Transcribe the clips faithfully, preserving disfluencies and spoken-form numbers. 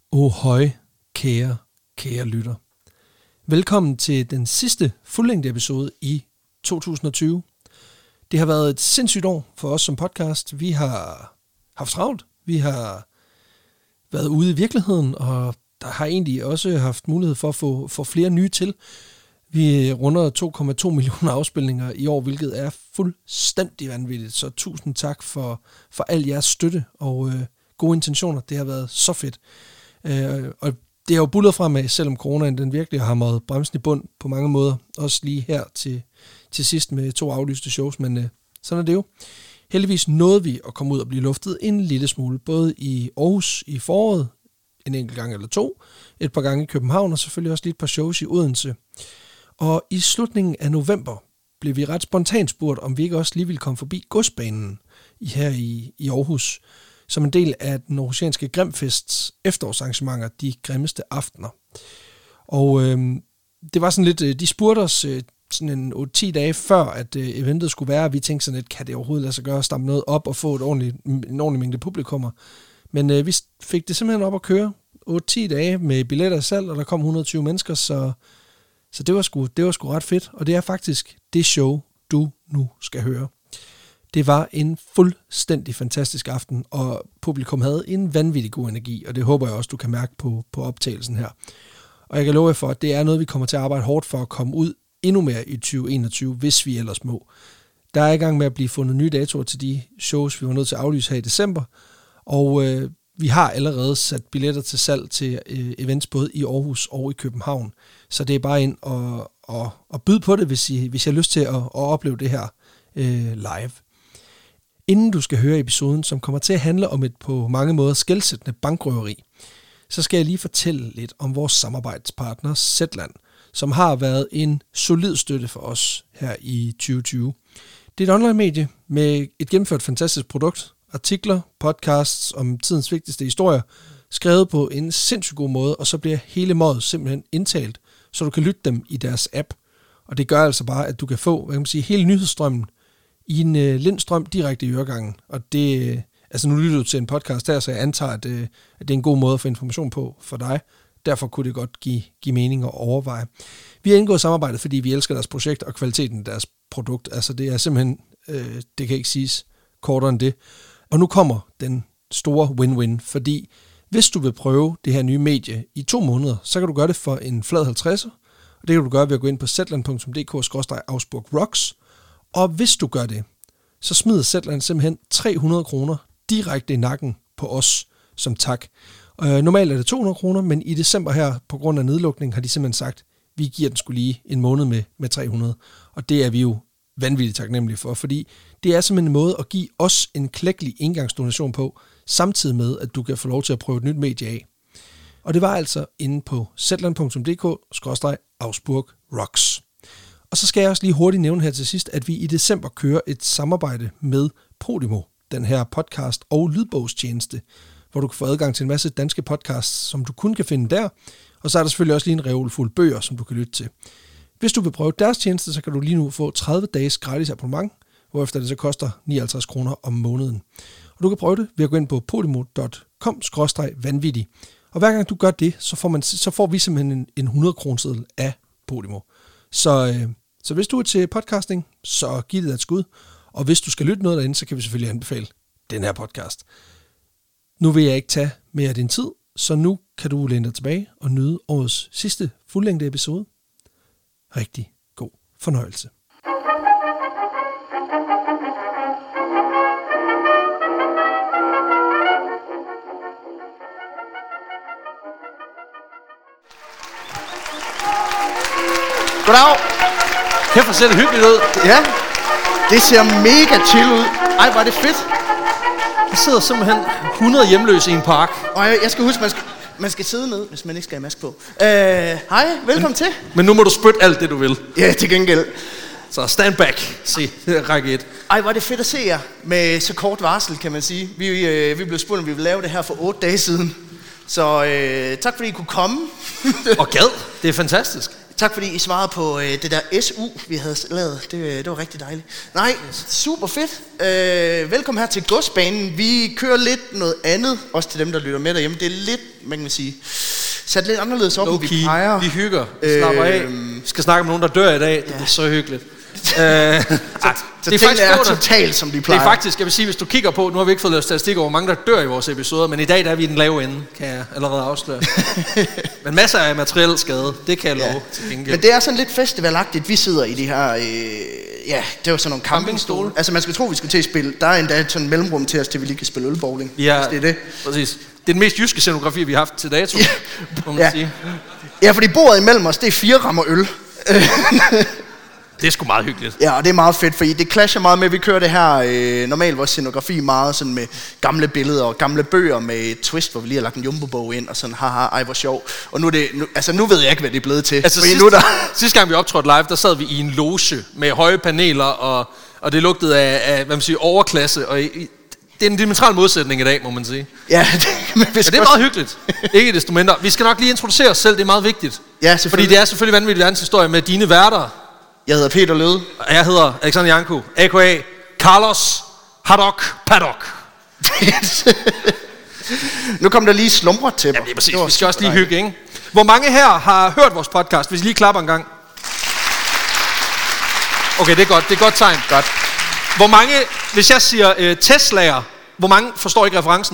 Ohøj, kære, kære lytter. Velkommen til den sidste fuldlængde episode i to tusind og tyve. Det har været et sindssygt år for os som podcast. Vi har haft travlt. Vi har været ude i virkeligheden, og der har egentlig også haft mulighed for at få, få flere nye til. Vi runder to komma to millioner afspilninger i år, hvilket er fuldstændig vanvittigt. Så tusind tak for, for al jeres støtte og øh, gode intentioner. Det har været så fedt. Øh, og det har jo bullet fremad, selvom coronaen den virkelig har måttet bremsen i bund på mange måder. Også lige her til, til sidst med to aflyste shows, men øh, sådan er det jo. Heldigvis nåede vi at komme ud og blive luftet en lille smule, både i Aarhus i foråret, en enkelt gang eller to, et par gange i København, og selvfølgelig også lige et par shows i Odense. Og i slutningen af november blev vi ret spontant spurgt, om vi ikke også lige ville komme forbi Godsbanen her i, i Aarhus, som en del af den aarhusianske Grimfests efterårsarrangementer, de grimmeste aftener. Og øh, det var sådan lidt, de spurgte os øh, sådan en otte ti dage før, at øh, eventet skulle være, og vi tænkte sådan lidt, kan det overhovedet lade sig gøre at stampe noget op og få et ordentligt, en ordentlig mængde publikummer? Men øh, vi fik det simpelthen op at køre otte ti dage med billetter i salg, og der kom et hundrede og tyve mennesker, så, så det, var sgu, det var sgu ret fedt. Og det er faktisk det show, du nu skal høre. Det var en fuldstændig fantastisk aften, og publikum havde en vanvittig god energi, og det håber jeg også, du kan mærke på, på optagelsen her. Og jeg kan love jer for, at det er noget, vi kommer til at arbejde hårdt for at komme ud endnu mere i tyve enogtyve, hvis vi ellers må. Der er i gang med at blive fundet nye datoer til de shows, vi var nødt til at aflyse her i december, og øh, vi har allerede sat billetter til salg til øh, events både i Aarhus og i København, så det er bare ind og, og, og byde på det, hvis I, hvis I har lyst til at, at opleve det her øh, live. Inden du skal høre episoden, som kommer til at handle om et på mange måder skelsættende bankrøveri, så skal jeg lige fortælle lidt om vores samarbejdspartner Zetland, som har været en solid støtte for os her i tyve tyve. Det er et online-medie med et gennemført fantastisk produkt, artikler, podcasts om tidens vigtigste historier, skrevet på en sindssygt god måde, og så bliver hele mådet simpelthen indtalt, så du kan lytte dem i deres app. Og det gør altså bare, at du kan få, hvad kan man sige, hele nyhedsstrømmen i en øh, lindstrøm direkte i øregangen. Og det, øh, altså nu lytter du til en podcast her, så jeg antager, at, øh, at det er en god måde at få information på for dig. Derfor kunne det godt give, give mening at overveje. Vi har indgået samarbejdet, fordi vi elsker deres projekt og kvaliteten af deres produkt. Altså det er simpelthen, øh, det kan ikke siges kortere end det. Og nu kommer den store win-win, fordi hvis du vil prøve det her nye medie i to måneder, så kan du gøre det for en flad halvtredser, og det kan du gøre ved at gå ind på zetland punktum d k skråstreg augsburg rocks. Og hvis du gør det, så smider Zetland simpelthen tre hundrede kroner direkte i nakken på os som tak. Øh, normalt er det to hundrede kroner, men i december her, på grund af nedlukning, har de simpelthen sagt, vi giver den skulle lige en måned med, med tre hundrede. Og det er vi jo vanvittigt taknemmelige for, fordi det er simpelthen en måde at give os en klækkelig engangsdonation på, samtidig med, at du kan få lov til at prøve et nyt medie af. Og det var altså inde på zetland punktum d k skråstreg augsburg rocks. Og så skal jeg også lige hurtigt nævne her til sidst, at vi i december kører et samarbejde med Podimo, den her podcast- og lydbogstjeneste, hvor du kan få adgang til en masse danske podcasts, som du kun kan finde der. Og så er der selvfølgelig også lige en reol fuld bøger, som du kan lytte til. Hvis du vil prøve deres tjeneste, så kan du lige nu få tredive dages gratis abonnement, hvorefter det så koster nioghalvtreds kroner om måneden. Og du kan prøve det ved at gå ind på podimo punktum com skråstreg vanvittig. Og hver gang du gør det, så får, man, så får vi simpelthen en, en hundrede kroneseddel af Podimo. Så, øh, så hvis du er til podcasting, så giv det et skud. Og hvis du skal lytte noget derinde, så kan vi selvfølgelig anbefale den her podcast. Nu vil jeg ikke tage mere af din tid, så nu kan du læne dig tilbage og nyde årets sidste fuldlængde episode. Rigtig god fornøjelse. Goddag. Kæft, hvor ser det hyggeligt ud. Ja, det ser mega chill ud. Ej, hvor er det fedt. Der sidder simpelthen hundrede hjemløse i en park. Og jeg, jeg skal huske, man skal, man skal sidde ned, hvis man ikke skal have maske på. Øh, hej, velkommen men, til. Men nu må du spytte alt det, du vil. Ja, til gengæld. Så stand back. Se, række et. Ej, hvor er det fedt at se jer med så kort varsel, kan man sige. Vi, øh, vi blev spurgt, om vi ville lave det her for otte dage siden. Så øh, tak fordi I kunne komme. Og gad. Det er fantastisk. Tak fordi I svarede på øh, det der S U, vi havde lavet. Det, det var rigtig dejligt. Nej, super fedt. Øh, velkommen her til Godsbanen. Vi kører lidt noget andet, også til dem, der lytter med derhjemme. Det er lidt, man kan sige, sat lidt anderledes op, end vi plejer. Vi hygger, slapper af. Vi skal snakke med nogen, der dør i dag. Det er ja. så hyggeligt. øh, så ej, så det er faktisk er totalt, som de plejer. Det er faktisk, jeg vil sige, hvis du kigger på, nu har vi ikke fået lavet statistik over, hvor mange der dør i vores episoder, men i dag der er vi i den lave ende, kan jeg allerede afsløre. Men masser af materiel skade, det kan jeg love ja. til gengæld. Men det er sådan lidt festivalagtigt, vi sidder i de her, øh, ja, det var sådan nogle campingstole. Altså man skal tro, vi skal til at spille, der er endda sådan en mellemrum til os, til vi lige kan spille ølbowling. Ja, det er det. Præcis. Det er den mest jyske scenografi, vi har haft til dato, ja. må man ja. sige. Ja, fordi bordet imellem os, det er fire rammer øl. Det er sgu meget hyggeligt. Ja, og det er meget fedt, fordi det clasher meget med, at vi kører det her, øh, normalt vores scenografi meget sådan med gamle billeder og gamle bøger med et twist, hvor vi lige har lagt en jumbo-bog ind, og sådan, haha, ej, hvor sjov. Og nu, er det, nu, altså, nu ved jeg ikke, hvad det er blevet til. Altså, sidste, nu der... sidste gang vi optrådte live, der sad vi i en loge med høje paneler, og, og det lugtede af, af, hvad man siger, overklasse, og i, det er en diametral modsætning i dag, må man sige. Ja, det, men, men det er meget hyggeligt. Ikke desto mindre. Vi skal nok lige introducere os selv, det er meget vigtigt. Ja, fordi det er selvfølgelig vanvittig verdenshistorie med dine værter. Jeg hedder Peter Løde. Og jeg hedder Alexander Janku, a k a. Carlos Haddock Paddock. Nu kom der lige slumret til mig. Ja, det er præcis. Vi skal også lige hygge, ikke? Hvor mange her har hørt vores podcast? Hvis I lige klapper en gang. Okay, det er godt. Det er godt tegn. Godt. Hvor mange, hvis jeg siger øh, Teslaer, hvor mange forstår ikke referencen?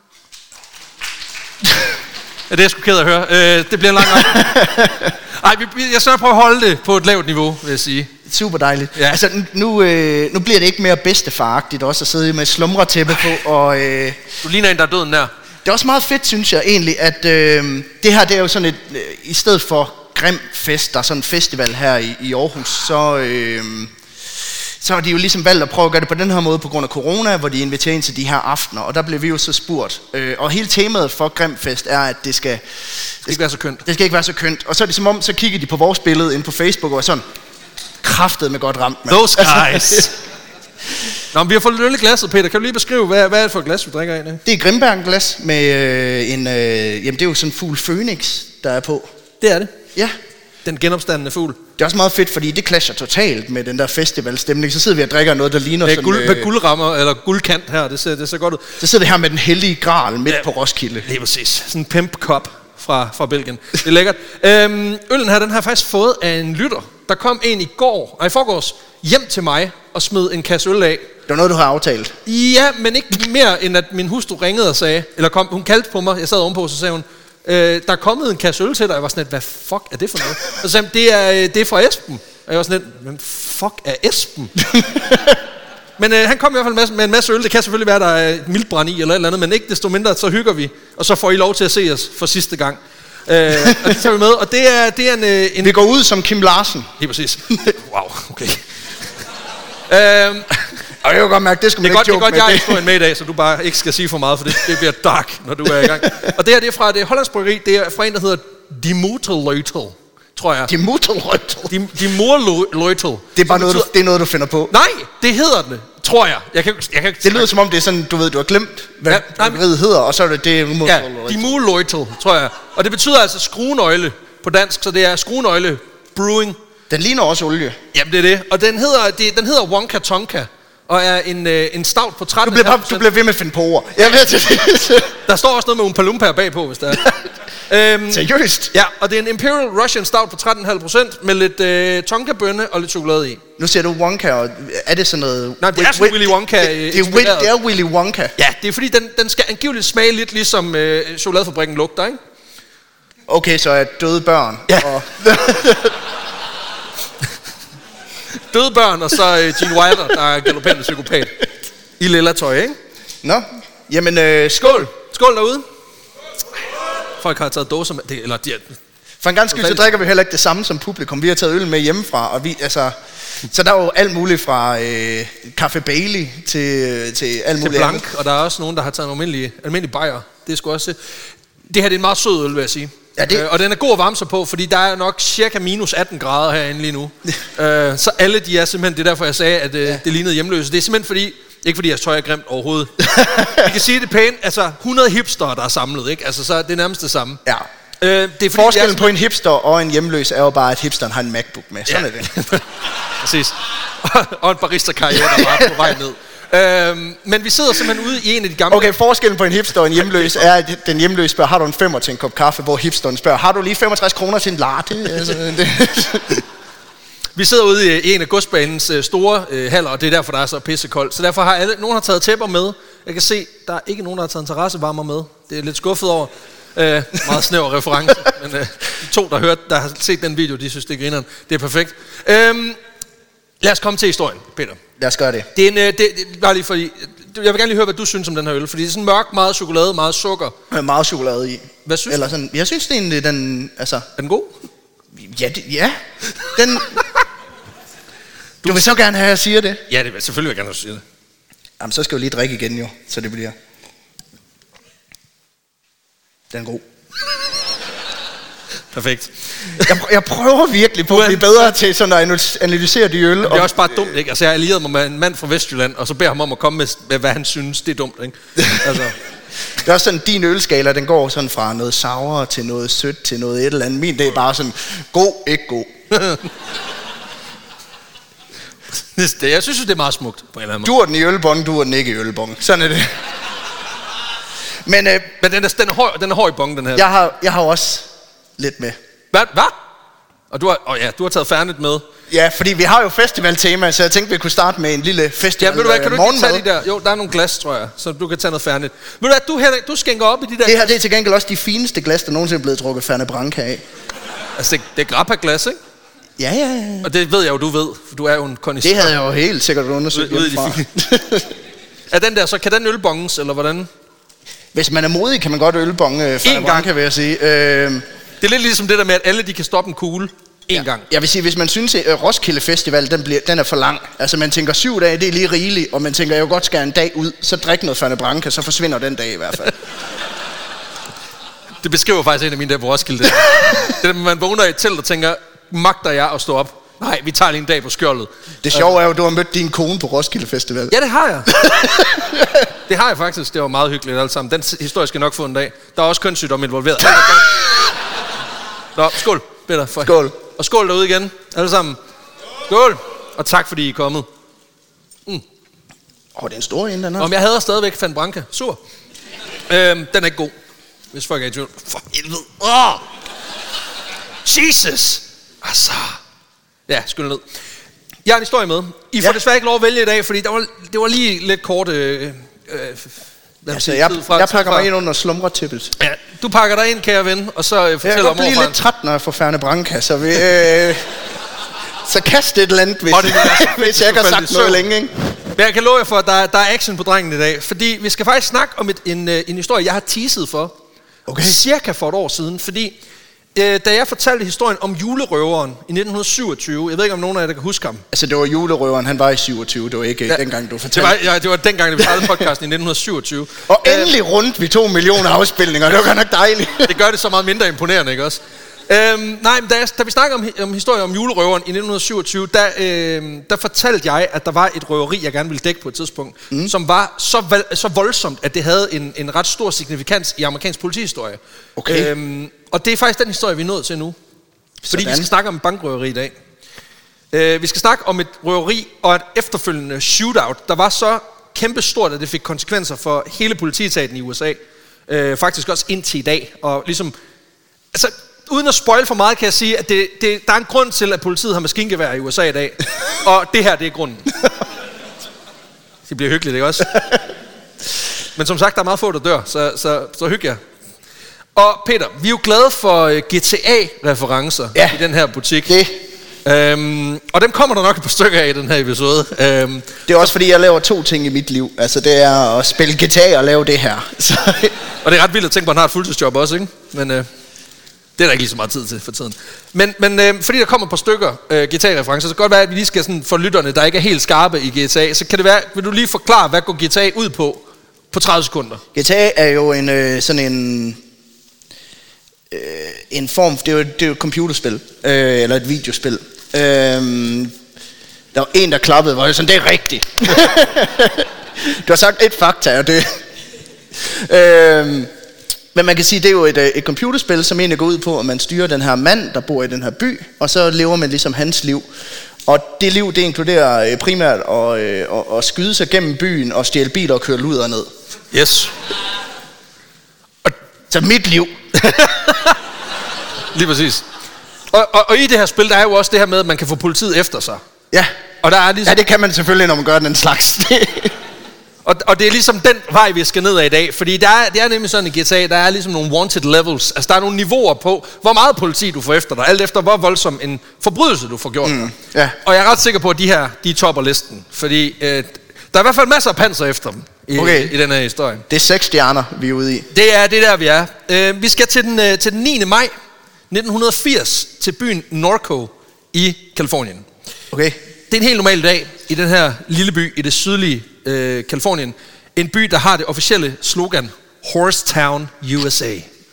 Ja, det er jeg sgu ked af at høre. Øh, det bliver en lang gang. Ej, jeg skal prøve at holde det på et lavt niveau, vil jeg sige. Super dejligt. Ja. Altså, nu, øh, nu bliver det ikke mere bedstefaragtigt også at sidde med slumretæppe på. Og, øh, du ligner en, der er døden der. Det er også meget fedt, synes jeg egentlig, at øh, det her, det er jo sådan et, øh, i stedet for Grim Fest, der er sådan en festival her i, i Aarhus, så... Øh, Så har de jo ligesom valgt at prøve at gøre det på den her måde på grund af corona, hvor de inviterer ind til de her aftener, og der blev vi jo så spurgt. Øh, og hele temaet for Grimfest er, at det skal... Det skal ikke være så kønt. Det skal ikke være så kønt. Og så er det som om, så kigger de på vores billede inde på Facebook og er sådan, kraftet med godt ramt, mand. Those guys. Nå, men vi har fået lidt glasset, Peter. Kan du lige beskrive, hvad, hvad er det for et glas, vi drikker af? Det er Grimbergen-glas med øh, en... Øh, jamen, det er jo sådan en fugl Phoenix, der er på. Det er det? Ja. Den genopstandende fugl. Det er også meget fedt, fordi det clasher totalt med den der festivalstemning. Så sidder vi og drikker noget, der ligner med sådan... Guld, øh, med guldrammer, eller guldkant her, det ser, det ser godt ud. Så sidder vi her med den hellige gral midt ja, på Roskilde. Lige præcis. Sådan en pimp-kop fra, fra Belgien. Det er lækkert. øhm, øllen her, den har jeg faktisk fået af en lytter. Der kom en i går, nej, i forgårs, hjem til mig og smed en kasse øl af. Det var noget, du har aftalt. Ja, men ikke mere, end at min hustru ringede og sagde, eller kom, hun kaldte på mig, jeg sad ovenpå, så sagde hun, Øh, der er kommet en kasse øl til dig, og jeg var sådan lidt, hvad fuck er det for noget? Og så sagde det er, det er fra Esben. Og jeg var sådan lidt, hvem fuck er Esben? Men øh, han kom i hvert fald med, med en masse øl. Det kan selvfølgelig være, der er mildbrand i eller et eller andet, men ikke desto mindre, så hygger vi. Og så får I lov til at se os for sidste gang. Øh, og det tager vi med, og det er, det er en, en... Vi går ud som Kim Larsen. Lige præcis. Wow, okay. øhm, Og jeg kan godt mærke, det skal man det ikke joke med. Det er godt, jeg er historien med i dag, så du bare ikke skal sige for meget, for det, det bliver dark, når du er i gang. Og det her, det er fra det hollandske bryggeri, det er fra en, der hedder Die Motorleutel, tror jeg. Die Motorleutel? Die, Die Motorleutel. Det er bare noget, du, det er noget, du finder på. Nej, det hedder den, tror jeg. jeg, kan, jeg kan, det lyder som om, det er sådan, du ved, du har glemt, hvad ja, bryggeriet hedder, og så er det det Motorleutel. Ja, Die Motorleutel, tror jeg. Og det betyder altså skruenøgle på dansk, så det er skruenøgle brewing. Den ligner også olie. Jamen, det er det. Og den hedder, det, den hedder Wonka Tonka. Og er en, øh, en stout på tretten komma fem procent. Du bliver ved med at finde på ord. Jeg ved til det. Der står også noget med Oompa Loompa bagpå, hvis der er. øhm, Seriøst? Ja, og det er en Imperial Russian Stout på tretten komma fem procent med lidt øh, tonka-bønne og lidt chokolade i. Nu siger du Wonka, og er det sådan noget... Nej, det er sådan Willy Wonka. Det, det, det, det er Willy Wonka. Ja, det er fordi, den, den skal angiveligt smage lidt ligesom øh, chokoladefabrikken lugter, ikke? Okay, så er døde børn. Ja. Og døde børn, og så øh, Gene Wilder, der er galopperende psykopat. I lilla tøj, ikke? Nå, jamen øh, skål. Skål derude. Folk har taget dåser med, det, eller de er, for en gang skyld, så drikker vi heller ikke det samme som publikum. Vi har taget øl med hjemmefra, og vi, altså... Så der er jo alt muligt fra øh, Café Bailey til, til alt muligt til blank, andet. Og der er også nogen, der har taget en almindelig, almindelig bajer. Det er sgu også... Det her det er en meget sød øl, vil jeg sige. Ja, det... øh, og den er god at varme sig på, fordi der er nok cirka minus atten grader herinde lige nu. øh, så alle de er simpelthen, det er derfor jeg sagde, at øh, ja. det lignede hjemløse. Det er simpelthen fordi, ikke fordi jeres tøj er grimt overhovedet. Vi kan sige det pænt, altså hundrede hipster, der er samlet, ikke? Altså så er det nærmest det samme. Ja. Øh, det er fordi, forskellen på en hipster og en hjemløs er jo bare, at hipsteren har en MacBook med. Sådan ja. er det. Præcis. Og en barista-karriere, der var på vej ned. Øhm, men vi sidder simpelthen ude i en af de gamle... Okay, forskellen på en hipster og en hjemløs er, at den hjemløse spørger, har du en femmer til en kop kaffe, hvor hipsteren spørger, har du lige femogtres kroner til en latte? Altså, det. Vi sidder ude i en af godsbanens øh, store øh, haller, og det er derfor, der er så pissekoldt. Så derfor har alle, nogen har taget tæpper med. Jeg kan se, der er ikke nogen, der har taget en terrassevarmer med. Det er lidt skuffet over. Øh, meget snæver reference. Men øh, de to, der, hørt, der har set den video, de synes, det er grineren. Det er perfekt. Øhm, lad os komme til historien, Peter. Lad os gøre det. Det er en, det, det, bare lige fordi, jeg vil gerne lige høre, hvad du synes om den her øl. Fordi det er sådan mørk, meget chokolade, meget sukker. Med meget chokolade i. Hvad synes Eller du? Sådan, jeg synes, det er en, den... Altså, er den god? Ja, det, ja. Den... Du vil så gerne have, at jeg siger det? Ja, det vil selvfølgelig gerne have, at du siger det. Jamen, så skal vi lige drikke igen jo, så det bliver... Den er god. Perfekt. Jeg, pr- jeg prøver virkelig på at blive bedre til sådan at analysere de øl. Det er også bare dumt, ikke? Altså, jeg har allieret mig med en mand fra Vestjylland, og så beder ham om at komme med, med hvad han synes, det er dumt, ikke? Altså. Det er også sådan, din ølskala, den går sådan fra noget sour til noget sødt til noget et eller andet. Min, det er bare sådan, god, ikke god. det, jeg synes, det er meget smukt, på en eller anden måde. Du er den i ølbong, du er den ikke i ølbong. Sådan er det. Men, øh, Men den, er, den, er høj, den er høj bong, den her. Jeg har, jeg har også lidt med. Hvad? Hvad? Og du har, oh ja, du har taget Fernet med. Ja, fordi vi har jo festivaltema, så jeg tænkte, vi kunne starte med en lille festival. Ja, ved du hvad, kan du ikke tage de der? Jo, der er nogle glas, tror jeg, så du kan tage noget Fernet. Ved du hvad, du, her, du skænker op i de der... Det her, det er til gengæld også de fineste glas, der nogensinde er blevet drukket Fernet Branca af. Altså, det, det er Grappa-glas, ikke? Ja, ja, ja. Og det ved jeg jo, du ved, for du er jo en kondisør. Det havde jeg jo helt sikkert undersøgt hjemmefra. Er den der, så kan den ølbonges, eller hvordan? Hvis man er modig, kan man godt ølbonge Fernet Branca, vil jeg sige. Øh, Det er lidt ligesom det der med, at alle de kan stoppe en kugle en ja. gang. Jeg vil sige, hvis man synes, at Roskilde Festival, den, bliver, den er for lang. Altså man tænker syv dage, det er lige rigeligt, og man tænker, jeg vil godt skære en dag ud, så drik noget Fernet Branca, så forsvinder den dag i hvert fald. Det beskriver faktisk en af mine dage på Roskilde. Det er, man vågner i et telt og tænker, magter jeg at stå op? Nej, vi tager lige en dag på skjoldet. Det sjove er jo, at du har mødt din kone på Roskilde Festival. Ja, det har jeg. Det har jeg faktisk. Det var meget hyggeligt alt sammen. Den historie skal nok få en dag. Der er også kønssygdom involveret. Nå, skål, Peter. For... Skål. Og skål derude igen, alle sammen. Skål. Og tak, fordi I er kommet. Åh, mm. oh, det er en stor en, den her. Om jeg hader stadigvæk Fernet Branca. Sur. Øhm, den er ikke god. Hvis folk er i tvivl. For helvede. Åh! Oh! Jesus! Altså... Ja, skyld ned. Jeg har en historie med. I får ja. desværre ikke lov at vælge i dag, fordi der var, det var lige lidt kort... Øh, øh, altså, jeg, fra, jeg pakker fra. mig ind under slumretippet. Ja, du pakker dig ind, kære ven, og så øh, fortæller om overfaren. Jeg kan blive lidt træt, når jeg får Fernet Branca, så vi... Øh, så kast et eller andet, hvis, det hvis jeg ikke har sagt noget længe, ikke? Men jeg kan love jer for, at der, der er action på drengen i dag, fordi vi skal faktisk snakke om et, en, en historie, jeg har teaset for. Okay. Cirka for et år siden, fordi... Da jeg fortalte historien om julerøveren i nitten syvogtyve, jeg ved ikke om nogen af jer, der kan huske ham. Altså det var julerøveren, han var i syvogtyve, det var ikke ja, dengang du fortalte. Det var, ja, det var dengang, da vi startede podcasten i nitten syvogtyve. Og endelig rundt vi to millioner afspilninger, det var godt nok dejligt. Det gør det så meget mindre imponerende, ikke også? Øhm, nej, men da, jeg, da vi snakkede om, om historien om julerøveren i nitten syvogtyve, der, øhm, der fortalte jeg, at der var et røveri, jeg gerne ville dække på et tidspunkt, mm. som var så, val, så voldsomt, at det havde en, en ret stor signifikans i amerikansk politihistorie. Okay. Øhm, og det er faktisk den historie, vi er nået til nu. Fordi Sådan. vi skal snakke om bankrøveri i dag. Øh, vi skal snakke om et røveri og et efterfølgende shootout, der var så kæmpestort, at det fik konsekvenser for hele politietaten i U S A. Øh, faktisk også indtil i dag. Og ligesom... Altså, uden at spoil for meget, kan jeg sige, at det, det, der er en grund til, at politiet har maskingevær i U S A i dag. Og det her, det er grunden. Det bliver hyggeligt, ikke også? Men som sagt, der er meget få, der dør, så, så, så hygge jer. Og Peter, vi er jo glade for G T A-referencer ja, i den her butik. Det. Øhm, og dem kommer der nok et par stykker af i den her episode. Øhm, det er også fordi, jeg laver to ting i mit liv. Altså det er at spille G T A og lave det her. Så. Og det er ret vildt at tænke på, at han har et fuldtidsjob også, ikke? Men... Øh, det er der ikke lige så meget tid til for tiden. Men, men øh, fordi der kommer et par stykker øh, G T A-referencer, så kan det godt være, at vi lige skal sådan, for lytterne, der ikke er helt skarpe i G T A, så kan det være, vil du lige forklare, hvad går G T A ud på, på tredive sekunder? G T A er jo en, øh, sådan en, øh, en form, det er jo, det er jo et computerspil, øh, eller et videospil. Øh, der var en, der klappede, hvor jeg sådan, det er rigtigt. Du har sagt et fakta, og det... øh, Men man kan sige, det er jo et, et computerspil, som egentlig går ud på, at man styrer den her mand, der bor i den her by, og så lever man ligesom hans liv. Og det liv, det inkluderer primært at, at, at skyde sig gennem byen og stjæle biler og køre luder ned. Yes. Og, så mit liv. Lige præcis. Og, og, og i det her spil, der er jo også det her med, at man kan få politiet efter sig. Ja, og der er ligesom... ja det kan man selvfølgelig, når man gør den slags. Og, og det er ligesom den vej, vi skal ned ad i dag. Fordi der er, det er nemlig sådan i G T A, der er ligesom nogle wanted levels. Altså der er nogle niveauer på, hvor meget politi du får efter dig. Alt efter, hvor voldsom en forbrydelse du får gjort. Mm, ja. Og jeg er ret sikker på, at de her, de topper listen. Fordi øh, der er i hvert fald masser af panser efter dem i, okay. i, i den her historie. Det er seks stjerner, vi er ude i. Det er det der, vi er. Øh, vi skal til den, øh, til den niende maj nitten firs til byen Norco i Californien. Okay. Det er en helt normal dag i den her lille by i det sydlige øh, Californien. En by, der har det officielle slogan Horsetown, U S A.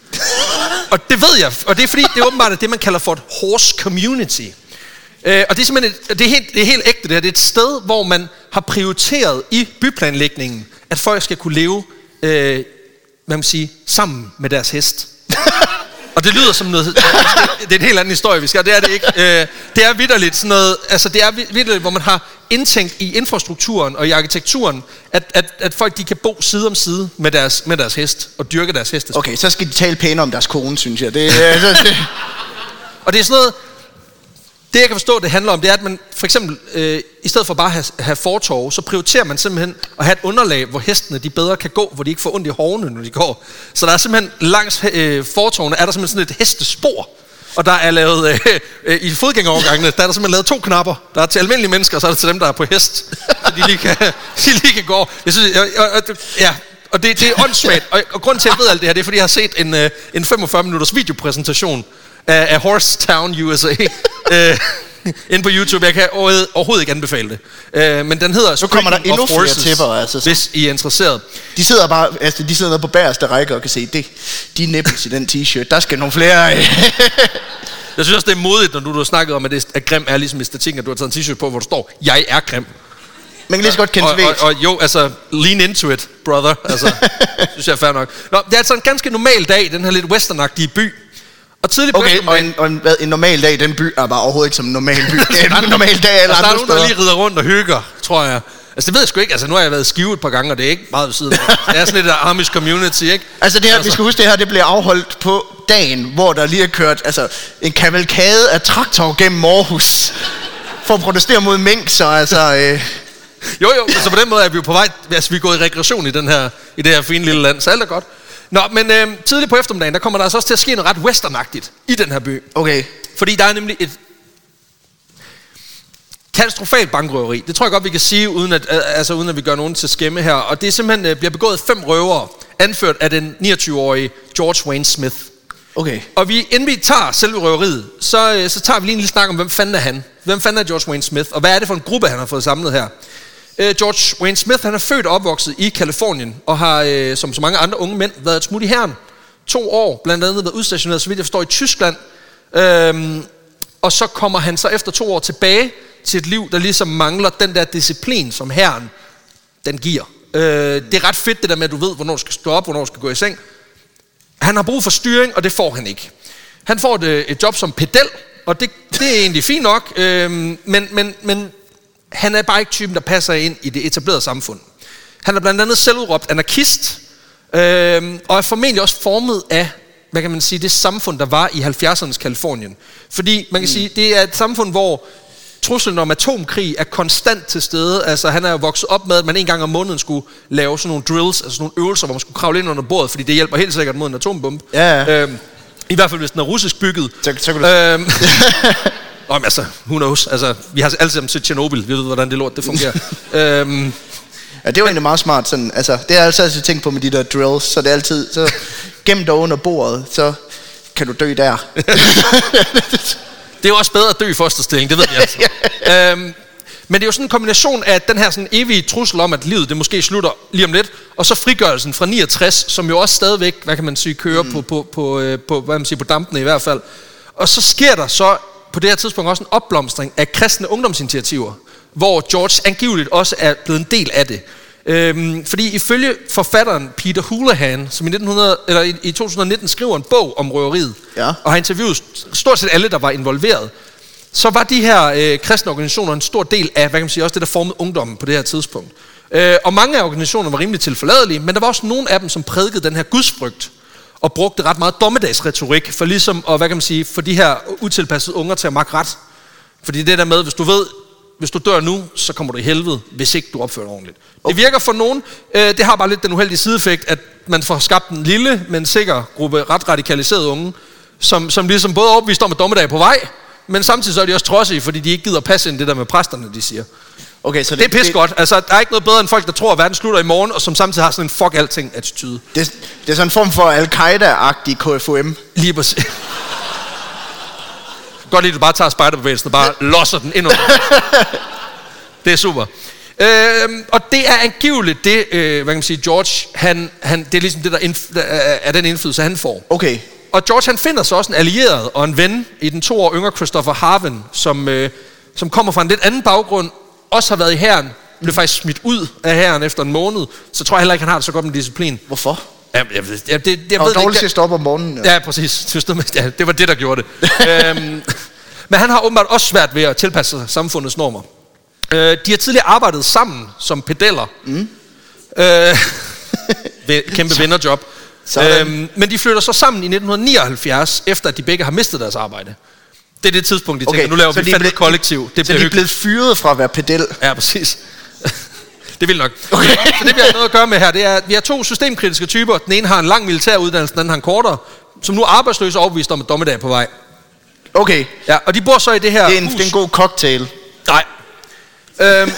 Og det ved jeg, og det er fordi, det er åbenbart det, man kalder for et horse community. Øh, og det er simpelthen, et, det, er helt, det er helt ægte det her. Det er et sted, hvor man har prioriteret i byplanlægningen, at folk skal kunne leve, øh, hvad man siger, sammen med deres hest. Og det lyder som noget, det er en helt anden historie, vi skal, det er det ikke. Det er vitterligt sådan noget, altså det er vitterligt, hvor man har indtænkt i infrastrukturen og i arkitekturen, at, at, at folk de kan bo side om side med deres, med deres hest og dyrke deres hestesport. Okay, så skal de tale pæne om deres kone, synes jeg. Det, det, det. Og det er sådan noget, det jeg kan forstå, det handler om, det er, at man for eksempel, øh, i stedet for bare at have, have fortove, så prioriterer man simpelthen at have et underlag, hvor hestene de bedre kan gå, hvor de ikke får ondt i hovene, når de går. Så der er simpelthen langs øh, fortovene, er der simpelthen sådan et hestespor. Og der er lavet, øh, øh, i fodgængerovergangene, der er der simpelthen lavet to knapper. Der er til almindelige mennesker, og så er der til dem, der er på hest. Så de lige kan, de lige kan gå. Jeg synes, jeg, jeg, jeg, ja, og det, det er åndssvagt. Og, og grunden til, at jeg ved alt det her, det er, fordi jeg har set en, øh, en femogfyrre minutters videopræsentation af, af Horsetown, U S A. øh, inde på YouTube. Jeg kan overhovedet ikke anbefale det. Øh, men den hedder nu kommer der endnu flere tipper, altså, hvis I er interesseret. De sidder bare, altså de sidder nede på bagerste række og kan se, det, de nipples i den t-shirt. Der skal nogle flere. Jeg synes også, det er modigt, når du, du har snakket om, at, det, at grim er ligesom æstetikken, at du har taget en t-shirt på, hvor der står, jeg er grim. Man kan lige så godt kende og, og, og jo, altså, lean into it, brother. Altså, synes jeg er fair nok. Nå, det er altså en ganske normal dag, den her lidt westernagtige by. Og tidligt okay, og en, og en, en normal dag i den by er bare overhovedet ikke som en normal by. Det er en normal dag eller altså, andre der er nogen, der lige rider rundt og hygger, tror jeg. Altså det ved jeg sgu ikke, altså nu har jeg været i Skive et par gange, og det er ikke meget ved siden af. Det er sådan lidt af Amish community, ikke? Altså det her, altså. vi skal huske det her, det bliver afholdt på dagen, hvor der lige er kørt altså, en kavalkade af traktor gennem Aarhus. For at protestere mod mink, så altså... Øh. Jo jo, så på den måde er vi jo på vej, altså vi er gået i rekreation i, den her, i det her fine lille land, så alt er godt. Nå, men øh, tidligt på eftermiddagen, der kommer der altså også til at ske noget ret westernagtigt i den her by. Okay. Fordi der er nemlig et katastrofalt bankrøveri. Det tror jeg godt, vi kan sige, uden at, altså, uden at vi gør nogen til skæmme her. Og det er simpelthen øh, bliver begået fem røvere, anført af den niogtyve-årige George Wayne Smith. Okay. Og vi, inden vi tager selve røveriet, så, øh, så tager vi lige en lille snak om, hvem fanden er han? Hvem fanden er George Wayne Smith? Og hvad er det for en gruppe, han har fået samlet her? George Wayne Smith, han er født og opvokset i Californien, og har, øh, som så mange andre unge mænd, været et smut i hæren. To år, blandt andet været udstationeret, så vidt jeg forstår, i Tyskland. Øhm, og så kommer han så efter to år tilbage til et liv, der ligesom mangler den der disciplin, som hæren, den giver. Øh, det er ret fedt, det der med, at du ved, hvornår du skal stå op, hvornår du skal gå i seng. Han har brug for styring, og det får han ikke. Han får et, et job som pedel, og det, det er egentlig fint nok, øh, men... men, men han er bare ikke typen, der passer ind i det etablerede samfund. Han er blandt andet selvudråbt anarkist, øh, og er formentlig også formet af, hvad kan man sige, det samfund, der var i halvfjerdsernes Californien. Fordi man kan mm. sige, det er et samfund, hvor truslen om atomkrig er konstant til stede. Altså han er jo vokset op med, at man en gang om måneden skulle lave sådan nogle drills, altså sådan nogle øvelser, hvor man skulle kravle ind under bordet, fordi det hjælper helt sikkert mod en atombombe. Ja, ja. Øh, I hvert fald, hvis den er russisk bygget. Så, så kan du... øh, Nå, men altså, who knows? Altså, vi har alle sammen set Chernobyl. Vi ved, hvordan det lort, det fungerer. øhm, ja, det er jo egentlig meget smart. Sådan, altså, det har jeg altid tænkt på med de der drills. Så det er altid, så gem dig under bordet, så kan du dø der. Det er jo også bedre at dø i fosterstilling, det ved jeg altså. øhm, men det er jo sådan en kombination af den her sådan evige trussel om, at livet det måske slutter lige om lidt, og så frigørelsen fra niogtres, som jo også stadigvæk, hvad kan man sige, kører mm. på, på, på, på, hvad man siger, på dampene i hvert fald. Og så sker der så på det her tidspunkt også en opblomstring af kristne ungdomsinitiativer, hvor George angiveligt også er blevet en del af det. Øhm, fordi ifølge forfatteren Peter Houlihan, som i, nitten hundrede, eller i, i to tusind nitten skriver en bog om røveriet, ja. og har interviewet stort set alle, der var involveret, så var de her øh, kristne organisationer en stor del af, hvad kan man sige, også det, der formede ungdommen på det her tidspunkt. Øh, og mange af organisationerne var rimelig tilforladelige, men der var også nogle af dem, som prædikede den her gudsfrygt, og brugte ret meget dommedagsretorik for ligesom, og hvad kan man sige, for de her utilpassede unger til at makke ret. Fordi det der med, hvis du ved, hvis du dør nu, så kommer du i helvede, hvis ikke du opfører dig ordentligt. Okay. Det virker for nogen, øh, det har bare lidt den uheldige sideeffekt, at man får skabt en lille, men sikker gruppe ret radikaliserede unge, som, som ligesom både overbevist om, at dommedag er på vej, men samtidig så er de også trodsige, fordi de ikke gider passe ind det der med præsterne, de siger. Okay, så det, det er pis godt. Altså, der er ikke noget bedre end folk, der tror, at verden slutter i morgen, og som samtidig har sådan en fuck alting attitude. Det, det er sådan en form for Al-Qaida-agtig K F U M. Lige præcis. Godt lige, du bare tager spejderbevægelsen og bare losser den ind under. Det er super. Øhm, og det er angiveligt det, øh, hvad kan man sige, George, han, han, det er ligesom det, der indf- er den indflydelse, han får. Okay. Og George, han finder så også en allieret og en ven i den to år yngre Christopher Harven, som, øh, som kommer fra en lidt anden baggrund, også har været i hæren, blev faktisk smidt ud af hæren efter en måned, så tror jeg heller ikke, han har det så godt med disciplin. Hvorfor? Ja, jeg ved, ja, det, jeg og ved dårligt ikke. til at stoppe om morgenen. Ja, ja præcis. Ja, det var det, der gjorde det. øhm, men han har åbenbart også svært ved at tilpasse sig samfundets normer. Øh, de har tidligere arbejdet sammen som pedeller. Mm. Øh, kæmpe vinderjob. Øhm, men de flytter så sammen i nitten nioghalvfjerds, efter at de begge har mistet deres arbejde. Det er det tidspunkt, de okay, tænker, nu laver vi fandme et kollektiv. Det så de er blevet fyret fra at være pedel? Ja, præcis. Det vil nok. Okay. Så det vi har noget at gøre med her, det er, at vi har to systemkritiske typer. Den ene har en lang militær uddannelse, den anden har en kortere, som nu er arbejdsløse og overbevist om, at dommedag er på vej. Okay. Ja, og de bor så i det her det er en, hus. Det er en god cocktail. Nej. øhm,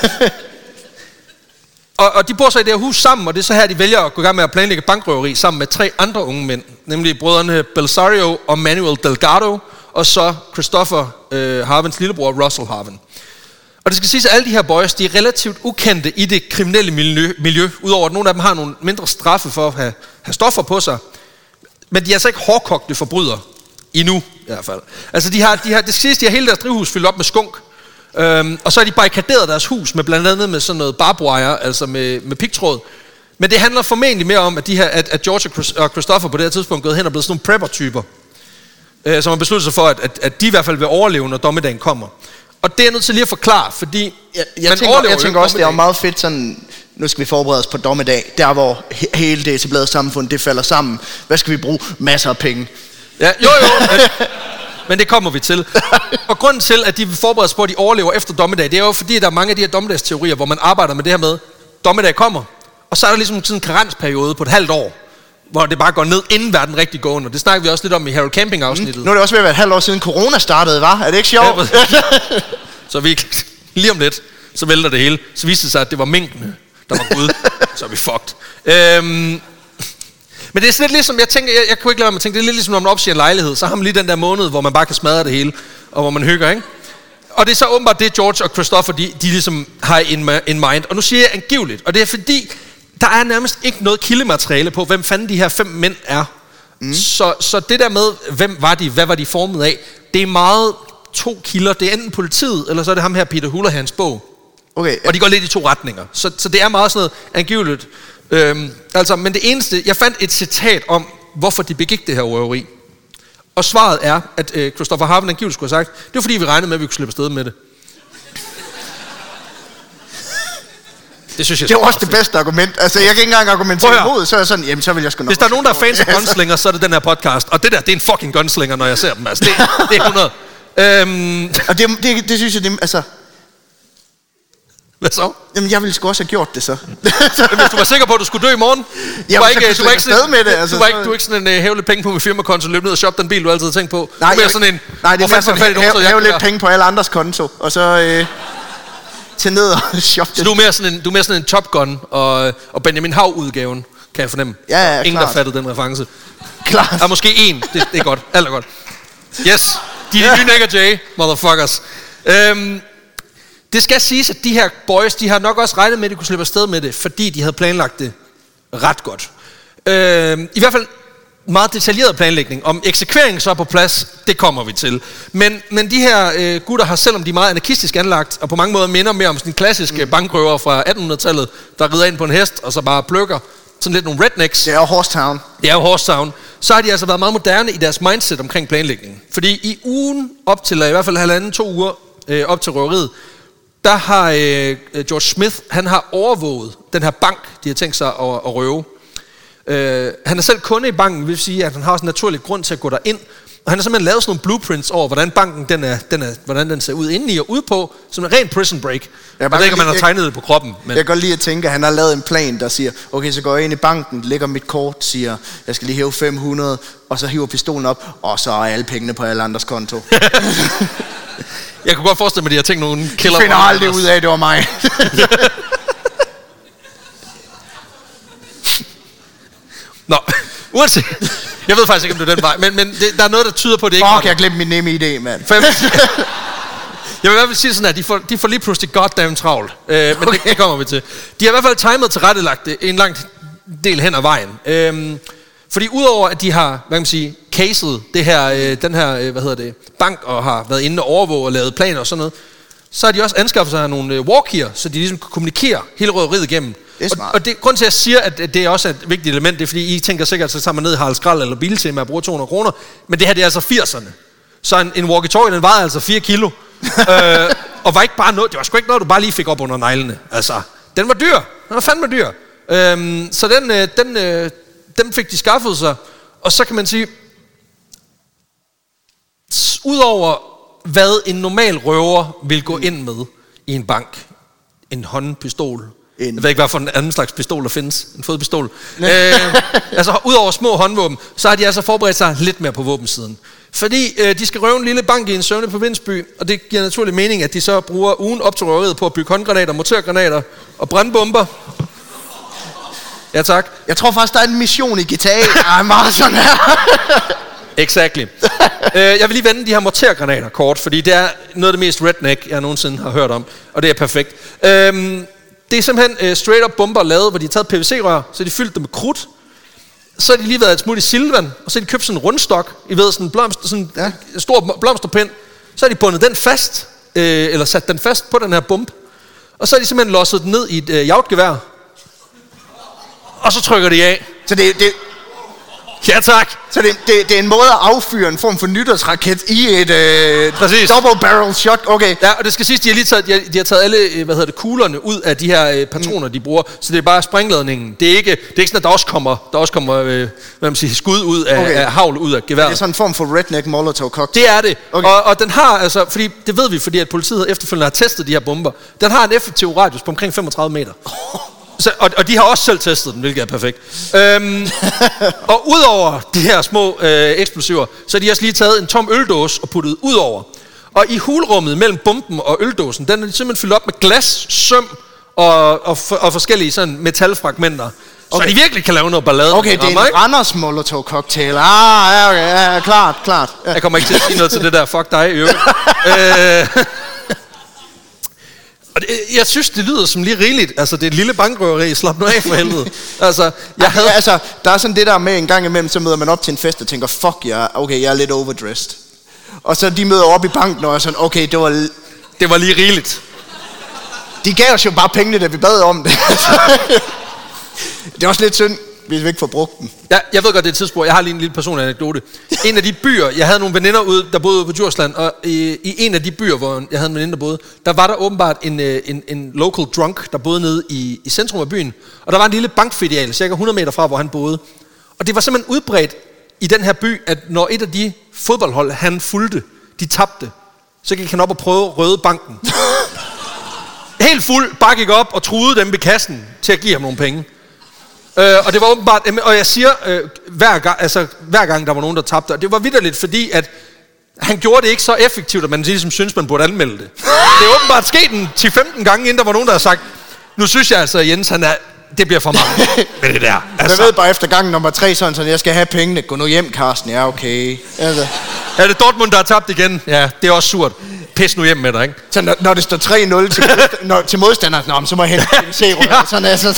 og, og de bor så i det her hus sammen, og det er så her, de vælger at gå i gang med at planlægge bankrøveri sammen med tre andre unge mænd, nemlig brødrene Belsario og Manuel Delgado, og så Christopher øh, Harvens lillebror, Russell Harven. Og det skal siges, at alle de her boys, de er relativt ukendte i det kriminelle miljø, miljø udover at nogle af dem har nogle mindre straffe for at have, have stoffer på sig. Men de er altså ikke hårdkogte forbrydere. Endnu, i hvert fald. Altså, de har, de har, det skal siges, de har hele deres drivhus fyldt op med skunk. Øhm, og så har de barrikaderet deres hus med blandt andet med sådan noget barbwire, altså med, med pigtråd. Men det handler formentlig mere om, at, de her, at, at George og Christopher på det her tidspunkt gået hen og blevet sådan nogle prepper-typer. Øh, som har besluttet sig for, at, at, at de i hvert fald vil overleve, når dommedagen kommer. Og det er jeg nødt til lige at forklare, fordi jeg, jeg tænker, jeg tænker også, det er meget fedt sådan, nu skal vi forberede os på dommedag, der hvor he- hele det etablerede samfund, det falder sammen. Hvad skal vi bruge? Masser af penge. Ja, jo jo, men, men det kommer vi til. Og grunden til, at de vil forberede sig på, at de overlever efter dommedag, det er jo fordi, at der er mange af de her dommedagsteorier, hvor man arbejder med det her med, dommedag kommer, og så er der ligesom sådan en karensperiode på et halvt år, hvor det bare går ned, inden verden rigtig går under. Det snakker vi også lidt om i Harold Camping-afsnittet. Mm. Nu er det også ved at være et halvt år siden corona startede, var? Er det ikke sjovt? Ja, så vi lige om lidt, så vælter det hele. Så viste det sig, at det var minkene, der var Gud. Så er vi fucked. Øhm, men det er sådan lidt ligesom, jeg tænker, jeg, jeg kunne ikke lade være med at tænke, det er lidt ligesom, når man opsiger en lejlighed, så har man lige den der måned, hvor man bare kan smadre det hele, og hvor man hygger, ikke? Og det er så åbenbart det, George og Christopher, de, de ligesom har in, in mind. Og nu siger jeg angiveligt, og det er fordi, der er nærmest ikke noget kildemateriale på, hvem fanden de her fem mænd er. Mm. Så, så det der med, hvem var de, hvad var de formet af, det er meget to kilder. Det er enten politiet, eller så er det ham her, Peter Houlihans bog. Okay, ja. Og de går lidt i to retninger. Så, så det er meget sådan noget angiveligt. Øhm, altså, men det eneste, jeg fandt et citat om, hvorfor de begik det her røveri. Og svaret er, at øh, Christopher Harven angiveligt skulle have sagt, det var fordi vi regnede med, at vi kunne slippe afsted med det. Det synes jeg det er også det bedste argument. Altså, jeg kan ikke engang argumentere imod, så er jeg sådan, jamen, så vil jeg sgu nok. Hvis der er nogen, der er fans af gunslinger, så er det den her podcast. Og det der, det er en fucking gunslinger, når jeg ser dem. Altså, det, det er hundrede. Øhm. Og det, det, det synes jeg, det, altså... Hvad så? Jamen, jeg ville sgu også have gjort det så. Jamen, hvis du var sikker på, at du skulle dø i morgen? Jeg var ikke, du var ikke sådan, med det, altså, du var ikke, du var ikke sådan en uh, hæve lidt penge på med firmakonto, løb ned og shoppe den bil, du altid havde tænkt på. Nej, du er sådan en, nej, det er mere sådan, hæve, hæve lidt penge på alle andres konto, og så øh, til ned og shoppe det. Så du er mere sådan en, du er mere sådan en Top Gun og, og Benjamin Hav-udgaven, kan jeg fornemme. Ja, ja, ingen, klart. der fattede den reference. Klart. Og måske en, det, det er godt, alt er godt. Yes, de er de nye Nick og Jay, motherfuckers. Øhm, Det skal siges, at de her boys, de har nok også regnet med, at de kunne slippe afsted med det, fordi de havde planlagt det ret godt. Øh, I hvert fald, meget detaljeret planlægning. Om eksekveringen så er på plads, det kommer vi til. Men, men de her øh, gutter har, selvom de er meget anarkistisk anlagt, og på mange måder minder mere om sådan en klassisk mm. bankrøver fra attenhundredetallet, der rider ind på en hest, og så bare plukker sådan lidt nogle rednecks. Det er jo Horsetown. Det er jo Horsetown. Så har de altså været meget moderne i deres mindset omkring planlægning. Fordi i ugen op til, i hvert fald halvanden, to uger øh, op til røveriet, der har øh, George Smith, han har overvåget den her bank, de har tænkt sig at, at røve. Øh, han er selv kunde i banken, vil sige, at han har også en naturlig grund til at gå derind. Og han har simpelthen lavet sådan nogle blueprints over, hvordan banken den er, den er, hvordan den ser ud indeni og ude på, som en ren prison break. Jeg ved ikke, om man har tegnet det på kroppen. Men jeg kan godt lige at tænke, at han har lavet en plan, der siger, okay, så går jeg ind i banken, lægger mit kort, siger, jeg skal lige hæve fem hundrede, og så hiver pistolen op, og så er alle pengene på alle andres konto. Jeg kunne godt forestille mig, at de har tænkt nogle killer. Jeg finder aldrig ud af, at det var mig. Nå, uanset. Jeg ved faktisk ikke, om det er den vej, men, men det, der er noget, der tyder på, at det ikke Fuck, jeg glemte min nemme idé, mand. Jeg vil i hvert fald sige sådan, at de får, de får lige pludselig goddamn travlt. Øh, men okay. det, det kommer vi til. De har i hvert fald timet til rettelagt det en lang del hen ad vejen. Øhm, fordi udover at de har, hvad kan man sige, caset det her, øh, den her, øh, hvad hedder det, bank, og har været inde og overvåge og lavet planer og sådan noget, så har de også anskaffet sig nogle øh, walkier, så de ligesom kan kommunikere hele røveriet igennem. Det og, og det, grund til, at jeg siger, at det er også et vigtigt element, det er, fordi I tænker sikkert, så tager man ned i Harald Skrald eller Biltema og bruger to hundrede kroner, men det her, det er altså firserne. Så en, en walkie-talkie, den vejede altså fire kilo, øh, og var ikke bare noget, det var sgu ikke noget, du bare lige fik op under neglene. Altså, den var dyr. Den var fandme dyr. Øhm, så den, øh, den, øh, den fik de skaffet sig, og så kan man sige, udover hvad en normal røver vil gå ind med i en bank, en håndpistol, En. Jeg ved ikke, hvad for en anden slags pistol der findes. En fodpistol. øh, altså, udover små håndvåben, så har de altså forberedt sig lidt mere på våbensiden. Fordi øh, de skal røve en lille bank i en søvnig provinsby, og det giver naturlig mening, at de så bruger ugen op til røveriet på at bygge håndgranater, mortergranater og brandbomber. Ja, tak. Jeg tror faktisk, der er en mission i G T A, der er meget sådan her. Exactly. øh, jeg vil lige vende de her mortergranater kort, fordi det er noget af det mest redneck, jeg nogensinde har hørt om, og det er perfekt. Øh, Det er simpelthen uh, straight up bomber lavet, hvor de har taget P V C-rør, så de fyldt dem med krudt. Så har de lige været et smut i silvan, og så har de købt sådan en rundstok, I ved, sådan en blomster, sådan ja. en stor blomsterpind. Så har de bundet den fast, øh, eller sat den fast på den her bombe. Og så har de simpelthen losset den ned i et øh, jagtgevær. Og så trykker de af. Så det, det ja, tak. Så det, det, det er en måde at affyre en form for nytårsraket i et øh, double barrel shot. Okay. Ja, og det skal siges, de har lige taget, de har, de har taget alle, hvad hedder det, kuglerne ud af de her øh, patroner, mm. de bruger. Så det er bare sprængladningen. Det er ikke, det er ikke sådan, at der også kommer, der også kommer, øh, hvad man siger, skud ud af, okay. af havl ud af geværet. Det er sådan en form for redneck molotov cocktail. Det er det. Okay. Og, og den har altså, fordi det ved vi, fordi at politiet efterfølgende har testet de her bomber. Den har en effektiv radius på omkring femogtredive meter. Så, og, og de har også selv testet den, hvilket er perfekt. Øhm, og udover de her små øh, eksplosiver, så har de også lige taget en tom øldåse og puttet ud over. Og i hulrummet mellem bomben og øldåsen, den er de simpelthen fyldt op med glas, søm og, og, og forskellige sådan metalfragmenter. Okay. Så de virkelig kan lave noget ballade. Okay, det er en Randers Molotov cocktail. Ah, ja, okay, ja, klart, klart. Ja. Jeg kommer ikke til at sige noget til det der, fuck dig, øvrigt. øh, Jeg synes, det lyder som lige rigeligt. Altså, det er et lille bankrøveri. Slap nu af for helvede. Altså, jeg havde... altså, der er sådan det der med en gang imellem, så møder man op til en fest og tænker, fuck, jeg, okay, jeg er lidt overdressed. Og så de møder op i banken og er sådan, okay, det var... Det var lige rigeligt. De gav os jo bare pengene, da vi bad om det. Det er også lidt synd, hvis vi ikke får brugt dem. Ja, jeg ved godt, det er et tidsspur. Jeg har lige en lille personlig anekdote. En af de byer, jeg havde nogle veninder ude, der boede ude på Djursland, og i, i en af de byer, hvor jeg havde en veninde, der boede, der var der åbenbart en, en, en local drunk, der boede nede i, i centrum af byen. Og der var en lille bankfilial, cirka hundrede meter fra, hvor han boede. Og det var simpelthen udbredt i den her by, at når et af de fodboldhold, han fulgte, de tabte, så gik han op og prøve røde banken. Helt fuld, bare gik op og truede dem ved kassen til at give ham nogle penge. Øh, og det var åbenbart, og jeg siger, øh, hver, gang, altså, hver gang der var nogen, der tabte, og det var vitterligt, fordi at han gjorde det ikke så effektivt, at man ligesom synes, man burde anmelde det. Det er åbenbart sket en ti femten gange, inden der var nogen, der har sagt, nu synes jeg altså, Jens, han er, det bliver for meget med det der. Altså. Jeg ved bare efter gang nummer tre, sådan, så jeg skal have pengene. Gå nu hjem, Carsten. Ja, okay. Altså. Er det Dortmund, der har tabt igen? Ja, det er også surt. Pis nu hjem med dig, ikke? Så når, når det står tre nul til, når, til modstanderen, nå, så må jeg hente en C-rød. Ja. Sådan altså.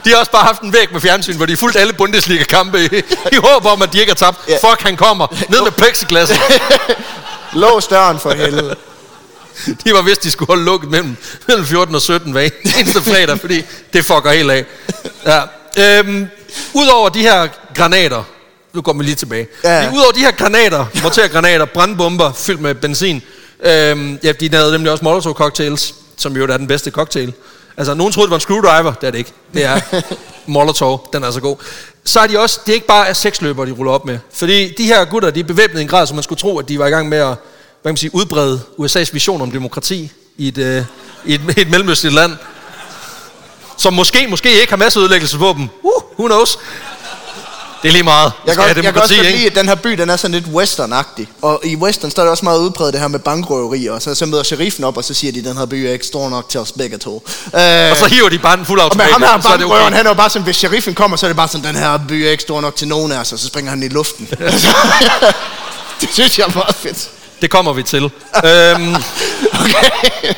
De har også bare haft en væg med fjernsyn, hvor de fulgte alle Bundesliga-kampe i, i håb om, at de ikke har tabt. Yeah. Fuck, han kommer. Ned med plexiglasset. Lås døren for helvede. De var vist, de skulle holde lukket mellem, mellem fjorten og sytten hver eneste fredag, fordi det fucker helt af. Ja. Øhm, Udover de her granater, nu går vi lige tilbage. Ja. Udover de her granater, mortergranater, brandbomber fyldt med benzin, øhm, ja, de lavede nemlig også Molotov cocktails, som jo er den bedste cocktail. Altså, nogen troede, det var en screwdriver, det er det ikke. Det er Molotov, den er så god. Så er de også, det er ikke bare sexløbere, de ruller op med. Fordi de her gutter, de er bevæbnet i en grad, så man skulle tro, at de var i gang med at, hvad kan man sige, udbrede U S A's vision om demokrati i et, øh, i et, et mellemøstligt land. Som måske, måske ikke har masseødelæggelsesvåben. Uh, who knows? Det er lige meget. Jeg kan, også, jeg kan også lide, at den her by, den er sådan lidt western-agtig. Og i western, så er det også meget udbredt det her med bankrøverier. Og så, så møder sheriffen op, og så siger de, at den her by er ikke stor nok til os begge to. Øh, og så hiver de bare en fuld automat. Og med ham her bankrøveren, okay. Han er jo bare sådan, hvis sheriffen kommer, så er det bare sådan, den her by er ikke stor nok til nogen af os, og så springer han i luften. Det synes jeg er meget fedt. Det kommer vi til. øhm, okay.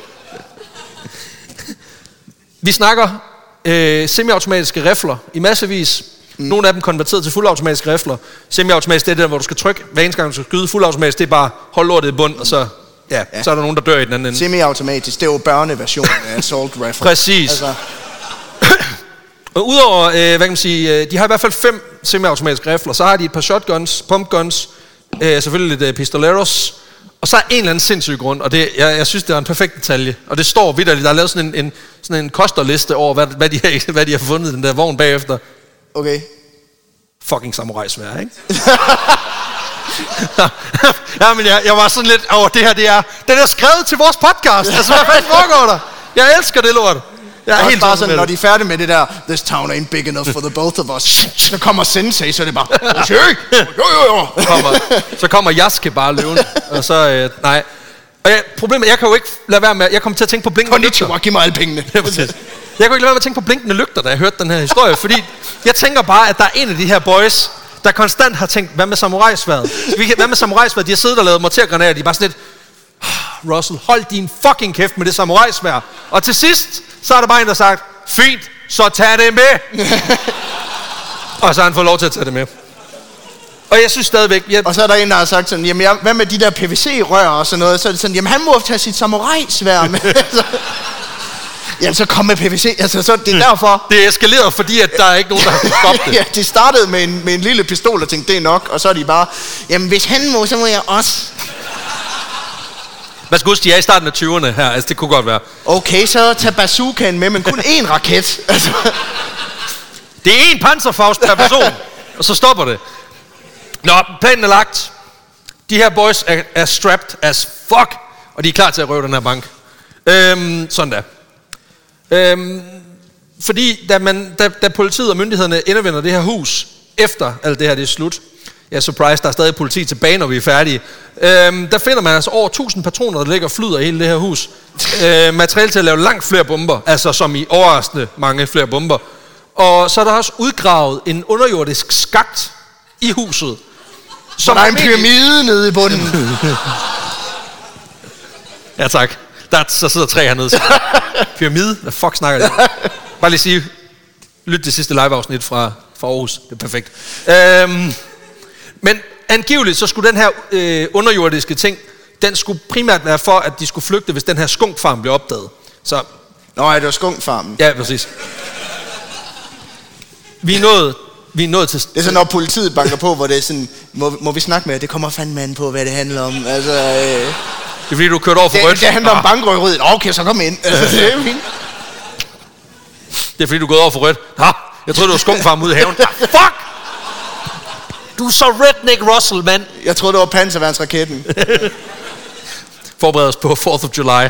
Vi snakker øh, semiautomatiske rifler i massevis. Mm. Nogle af dem konverteret til fuldautomatiske rifler. Semiautomatisk, det er det der, hvor du skal trykke. Hver eneste gang, du skal skyde. Fuldautomatisk, det er bare hold lortet i bund, og så, ja, ja. så er der nogen, der dør i den anden ende. Semiautomatisk, det er jo børneversionen af assault rifle. Præcis. Altså. Og udover, øh, hvad kan man sige, øh, de har i hvert fald fem semiautomatiske rifler. Så har de et par shotguns, pumpguns, øh, selvfølgelig lidt øh, pistoleros. Og så er en eller anden sindssyg grund, og det, jeg, jeg synes, det er en perfekt detalje. Og det står vitterligt, der er lavet sådan en, en, sådan en kosterliste over, hvad, hvad, de har, hvad de har fundet i den der vogn bagefter. Okay. Fucking samurai-svær, ikke? Ja, men jeg, jeg var sådan lidt over, det her, det er, den er skrevet til vores podcast. Altså, hvad fanden foregår der? Jeg elsker det lort. Jeg er også helt bare sådan, når de er færdige med det der, this town ain't big enough for the both of us. Så kommer Sensei, så er det bare, jo, jo, jo. Så kommer, så kommer Jaske bare løvende, og så, øh, nej. Og jeg, problemet, jeg kan jo ikke lade være med, jeg kommer til at tænke på blinkende lygter. Konnichiwa, giv mig alle pengene. Ja, jeg kan jo ikke lade være med at tænke på blinkende lygter, da jeg hørte den her historie, fordi jeg tænker bare, at der er en af de her boys, der konstant har tænkt, hvad med samurai-sværet? Hvad med samurai-sværet? De har siddet og lavet mortergranater, de er bare sådan lidt, Russell, hold din fucking kæft med det samurai-sværd. Og til sidst, så er der bare en, der har sagt, fint, så tag det med. Og så har han fået lov til at tage det med. Og jeg synes stadigvæk... Jeg... Og så er der en, der har sagt sådan, jamen jeg, hvad med de der P V C-rør og sådan noget? Så er det sådan, jamen han må tage sit samurai-sværd med. Jamen så kom med P V C, altså så det er derfor. Det er eskaleret, fordi at der er ikke nogen, der har stoppet det. Ja, de startede med en, med en lille pistol og tænkte, det er nok. Og så er de bare, jamen hvis han må, så må jeg også. Man skal huske, de er i starten af tyverne her, altså det kunne godt være. Okay, så tag bazookaen med, men kun én raket. Altså. Det er én panserfaust per person, og så stopper det. Nå, planen er lagt. De her boys er, er strapped as fuck, og de er klar til at røve den her bank. Øhm, sådan der. Øhm, fordi da, man, da, da politiet og myndighederne indvender det her hus, efter alt det her det er slut, ja, surprise, der er stadig politi tilbage, når vi er færdige. Øhm, der finder man altså over tusind patroner, der ligger og flyder i hele det her hus. Øh, materiale til at lave langt flere bomber, altså som i overraskende mange flere bomber. Og så er der også udgravet en underjordisk skakt i huset. Som der er en pyramide nede i bunden. Ja, tak. Der, så sidder tre hernede. Pyramide? Hvad fuck snakker det? Bare lige sige, lyt det sidste live-afsnit fra, fra Aarhus. Det er perfekt. Øhm, men angiveligt, så skulle den her øh, underjordiske ting, den skulle primært være for, at de skulle flygte, hvis den her skunkfarm blev opdaget. Så... Nå, ja, det var skunkfarmen. Ja, præcis. Vi er nået... Vi er nået til... Det er sådan, når politiet banker på, hvor det er sådan, må, må vi snakke med, det kommer fandme an på, hvad det handler om. Altså, øh, det er fordi, du kørte over for det, rødt. Det handler ah. om bankrøveriet. Okay, så kom ind. Altså, det er fint. Det er fordi, du er gået over for rødt. Ha, jeg troede, du var skunkfarm ude i haven. Ah, fuck! Du er så redneck Russell, mand. Jeg troede, det var panserværnsraketten. Forbered os på fourth of July.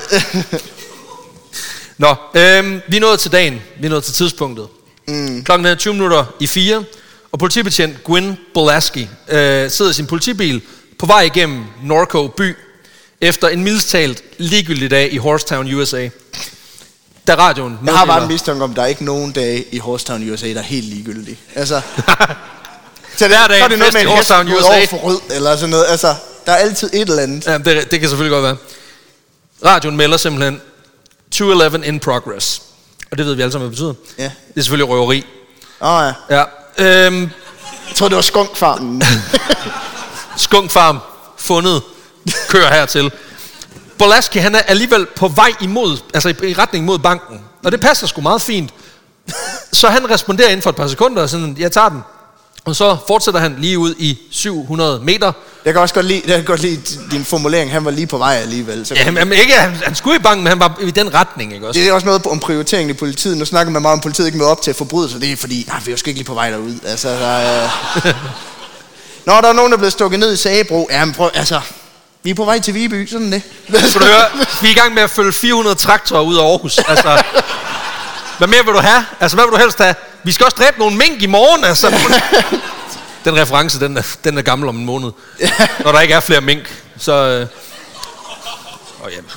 Nå, øhm, vi er nået til dagen. Vi er nået til tidspunktet. Mm. Klokken er tyve minutter i fire, og politibetjent Gwyn Bolaski øh, sidder i sin politibil på vej igennem Norco by efter en mildest talt ligegyldig dag i Horsetown, U S A. Da radioen meddeler... Jeg har bare en mistanke om, der er ikke nogen dage i Horsetown, U S A, der er helt ligegyldige. Altså... så det, hver dag så er det noget med i Horsetown, U S A. Over for rød, eller sådan noget. Altså, der er altid et eller andet. Ja, det, det kan selvfølgelig godt være. Radioen melder simpelthen to eleven in progress. og det ved vi alle sammen, hvad det betyder. Ja. Det er selvfølgelig røveri. Åh oh, ja. Ja. Øhm, Jeg tror, det var skunkfarmen. Skunkfarm, fundet, kører hertil. Bolaski, han er alligevel på vej imod, altså i, i retning mod banken. Og det passer sgu meget fint. Så han responderer inden for et par sekunder, og sådan, jeg tager den. Og så fortsætter han lige ud i syv hundrede meter. Jeg kan også godt lide, jeg kan godt lide din formulering. Han var lige på vej alligevel. Så Ja, men ikke, han, han skulle i banken, men han var i den retning, ikke også? det er også noget om prioriteringen i politiet. Nu snakker man meget om, politiet ikke møder op til at forbryde sig. Det er fordi, nej, vi er jo sgu ikke lige på vej derud. Altså, der er... Nå, der er nogen, der er blevet stukket ned i Sagebro. Ja, men prøv, altså... Vi er på vej til Viby, sådan det. Skal du høre, vi er i gang med at følge fire hundrede traktorer ud af Aarhus. Altså, hvad mere vil du have? Altså, hvad vil du helst have? Vi skal også dræbe nogle mink i morgen, altså. Den reference, den er, den er gammel om en måned. Når der ikke er flere mink, så... Øh... Oh, jamen.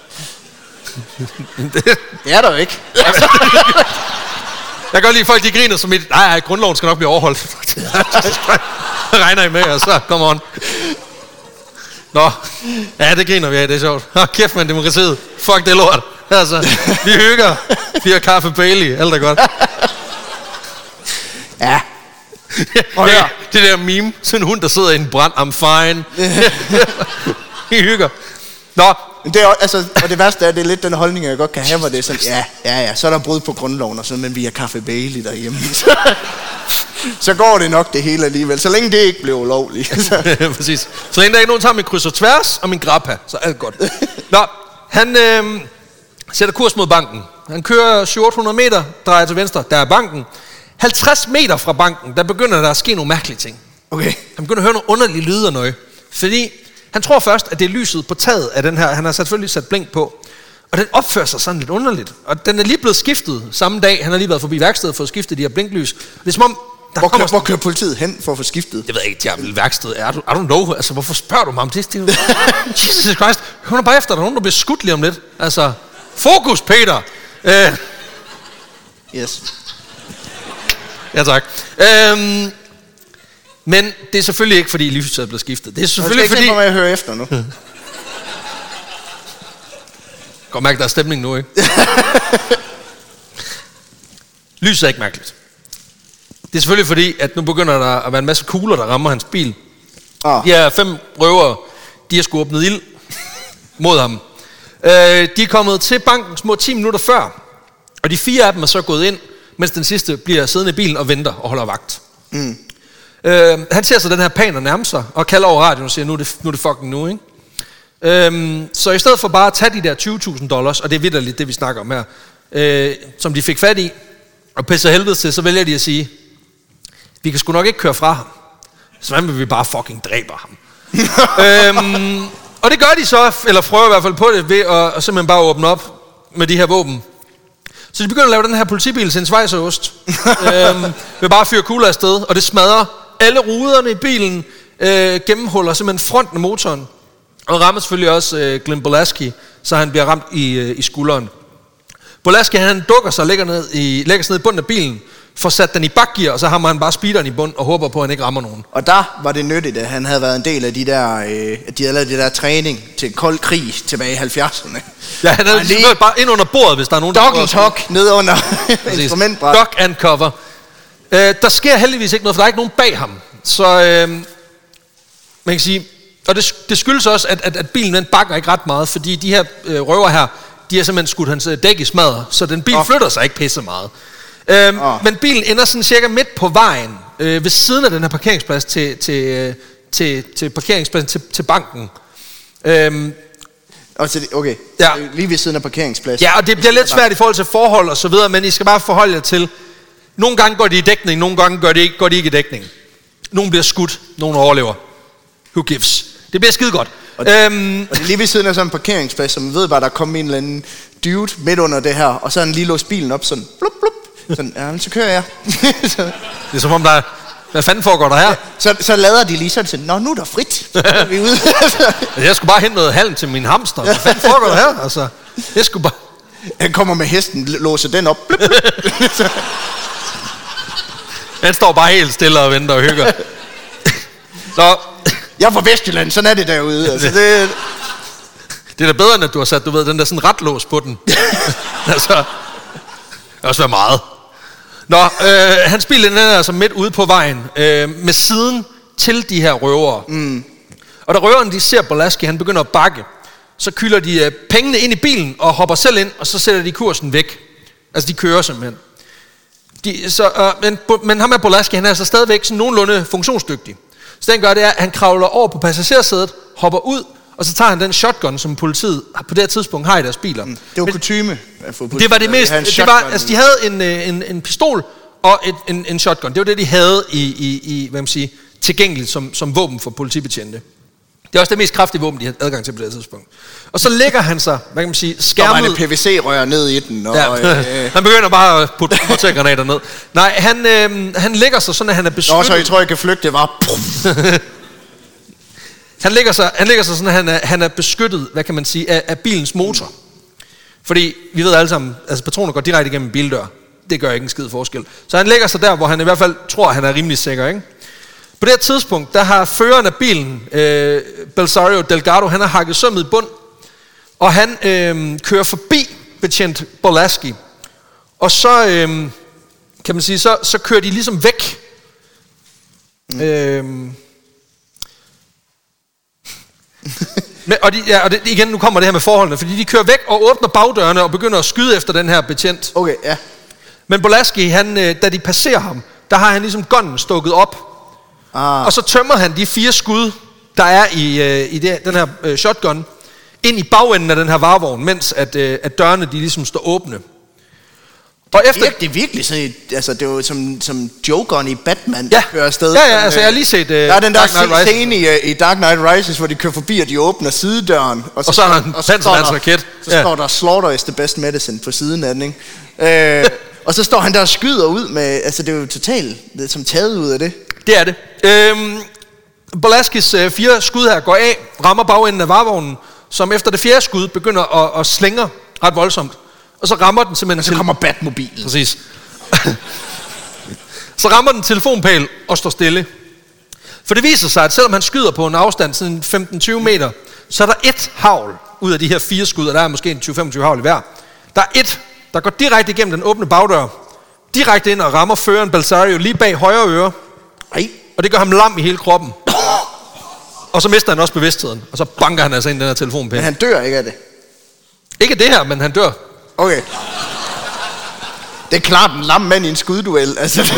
Det er der jo ikke. Jeg kan godt lide folk, de griner som et... Nej, nej, grundloven skal nok blive overholdt. Regner I med, og så kommer on. Nå, ja, det griner vi af, det er sjovt. Åh, kæft, man, demokratiet. Fuck det lort. Altså, vi hygger. Fire kaffe Bailey, alt er godt. Ja. Og det, det der meme, sådan en hund, der sidder i en brand, I'm fine. Vi hygger. Nå. Men det er, altså, og det værste er, at det er lidt den holdning, jeg godt kan have, hvor det er sådan, ja, ja, ja, så er der brud på grundloven og sådan, men vi har kaffe Bailey derhjemme. Så går det nok det hele alligevel, så længe det ikke bliver ulovligt. Præcis. Så længe der ikke nogen tager min kryds og tværs og min grappa, så er alt godt. Nå, han øh, sætter kurs mod banken. Han kører syv hundrede meter, drejer til venstre, der er banken. halvtreds meter fra banken, der begynder der at ske nogle mærkelige ting. Okay. Han begynder at høre nogle underlige lyde og noget. Fordi han tror først, at det er lyset på taget af den her. Han har selvfølgelig sat blink på. Og den opfører sig sådan lidt underligt. Og den er lige blevet skiftet samme dag. Han har lige været forbi værkstedet for at skifte de her blinklys. Det er som om... Der hvor, kommer... kører, hvor kører politiet hen for at få skiftet? Jeg ved ikke, jeg vil værksted. I don't, I don't know. Altså, hvorfor spørger du mig om det? det Jesus Christ. Hun er bare efter, der er nogen, der bliver skudt lige om lidt. Altså, fokus, Peter. Øh. Yes. Ja, tak. Øhm, men det er selvfølgelig ikke, fordi lyset er blevet skiftet. Det er selvfølgelig, fordi... Jeg skal ikke fordi... mig, at høre efter nu. Godt mærke, der er stemning nu, ikke? Lyset er ikke mærkeligt. Det er selvfølgelig fordi, at nu begynder der at være en masse kugler, der rammer hans bil. Ah. De her fem røvere, de har sgu åbnet ild mod ham. Øh, de er kommet til banken små ti minutter før, og de fire af dem er så gået ind, mens den sidste bliver siddende i bilen og venter og holder vagt. Mm. Øh, han ser så den her paner nærme sig, og kalder over radioen og siger, nu er det, nu er det fucking nu, ikke? Øh, så i stedet for bare at tage de der tyve tusind dollars, og det er vitterligt det, vi snakker om her, øh, som de fik fat i, og pisser helvede til, så vælger de at sige, vi kan sgu nok ikke køre fra ham, så hvad vil vi bare fucking dræbe ham? øhm, og det gør de så, eller prøver i hvert fald på det, ved at, at simpelthen bare åbne op med de her våben. Så de begynder at lave den her politibil til en schweizerost, øhm, ved bare at fyre kugler afsted, og det smadrer alle ruderne i bilen, øh, gennemhuller simpelthen fronten af motoren, og rammer selvfølgelig også øh, Glenn Bolaski, så han bliver ramt i, øh, i skulderen. Bolaski, han dukker sig og lægger, ned i, lægger sig ned i bunden af bilen, får sat den i bakgear, og så hammer han bare speederen i bund og håber på, at han ikke rammer nogen. Og der var det nyttigt, at han havde været en del af de der, øh, de havde lavet det der træning til kold krig tilbage i halvfjerdserne. Ja, han havde lige bare ind under bordet, hvis der er nogen, der... Dog and talk ned under instrumentbræt. Dog and cover. Øh, der sker heldigvis ikke noget, for der er ikke nogen bag ham. Så øh, man kan sige, og det, det skyldes også, at, at, at bilen den bakker ikke ret meget, fordi de her øh, røver her, de har simpelthen skudt hans dæk i smadret, så den bil oh. flytter sig ikke pisse meget. Øhm, oh. Men bilen ender sådan cirka midt på vejen, øh, ved siden af den her parkeringsplads til, til, øh, til, til parkeringspladsen til, til banken. Øhm, okay, ja. Lige ved siden af parkeringspladsen. Ja, og det bliver lidt svært i forhold til forhold og så videre, men I skal bare forholde jer til, nogle gange går de i dækning, nogle gange går de ikke, går de ikke i dækning. Nogle bliver skudt, nogle overlever. Who gives? Det bliver skide godt. Og, øhm, og det er lige ved siden af sådan en parkeringsplads, som ved bare, der kommer en eller anden dude midt under det her, og så har han lige låst bilen op sådan, blup, blup. Sådan, ja, så kører jeg. så, det er som om, der er, hvad fanden foregår der her? Ja, så, så lader de lige sådan, sådan, nå, nu er der frit. Er vi ude. Jeg skulle bare hente noget halm til min hamster. Hvad fanden foregår der her? Altså, jeg skulle bare... Han kommer med hesten, låser den op. Blup, blup. Han står bare helt stille og venter og hygger. Så... Jeg er fra Vestjylland, sådan er det derude. Altså, det... det er da bedre, end at du har sat, du ved, den der sådan retlås på den. altså... Det også være meget. Nå, øh, hans bil den er altså midt ude på vejen, øh, med siden til de her røvere. Mm. Og da røverne de ser Bolaski, han begynder at bakke, så kylder de øh, pengene ind i bilen og hopper selv ind, og så sætter de kursen væk. Altså, de kører simpelthen. De, så, øh, men, men ham med Bolaski, han er altså stadigvæk sådan nogenlunde funktionsdygtig. Så den gør det er, at han kravler over på passagersædet, hopper ud, og så tager han den shotgun, som politiet på det her tidspunkt har i deres biler. Mm. Det var kutyme. Det var det mest. Det var, altså, de havde en, en, en pistol og et, en, en shotgun. Det var det, de havde i, i, i hvad man siger, tilgængeligt som, som våben for politibetjente. Det er også det mest kraftige våben, de havde adgang til på det her tidspunkt. Og så lægger han sig, hvad kan man sige, skærmet... Der var en P V C-rør ned i den. Og, ja. øh... han begynder bare at putte mortergranater ned. Nej, han, øh, han lægger sig sådan, at han er beskyttet... Nå, så jeg tror, jeg kan flygte. Det var... han, lægger sig, han lægger sig sådan, at han er, han er beskyttet, hvad kan man sige, af, af bilens motor. Fordi vi ved alle sammen, altså patroner går direkte igennem en bildør. Det gør ikke en skid forskel. Så han lægger sig der, hvor han i hvert fald tror, at han er rimelig sikker, ikke? På det her tidspunkt, der har føreren af bilen, øh, Belisario Delgado, han har hakket sømmet i bund, og han øh, kører forbi betjent Bolaski. Og så, øh, kan man sige, så, så kører de ligesom væk. Mm. Øh, men, og, de, ja, og det, igen, nu kommer det her med forholdene, fordi de kører væk og åbner bagdørene og begynder at skyde efter den her betjent. Okay, ja. Men Bolaski, han, øh, da de passerer ham, der har han ligesom gunnen stukket op. Ah. Og så tømmer han de fire skud, der er i, øh, i det, den her øh, shotgun, ind i bagenden af den her varevogn, mens at, øh, at dørene de ligesom står åbne. Og efter... Det er virkelig sådan et, altså det er jo som, som Jokeren i Batman, ja. der kører afsted. Ja, ja, altså jeg har lige set uh, der er den der scene i, i Dark Knight Rises, hvor de kører forbi, og de åbner sidedøren. Og så, og så er der en panservandsraket. Så ja. står der, Slaughter is the best medicine på siden af den, ikke? øh, og så står han der og skyder ud med, altså det er jo totalt, det er som taget ud af det. Det er det. Øhm, Bolaskis øh, fire skud her går af, rammer bagenden af varevognen, som efter det fjerde skud begynder at, at slænge ret voldsomt. Og så rammer den simpelthen... Og så til... kommer Batmobilen. Præcis. Så rammer den telefonpæl og står stille. For det viser sig, at selvom han skyder på en afstand, sådan femten til tyve meter, så er der et havl ud af de her fire skud, og der er måske en tyve til femogtyve havl i hver. Der er et, der går direkte igennem den åbne bagdør, direkte ind og rammer føreren Belisario lige bag højre øre. Ej. Og det gør ham lam i hele kroppen. Og så mister han også bevidstheden, og så banker han altså ind i den her telefonpæl. Men han dør ikke af det? Ikke det her, men han dør. Okay. Det er klart en lam mand i en skudduel, altså.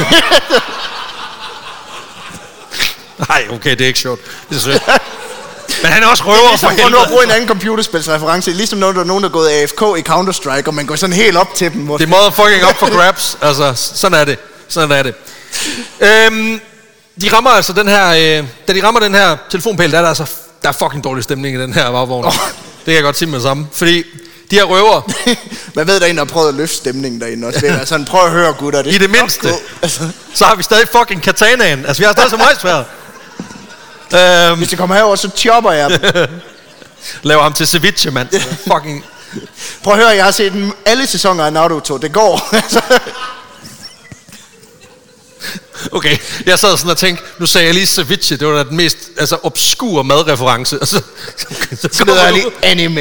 Nej, okay, det er ikke sjovt. Det er sødt. Men han er også røver for helvede. For nu at bruge en anden computerspilsreference, ligesom når der er nogen, der er gået A F K i Counter-Strike, og man går sådan helt op til dem. Det er motherfucking up for grabs. Altså, sådan er det. Sådan er det. Øhm, de rammer altså den her, øh, da de rammer den her telefonpæl, der er der altså, der er fucking dårlig stemning i den her varevogn. Oh. Det kan jeg godt sige med det samme. Fordi de her røver... Man ved, der er en, der har prøvet at løfte stemningen derinde også. Det er sådan, prøv at høre, gutter. Det I det mindste. Altså. Så har vi stadig fucking katanaen. Altså, vi har stadig så meget svært. Øhm. Hvis jeg kommer herover, så chopper jeg dem. Laver ham til ceviche, mand. Fucking... Prøv at høre, jeg har set dem alle sæsoner af Naruto. Det går. Okay, jeg sad sådan og tænkte, nu sagde jeg lige ceviche, det var da den mest altså, obskure madreference. Og så, så, så, så kommer jeg lige anime.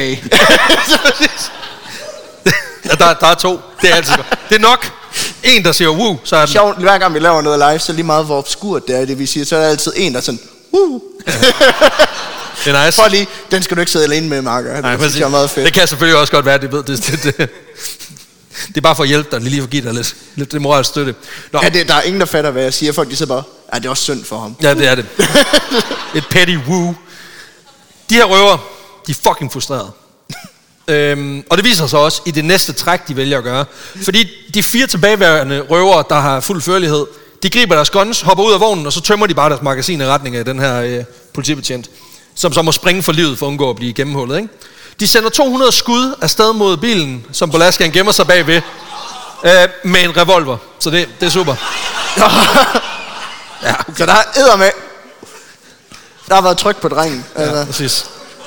Ja, der, der er to, det er altid godt. Det er nok en, der siger woo, så er den... Sjovt, hver gang vi laver noget live, så lige meget hvor obskurt det er, det vi siger, så er der altid en, der er sådan, woo. Ja. Det er nice. For lige, den skal du ikke sidde alene med, Marker. Det, Nej, synes jeg er meget fedt. Det kan selvfølgelig også godt være, det ved det. det, det. Det er bare for at hjælpe dig, lige for at give dig lidt, lidt det moralsk støtte. Nå. Ja, det, der er ingen, der fatter, hvad jeg siger. Folk de siger bare, ja, det er også synd for ham. Ja, det er det. Et petty woo. De her røver, de er fucking frustrerede. øhm, og det viser sig også i det næste træk, de vælger at gøre. Fordi de fire tilbageværende røver, der har fuld førlighed, de griber deres guns, hopper ud af vognen, og så tømmer de bare deres magasin i retning af den her øh, politibetjent, som så må springe for livet for at undgå at blive gennemhullet, ikke? De sender to hundrede skud afsted mod bilen, som Bolaski gemmer sig bagved, øh, med en revolver. Så det, det er super. Ja, okay. Så der er edder med. Der har været tryk på drengen. Altså. Ja, præcis.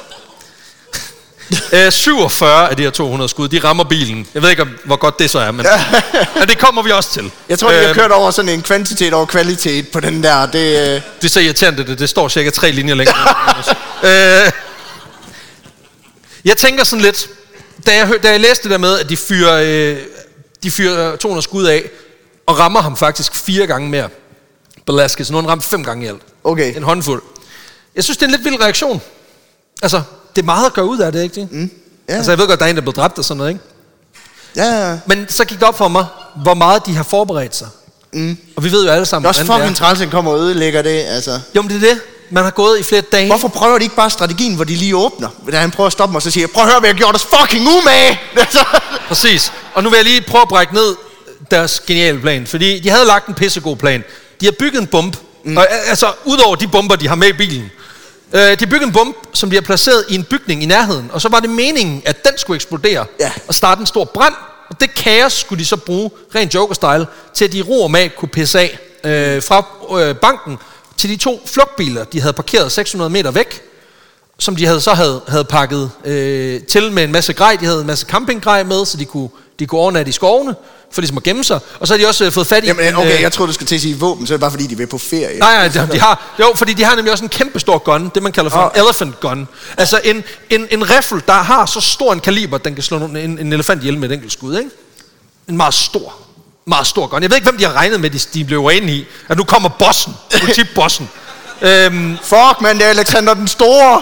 øh, syvogfyrre af de her to hundrede skud, de rammer bilen. Jeg ved ikke, hvor godt det så er, men ja, det kommer vi også til. Jeg tror, de har kørt over sådan en kvantitet over kvalitet på den der. Det, øh... det er så irriterende, det, det står cirka tre linjer længere. øh, Jeg tænker sådan lidt, da jeg, da jeg læste det der med, at de fyrer, øh, De fyrer to hundrede skud af, og rammer ham faktisk fire gange mere. Velasquez, nu har han ramt fem gange i alt. Okay. En håndfuld. Jeg synes, det er en lidt vild reaktion. Altså, det er meget at gøre ud af det, ikke det? Mm. Ja. Altså, jeg ved godt, der er en, der er blevet dræbt og sådan noget, ikke? Ja, ja. Men så gik det op for mig, hvor meget de har forberedt sig. Mm. Og vi ved jo alle sammen, det er også fucking træls, at kommer og ødelægger det, altså. Jo, men det er det. Man har gået i flere dage. Hvorfor prøver de ikke bare strategien, hvor de lige åbner? Da han prøver at stoppe mig, så siger jeg, prøv at høre, hvad jeg gjorde os fucking umage! Præcis. Og nu vil jeg lige prøve at brække ned deres geniale plan. Fordi de havde lagt en pissegod plan. De har bygget en bombe. Mm. Og, altså, udover de bomber, de har med i bilen. Øh, de har bygget en bombe, som de har placeret i en bygning i nærheden. Og så var det meningen, at den skulle eksplodere. Ja. Og starte en stor brand. Og det kaos skulle de så bruge, rent Joker-style, til at de ro og mag kunne pisse af øh, fra øh, banken til de to flugtbiler, de havde parkeret seks hundrede meter væk, som de havde, så havde, havde pakket øh, til med en masse grej. De havde en masse campinggrej med, så de kunne, de kunne overnatte i skovene, for ligesom at gemme sig. Og så har de også øh, fået fat i... Jamen, okay, øh, jeg troede, du skulle til at sige våben, så er det bare fordi, de vil på ferie. Nej, nej, de, de har... Jo, fordi de har nemlig også en kæmpe stor gun, det man kalder for oh. en elephant gun. Altså en, en, en riffel, der har så stor en kaliber, den kan slå en, en elefant ihjel med et enkelt skud, ikke? En meget stor, meget stor gun. Jeg ved ikke, hvem de har regnet med, de, de blev enige i. At nu kommer bossen, politibossen. øhm, Fuck, man, det er Alexander den Store.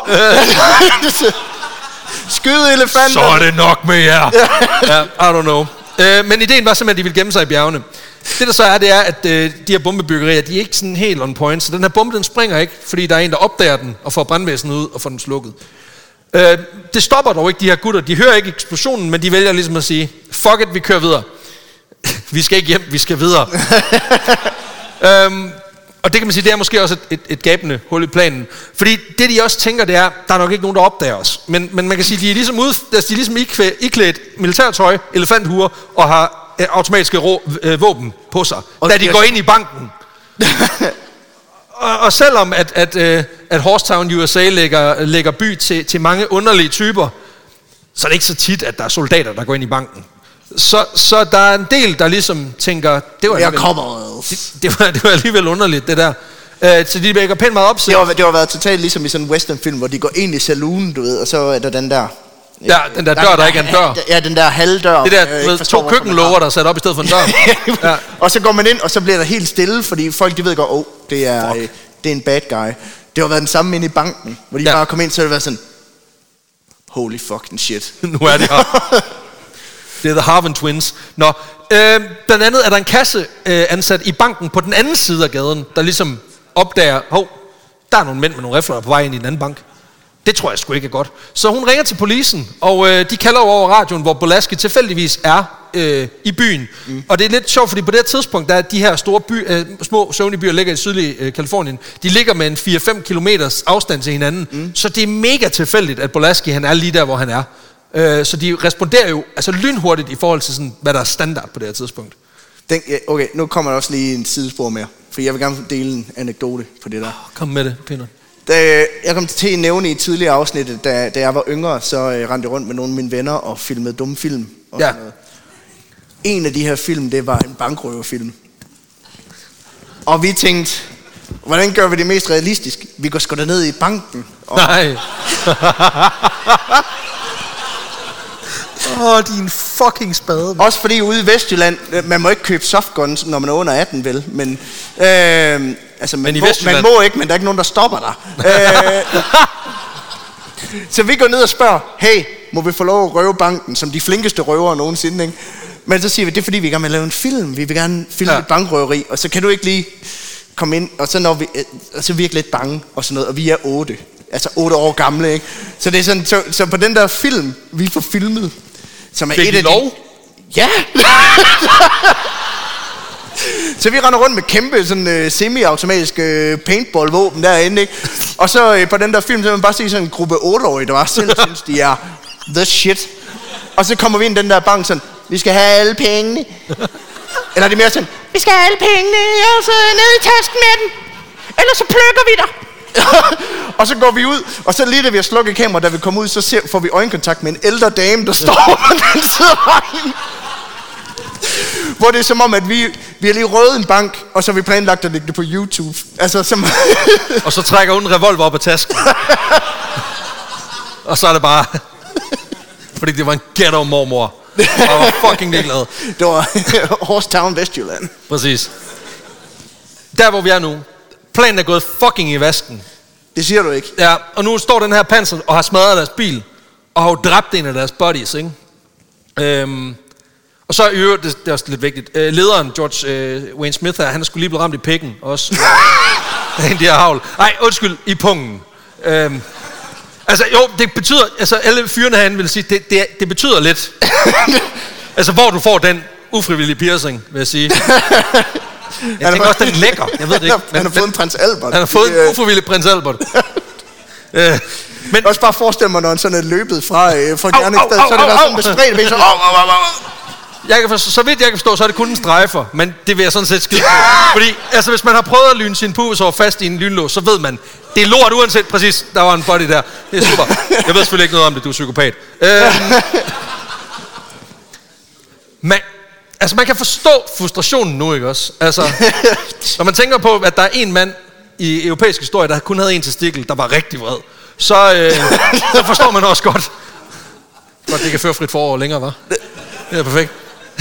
Skyd elefanter. Så er det nok med jer. Ja, I don't know. Øh, men ideen var simpelthen, at de ville gemme sig i bjergene. Det der så er, det er, at øh, de her bombebyggerier, de er ikke sådan helt on point. Så den her bombe, den springer ikke, fordi der er en, der opdager den og får brandvæsenet ud og får den slukket. Øh, det stopper dog ikke de her gutter. De hører ikke eksplosionen, men de vælger ligesom at sige, fuck it, vi kører videre. Vi skal ikke hjem, vi skal videre. øhm, og det kan man sige, det er måske også et, et, et gabende hul i planen. Fordi det de også tænker, det er, der er nok ikke nogen, der opdager os. Men, men man kan sige, de er ligesom, ude, de er ligesom iklædt, iklædt militærtøj, elefanthuer og har øh, automatiske rå, øh, våben på sig, og da de går ind i banken. og, og selvom at, at, øh, at Horsetown, U S A lægger, lægger by til, til mange underlige typer, så er det ikke så tit, at der er soldater, der går ind i banken. Så, så der er en del, der ligesom tænker, det var, alligevel, det, det var, det var alligevel underligt, det der. Uh, så de vækker pænt meget op. Det har, det har været totalt ligesom i sådan en westernfilm, hvor de går ind i saloon, du ved, og så er der den der... Ja, den der dør, der, der ikke er en dør. Ja, den der halvdør. Det der med to køkkenlåger, der er sat op i stedet for en dør. Ja. Og så går man ind, og så bliver der helt stille, fordi folk de ved godt, åh, oh, det, er, øh, det er en bad guy. Det har været den samme inde i banken, hvor de ja. bare kom ind, så har det været sådan, holy fucking shit. Nu er det her. Det er The Harvin Twins. Nå, øh, blandt andet er der en kasse øh, ansat i banken på den anden side af gaden, der ligesom opdager, hov, der er nogle mænd med nogle rifler på vej ind i en anden bank. Det tror jeg sgu ikke er godt. Så hun ringer til polisen, og øh, de kalder over radioen, hvor Velasquez tilfældigvis er øh, i byen. Mm. Og det er lidt sjovt, fordi på det her tidspunkt, der er de her store by, øh, små søvnige byer, ligger i sydlige øh, Kalifornien. De ligger med en fire til fem kilometers afstand til hinanden. Mm. Så det er mega tilfældigt, at Velasquez han er lige der, hvor han er. Øh, så de responderer jo altså lynhurtigt i forhold til, sådan, hvad der er standard på det her tidspunkt. Den, okay, nu kommer der også lige en sidespor mere, for jeg vil gerne dele en anekdote på det der. Oh, kom med det, Peter. Da jeg kom til at nævne i et tidligere afsnit, da, da jeg var yngre, så øh, rendte jeg rundt med nogle af mine venner og filmede dumme film. Og ja. En af de her film, det var en bankrøverfilm. Og vi tænkte, hvordan gør vi det mest realistisk? Vi går sgu da ned i banken. Og nej. Åh, oh, din fucking spade. Også fordi ude i Vestjylland, man må ikke købe softguns, når man er under atten, vel? Men, øh, altså, man, men i må, man må ikke, men der er ikke nogen, der stopper dig. øh, så vi går ned og spørger, hey, må vi få lov at røve banken, som de flinkeste røvere nogensinde, ikke? Men så siger vi, det er fordi, vi gerne vil lave en film. Vi vil gerne filme ja. et bankrøveri, og så kan du ikke lige komme ind, og så, når vi, og så virkelig lidt bange, og sådan noget, og vi er otte. Altså otte år gamle, ikke? Så det er sådan, så, så på den der film, vi får filmet, som er fik et af lov? De... Ja! Så vi render rundt med kæmpe sådan uh, semi-automatisk uh, paintball-våben derinde, ikke? Og så uh, på den der film, så man bare se sådan en gruppe otte-årige, der var selv synes, de er the shit. Og så kommer vi ind i den der bank sådan, vi skal have alle pengene. Eller er det mere sådan, vi skal have alle pengene, og så ned i tasken med den. Ellers så plukker vi dig. Og så går vi ud, og så lige da vi har slukket kameraet, da vi kommer ud, så ser, får vi øjenkontakt med en ældre dame, der står på den side af vejen. Hvor det er som om, at vi, vi har lige røvet en bank, og så har vi planlagt at lægge det på YouTube. Altså, som og så trækker hun en revolver op af tasken. Og så er det bare... fordi det var en ghetto mormor. Og var fucking ligeglad. Det var Horstown, Vestjylland. Præcis. Der hvor vi er nu. Planen er gået fucking i vasken. Det siger du ikke. Ja, og nu står den her panser og har smadret deres bil. Og har jo dræbt en af deres buddies, ikke? Øhm, og så i øvrigt, det, det er også lidt vigtigt, øh, lederen, George øh, Wayne Smith, her, han er sgu lige blevet ramt i pikken også. Af en de her havl. Nej, undskyld, i pungen. Øhm, altså jo, det betyder, altså alle fyrene herinde vil sige, det, det, det betyder lidt. Altså hvor du får den ufrivillige piercing, vil jeg sige. Jeg tænker også, den er lækker, jeg ved det ikke. Men, han har fået en prins Albert. Han har fået en ufrivillig prins Albert. øh, men også bare forestil mig, når han sådan er løbet fra, øh, fra gerningsstedet, så er det der sådan med spredt ben, så... Au, au, au, au. Jeg kan forstå, så vidt jeg kan forstå, så er det kun en strejfer, men det vil jeg sådan set skide på. Fordi, altså hvis man har prøvet at lyne sin pubesår fast i en lynlås, så ved man, det er lort uanset præcis, der var en body der. Det er super. Jeg ved selvfølgelig ikke noget om det, du er psykopat. Øhm, man, altså man kan forstå frustrationen nu, ikke også? Altså, når man tænker på, at der er en mand i europæisk historie, der kun havde en testikel, der var rigtig vred, så, øh, så forstår man også godt, godt det kan føre frit forår længere, hva'? Det er perfekt.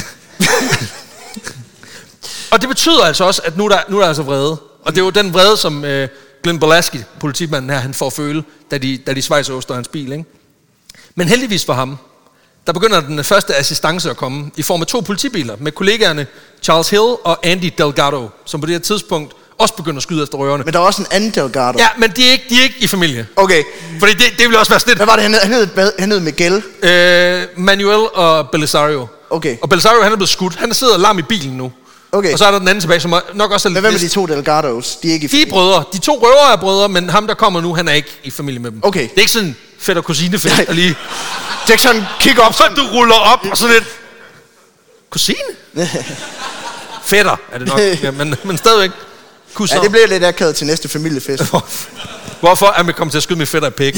Og det betyder altså også, at nu er der, nu er der altså vrede. Og det er jo den vrede, som øh, Glenn Bolaski, politimanden her, han får at føle, da de, da de svejsoster hans bil, ikke? Men heldigvis for ham, der begynder den første assistance at komme, i form af to politibiler, med kollegaerne Charles Hill og Andy Delgado, som på det her tidspunkt også begynder at skyde efter røverne. Men der er også en anden Delgado. Ja, men de er ikke, de er ikke i familie. Okay. Fordi det, det vil også være sådan lidt... Hvad var det, han hed? Han hed, han hed Miguel? Øh, Manuel og Belisario. Okay. Og Belisario, han er blevet skudt. Han sidder lam i bilen nu. Okay. Og så er der den anden tilbage, som nok også er... Men hvad med de to Delgados? De er ikke i De er brødre. De to røvere er brødre, men ham, der kommer nu, han er ikke i familie med dem. Okay. Det er ikke sådan fedt og kusine-fest, der lige... Det er ikke sådan, kig op, så du ruller op, og sådan lidt... Kusine? Fætter er det nok, ja, men, men stadigvæk. Kusser. Ja, det bliver lidt akavet til næste familiefest. Hvorfor er man kommet til at skyde min fætter i pæk?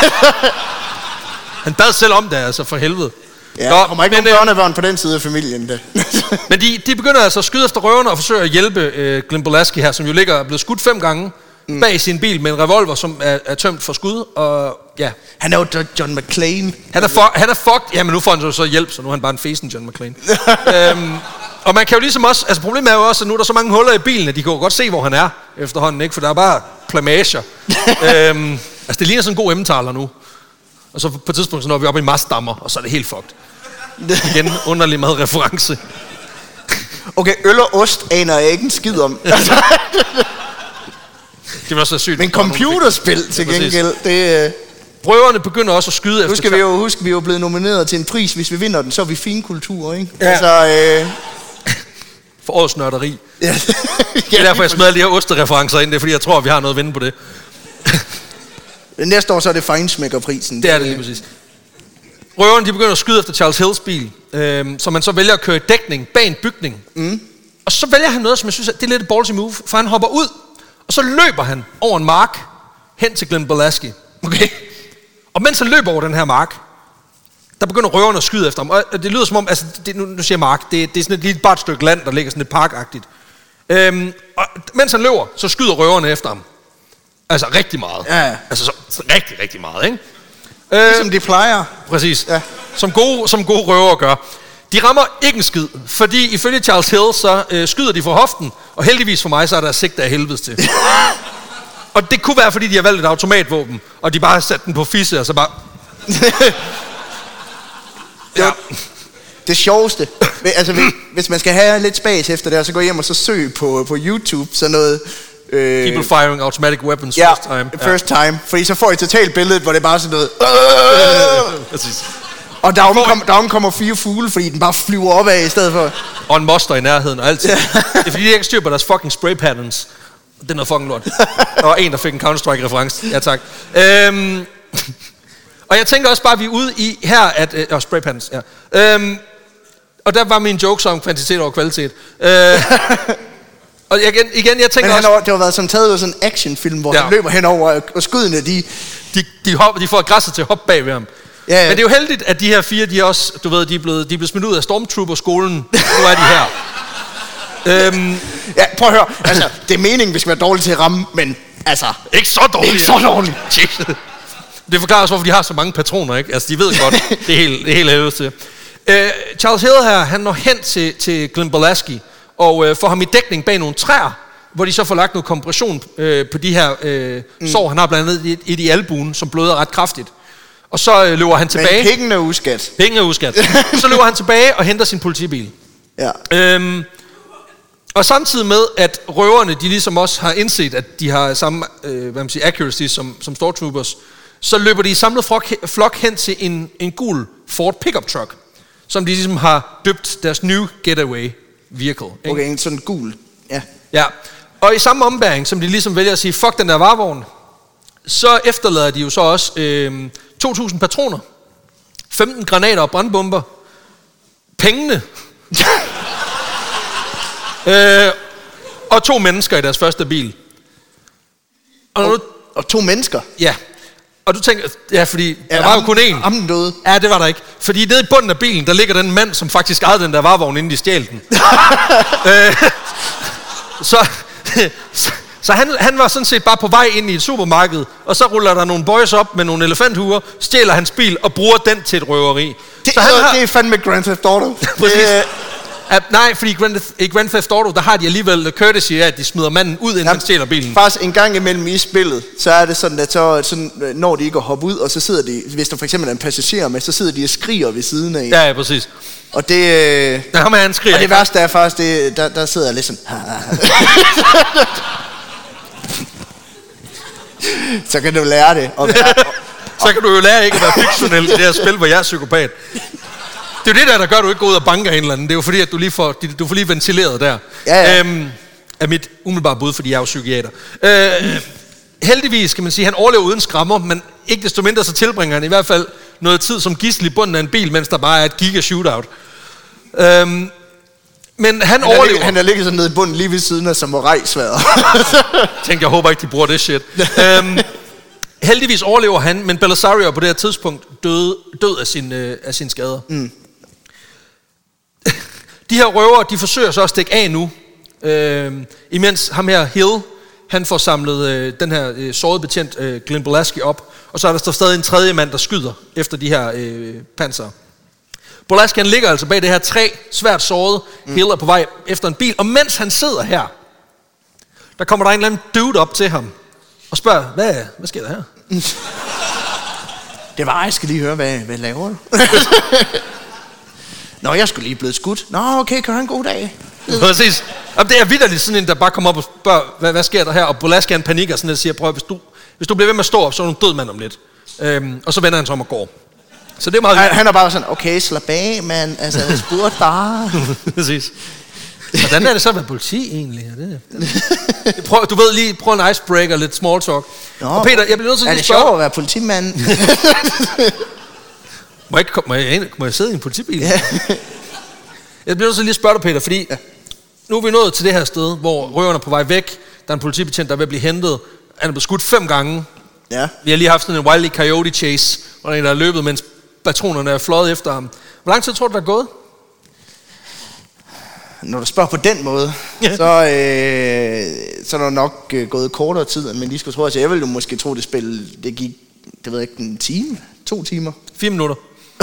Han bad selv om det, altså, for helvede. Ja, der kommer ikke men, nogen børnebørn på den side af familien. Det. Men de, de begynder altså at skyde efter røverne og forsøger at hjælpe øh, Glenn Bolaski her, som jo ligger blevet skudt fem gange mm. bag sin bil med en revolver, som er, er tømt for skud. Og ja. Han er jo John McClane. Han er, for, han er fucked. Ja, men nu får han så hjælp, så nu er han bare en fesen John McClane. øhm, og man kan jo ligesom også, altså problemet er jo også, at nu er der så mange huller i bilen, at de kan jo godt se, hvor han er efterhånden, ikke? For der er bare plamager. øhm, altså det ligner sådan en god emmentaler nu. Og så på et tidspunkt, så når vi op i mastdammer, og så er det helt fucked. Igen underlig madreference. Okay, øl og ost aner jeg ikke en skid om. Det var så sygt. Men computerspil til gengæld, det... Røverne begynder også at skyde efter... Nu skal vi jo huske, vi er jo blevet nomineret til en pris. Hvis vi vinder den, så er vi finkultur, ikke? Ja. Altså, øh... For årets nørderi. Ja. Det er derfor, jeg smed alle de her ostereferencer ind. Det er fordi, jeg tror, vi har noget at vinde på det. Næste år så er det Feinschmecker-prisen. Det er det lige præcis. Røverne, de begynder at skyde efter Charles Hills bil, øh, så man så vælger at køre i dækning bag en bygning. Mm. Og så vælger han noget, som jeg synes, det er lidt et ballsy move, for han hopper ud, og så løber han over en mark hen til Glenn Bolaski. Okay. Og mens han løber over den her mark, der begynder røverne at skyde efter ham. Og det lyder som om, altså det, nu, nu siger jeg mark, det, det er sådan et lille bare et stykke land, der ligger sådan lidt parkagtigt. Øhm, og mens han løber, så skyder røverne efter ham. Altså rigtig meget. Ja, ja. Altså så, så rigtig, rigtig meget, ikke? Ligesom de plejer. Præcis. Ja. Som, gode, som gode røver gør. De rammer ikke en skid, fordi ifølge Charles Hill, så øh, skyder de fra hoften, og heldigvis for mig, så er der sigte af helvedes til. Og det kunne være, fordi de har valgt et automatvåben, og de bare har sat den på fisse, og så bare... ja. Det sjoveste, altså hvis man skal have lidt spas efter det, så gå hjem og så søg på, på YouTube, sådan noget... Øh, People firing automatic weapons ja, first time. first ja. time. Fordi så får I totalt billedet, hvor det er bare sådan noget... Præcis. Og der omkommer, der omkommer fire fugle, fordi den bare flyver opad i stedet for... Og en moster i nærheden og alt. Ja. Det er fordi, de ikke styr på deres fucking spray patterns. Det er noget fucking lort. Der var en, der fik en Counter-Strike-reference. Ja, tak. Øhm, og jeg tænker også bare, at vi er ude i her, at... Øh, oh, spray patterns, ja. Øhm, og der var min joke om kvantitet over kvalitet. Øh, og igen, igen, jeg tænker Men også... det har været sådan taget ud sådan en actionfilm, hvor ja. han løber henover, og skydene, de... De, de, hopper, de får græsset til at hoppe bag ved ham. Ja, ja. Men det er jo heldigt, at de her fire, de er også, du ved, de er blevet, de er blevet smidt ud af Stormtrooper-skolen. Nu er de her. øhm, ja, prøv at høre. Altså, det er meningen, vi skal være dårlige til at ramme, men altså... Ikke så dårligt. Ikke så dårligt. Det forklarer også, hvorfor de har så mange patroner, ikke? Altså, de ved godt, det er helt, det er helt helvedes til. Øh, Charles Hill her, han når hen til, til Glenn Pulaski og øh, får ham i dækning bag nogle træer, hvor de så får lagt noget kompression øh, på de her øh, mm. sår. Han har blandt andet et, et i albuen, som bløder ret kraftigt. Og så øh, løber han tilbage. Men pengene er uskat. Pengene er uskat. Så løber han tilbage og henter sin politibil. Ja. Øhm, og samtidig med, at røverne, de ligesom også har indset, at de har samme øh, hvad man siger, accuracy som, som Stormtroopers, så løber de i samlet flok, flok hen til en, en gul Ford pickup truck, som de ligesom har døbt deres new getaway vehicle. Ikke? Okay, en sådan gul. Ja. Ja. Og i samme ombæring, som de ligesom vælger at sige, fuck den der varevogn, så efterlader de jo så også øh, to tusind patroner, femten granater og brandbomber, pengene, øh, og to mennesker i deres første bil. Og, Og, nu, og to mennesker. ja, og du tænker, ja, fordi Ja, der var jo ham- kun én. ham den døde. Ja, det var der ikke. Fordi nede i bunden af bilen, der ligger den mand, som faktisk ejede den der varevogn, inden de stjal den. øh, så... så Så han, han var sådan set bare på vej ind i et supermarked, og så ruller der nogle boys op med nogle elefanthuer, stjæler hans bil og bruger den til et røveri. Det, så han øh, har, det er fandme Grand Theft Auto. præcis. Det, At, nej, fordi i Grand, i Grand Theft Auto, der har de alligevel courtesy af, at de smider manden ud, inden han stjæler bilen. Faktisk en gang imellem i spillet, så er det sådan, at så, sådan, når de ikke hopper ud, og så sidder de, hvis der for eksempel er en passager med, så sidder de og skriger ved siden af. Ja, ja, præcis. Og det, øh, Ja, ham er han skriger. og det værste er faktisk, det, der, der sidder jeg lidt sådan... Så kan du lære det. Og være, og, Så kan du jo lære ikke at være fiktionel i det her spil, hvor jeg er psykopat. Det er jo det der, der gør, at du ikke går ud og banker en eller anden. Det er jo fordi, at du lige får, du får lige ventileret der. Ja, ja. Øhm, er mit umiddelbare bud, fordi jeg er jo psykiater. Øh, heldigvis kan man sige, at han overlever uden skrammer, men ikke desto mindre så tilbringer han i hvert fald noget tid som gidsel i bunden af en bil, mens der bare er et giga shootout. Øhm, men han, han, er overlever. ligget, han er ligget sådan nede i bunden lige ved siden af samurai-sværet. Tænk, jeg håber ikke, de bruger det shit. øhm, heldigvis overlever han, men Belisario på det her tidspunkt døde, død af, sin, øh, af sine skader. Mm. De her røvere, de forsøger så at stikke af nu, øh, imens ham her Hill, han får samlet øh, den her øh, sårede betjent øh, Glenn Pulaski op, og så er der står stadig en tredje mand, der skyder efter de her øh, panser. Pulaski, han ligger altså bag det her træ, svært såret. Mm. Hill er på vej efter en bil, og mens han sidder her, der kommer der en eller anden dude op til ham og spørger, hvad, hvad sker der her? Det var, jeg skal lige høre, hvad, hvad laver du? Nå, jeg skulle lige blevet skudt. Nå, okay, kan du have en god dag? Præcis. Og det er vitterligt sådan en, der bare kommer op og spørger, hvad, hvad sker der her? Og Pulaski han panikker sådan og siger, prøv, hvis du, hvis du bliver ved med at stå op, så er du en død mand om lidt. Øhm, og så vender han sig om og går. Så det er meget... Han, han er bare sådan, okay, slap af, mand. Altså, jeg spurgte bare. Præcis. Hvordan er det så at være politi egentlig? Er det? Prøv, du ved lige, prøv en icebreaker, lidt small talk. Nå, og Peter, jeg bliver nødt til er at det spørge... sjovt at være politimand? Må jeg, ikke, må, jeg, må jeg sidde i en politibil? Ja. Jeg bliver nødt til lige at spørge dig, Peter, fordi ja. Nu er vi nået til det her sted, hvor røverne er på vej væk. Der er en politibetjent, der er ved at blive hentet. Han er blevet skudt fem gange. Ja. Vi har lige haft sådan en Wile E. Coyote chase, hvor der er en, der er løbet, mens patronerne er fløjet efter ham. Hvor lang tid tror du, der er gået? Når du spørger på den måde, Ja. så, øh, så er der nok øh, gået kortere tid, end man lige skulle tro. Altså, jeg ville jo måske tro, det spil, det gik, det ved jeg ikke, en time, to timer. Fire minutter.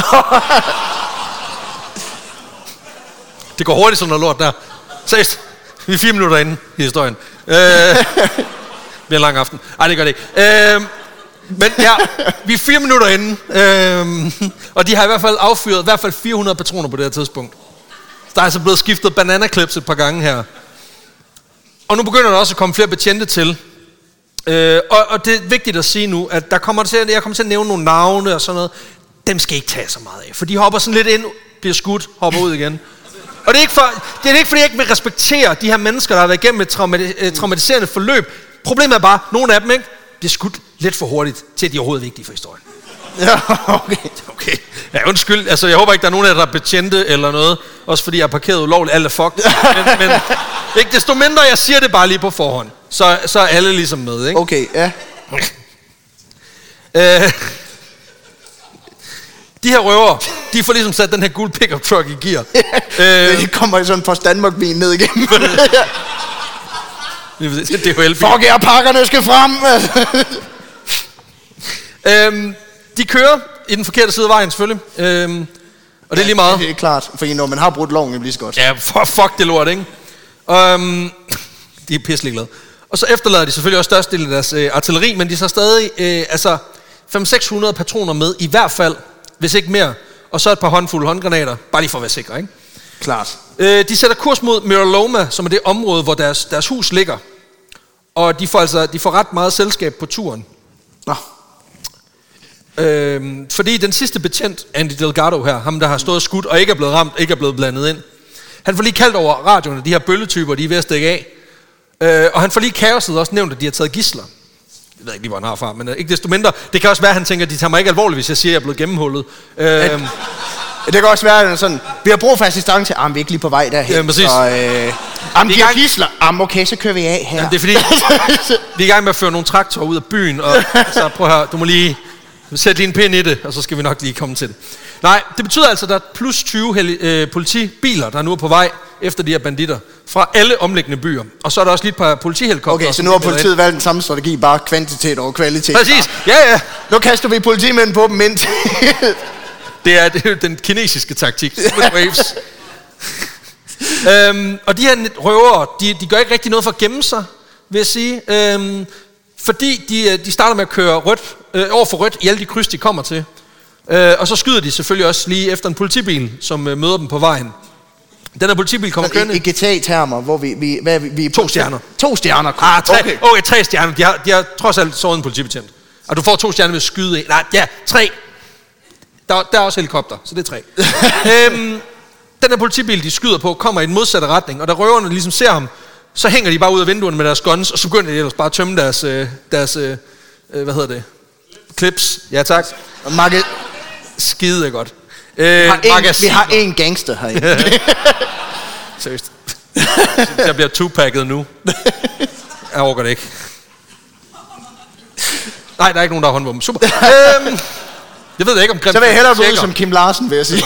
Det går hurtigt sådan noget lort der. Seriøst, vi er fire minutter inde i historien. Øh, det bliver en lang aften. Ej, det gør det ikke. Øh, men ja, vi er fire minutter inde. Øh, og de har i hvert fald affyret i hvert fald fire hundrede patroner på det her tidspunkt. Der er altså blevet skiftet banana clips et par gange her. Og nu begynder der også at komme flere betjente til. Øh, og, og det er vigtigt at sige nu, at der kommer til, jeg kommer til at nævne nogle navne og sådan noget. Dem skal I ikke tage så meget af, for de hopper sådan lidt ind, bliver skudt, hopper ud igen. Og det er, ikke for, det er ikke, fordi jeg ikke vil respektere de her mennesker, der har været igennem et traumati- traumatiserende forløb. Problemet er bare, at nogle af dem ikke bliver skudt lidt for hurtigt, til at de er overhovedet vigtige for historien. Ja, okay. Okay. Ja, undskyld. Altså, jeg håber ikke, der er nogen af jer, der er betjente eller noget. Også fordi jeg har parkeret ulovligt. Alt er fucked. Men, men ikke desto mindre, jeg siger det bare lige på forhånd. Så, så er alle ligesom med, ikke? Okay, ja. Øh, de her røver, de får ligesom sat den her gule pickup truck i gear. øh, det kommer i sådan en Post Danmark-bil ned igennem. Det er jo elbil. Fuck jer, pakkerne skal frem! øhm, de kører i den forkerte side af vejen selvfølgelig. Øhm, Og det er lige meget. Ja, det er klart, for når man har brudt loven, det bliver så godt. Ja, for fuck det lort, ikke? Um, de er pisselig glade. Og så efterlader de selvfølgelig også størstedelen af deres øh, artilleri, men de så stadig øh, altså fem til seks hundrede patroner med, i hvert fald, hvis ikke mere. Og så et par håndfulde håndgranater, bare lige for at være sikre, ikke? Klart. Øh, de sætter kurs mod Mira Loma, som er det område, hvor deres, deres hus ligger. Og de får altså de får ret meget selskab på turen. Nå. Øhm, fordi den sidste betjent, Andy Delgado her, ham der har stået skudt og ikke er blevet ramt, ikke er blevet blandet ind, han får lige kaldt over radioen, de her bølletyper, de er ved at stikke af. Øh, og han får lige kaoset også nævnt, at de har taget gidsler. Jeg ved ikke lige, hvor han har fra, men ikke desto mindre. Det kan også være, at han tænker, at de tager mig ikke alvorligt, hvis jeg siger, at jeg er blevet gennemhullet. Øhm, det kan også være, at sådan, vi har brug for assistance. Jamen, vi er ikke lige på vej derhen. Ja, præcis. Så, øh, jamen, de har gidsler. Jamen, okay, så kører vi af her. Jamen, det er fordi, vi er i gang med at føre nogle traktorer ud af byen, og så prøv at høre, du må lige sætte lige en pind i det, og så skal vi nok lige komme til det. Nej, det betyder altså, at der er plus tyve heli- øh, politibiler, der nu er på vej efter de her banditter, fra alle omliggende byer. Og så er der også lige et par politihelikopter. Okay, så nu har politiet valgt den samme strategi, bare kvantitet over kvalitet. Præcis, ja ja. Nu kaster vi politimænd på dem ind. det, er, det er den kinesiske taktik. Waves. øhm, og de her røvere, de, de gør ikke rigtig noget for at gemme sig, vil jeg sige. Øhm, fordi de, de starter med at køre rødt, øh, over for rødt i alle de kryds, de kommer til. Øh, og så skyder de selvfølgelig også lige efter en politibil, som øh, møder dem på vejen. Den her politibil kommer kørende. I G T A-termer, hvor vi... vi, hvad, vi, vi to stjerner. To stjerner. Ah, tre, okay. okay, tre stjerner. De har, de har trods alt såret en politibetjent. Og du får to stjerner ved at skyde en. Nej, ja, tre. Der, der er også helikopter, så det er tre. øhm, den her politibil, de skyder på, kommer i den modsatte retning. Og da røverne ligesom ser ham, så hænger de bare ud af vinduerne med deres guns, og så begynder de ellers bare at tømme deres... Øh, deres øh, hvad hedder det? Clips. Ja, tak. Marke... Skide godt. Øh, vi, har en, vi har en gangster herinde. Seriøst. Jeg bliver two-packet nu. Jeg overgår det ikke. Nej, der er ikke nogen, der har håndvåben. Super. øhm, jeg ved ikke om Grim. Så vil jeg hellere gå ud som Kim Larsen, vil jeg sige.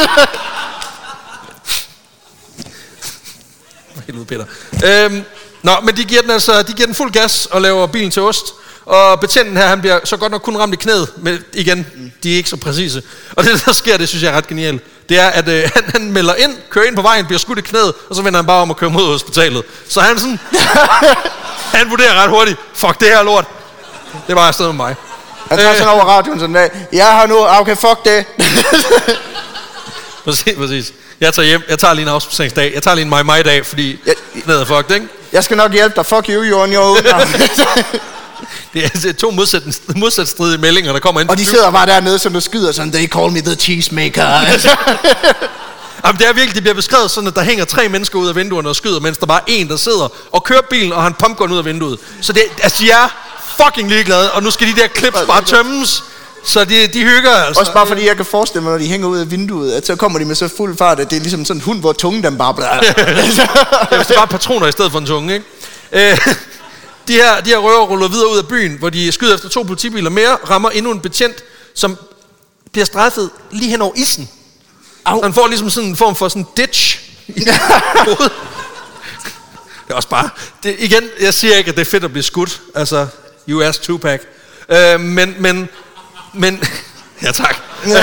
Helvede, Peter. Øhm, nå, men de giver den altså, de giver den fuld gas og laver bilen til ost. Og betjenten her, han bliver så godt nok kun ramt i knæet, men igen, de er ikke så præcise. Og det, der sker, det synes jeg er ret genialt, det er, at øh, han, han melder ind, kører ind på vejen, bliver skudt i knæet, og så vender han bare om at køre mod hospitalet. Så han sådan, han vurderer ret hurtigt, fuck det her lort, det var afsted med mig. Han tager øh, sådan over radioen sådan, jeg har nu, okay, fuck det. præcis, præcis. Jeg tager hjem, jeg tager lige en afspaceringsdag, jeg tager lige en my my dag, fordi jeg, knæet er fucked, ikke? Jeg skal nok hjælpe dig, fuck you, you're on your own. Det er to modsatstridige meldinger, der kommer ind. Og de sidder bare dernede, som du skyder sådan, they call me the cheesemaker. Jamen, det er virkelig, det bliver beskrevet sådan, at der hænger tre mennesker ud af vinduerne og skyder, mens der bare er en, der sidder og kører bilen, og han pumpgun ud af vinduet. Så det, altså, de er fucking ligeglade, og nu skal de der clips bare tømmes, så de, de hygger altså. Også bare fordi, jeg kan forestille mig, når de hænger ud af vinduet, at så kommer de med så fuld fart, at det er ligesom sådan en hund, hvor tungen den bare bliver. Ja, hvis det bare patroner i stedet for en tunge, ikke? Øh, De her, de her røver ruller videre ud af byen, hvor de skyder efter to politibiler mere, rammer endnu en betjent, som bliver strejfet lige hen over isen. Au. Han får ligesom sådan en form for sådan en ditch i hovedet. Det er også bare... Det, igen, jeg siger ikke, at det er fedt at blive skudt. Altså, U S two-pack. Øh, men, men... Men... Ja, tak.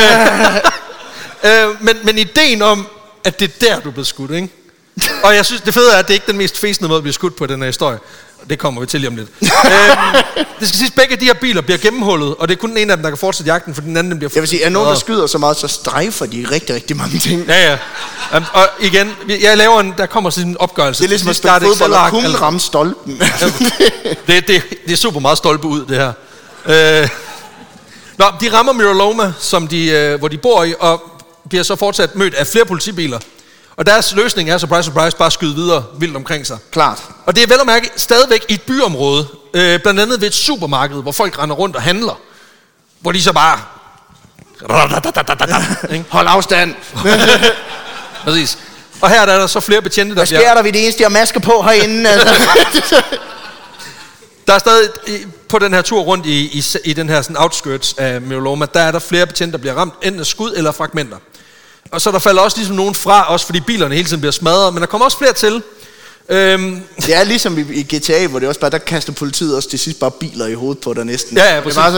øh, men, men ideen om, at det er der, du er blevet skudt, ikke? Og jeg synes, det fede er, at det ikke er den mest fæsende måde at blive skudt på den her historie. Det kommer vi til lige om lidt. øhm, det skal siges, begge de her biler bliver gennemhullet, og det er kun den ene af dem, der kan fortsætte jagten, for den anden den bliver... Jeg vil sige, er nogen, der skyder så meget, så strejfer de rigtig, rigtig mange ting. Ja, ja. Um, og igen, jeg laver en, der kommer sådan en opgørelse. Det er ligesom at spille fodbold og kun ramme stolpen. det, det, det er super meget stolpe ud, det her. Øh, Nå, de rammer Mira Loma, som de, øh, hvor de bor i, og bliver så fortsat mødt af flere politibiler. Og deres løsning er, surprise, surprise, bare at skyde videre vildt omkring sig. Klart. Og det er vel at mærke stadigvæk i et byområde, øh, blandt andet ved et supermarked, hvor folk render rundt og handler. Hvor de så bare... Hold afstand. Præcis. Og her er der så flere betjente, der Hvad sker der ved det eneste, jeg har masker på herinde? Altså. Der er stadig, på den her tur rundt i, i, i den her sådan outskirts af Mira Loma, der er der flere betjente, der bliver ramt, enten af skud eller fragmenter. Og så der falder også ligesom nogen fra, også fordi bilerne hele tiden bliver smadret, men der kommer også flere til. Øhm. Det er ligesom i, i G T A, hvor det også bare, der kaster politiet også til sidst bare biler i hovedet på dig næsten. Ja, ja, præcis. Det er bare sådan,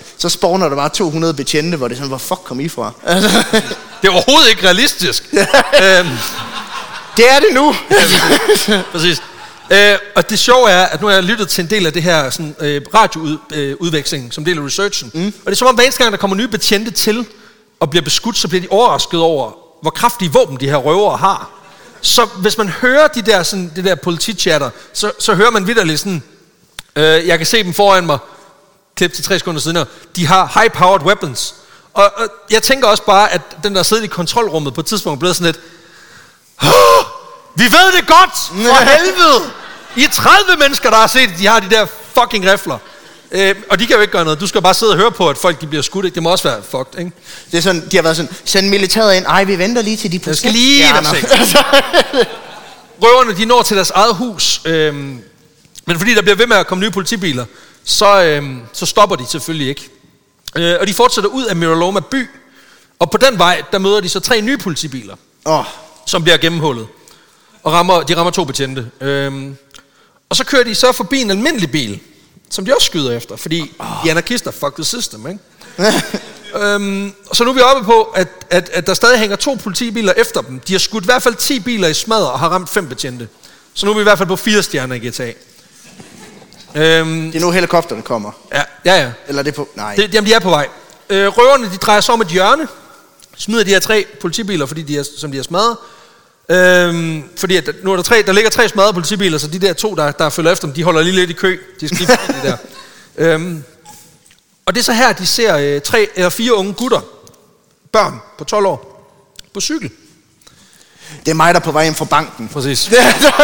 så spawner der bare to hundrede betjente, hvor det er sådan, hvor fuck kom I fra? Altså. Det er overhovedet ikke realistisk. øhm, det er det nu. Præcis. Øh, og det sjove er, at nu har jeg lyttet til en del af det her sådan, øh, radioudveksling, øh, som del af researchen. Mm. Og det er som om, hver eneste gang, der kommer nye betjente til og bliver beskudt, så bliver de overrasket over, hvor kraftige våben de her røvere har. Så hvis man hører de der, sådan, det der politichatter, så, så hører man vitterligt sådan, øh, jeg kan se dem foran mig, klip til tre sekunder siden, de har high-powered weapons. Og, og jeg tænker også bare, at den der sidder i kontrolrummet på et tidspunkt, bliver sådan lidt, oh, vi ved det godt, for helvede! I er tredive mennesker, der har set, at de har de der fucking rifler. Øh, og de kan jo ikke gøre noget. Du skal bare sidde og høre på, at folk de bliver skudt. Ikke? Det må også være fucked, ikke? Det er sådan, de har været sådan, send militæret ind. Ej, vi venter lige til de på. Jeg skal lige være røverne, de når til deres eget hus. Øhm, men fordi der bliver ved med at komme nye politibiler, så, øhm, så stopper de selvfølgelig ikke. Øh, og de fortsætter ud af Mira Loma by. Og på den vej, der møder de så tre nye politibiler, oh. som bliver gennemhullet. Og rammer, de rammer to betjente. Øhm, og så kører de så forbi en almindelig bil, som de også skyder efter, fordi oh. de anarkister, fuck the system, ikke? øhm, så nu er vi oppe på, at, at, at der stadig hænger to politibiler efter dem. De har skudt i hvert fald ti biler i smadder og har ramt fem betjente. Så nu er vi i hvert fald på fire stjerner i G T A. øhm, det er nu helikopterne kommer. Ja, ja, ja. Eller er det på... Nej. Det, jamen, de er på vej. Øh, røverne, de drejer sig om et hjørne, smider de her tre politibiler, fordi de er, som de har smadret. Øhm, fordi at nu er der tre, der ligger tre smadrede politibiler, så de der to, der, der følger efter dem, de holder lige lidt i kø. De skal lige de der. Øhm, og det er så her, de ser øh, tre eller fire unge gutter, børn på tolv år, på cykel. Det er mig, der er på vej hjem fra banken. Præcis.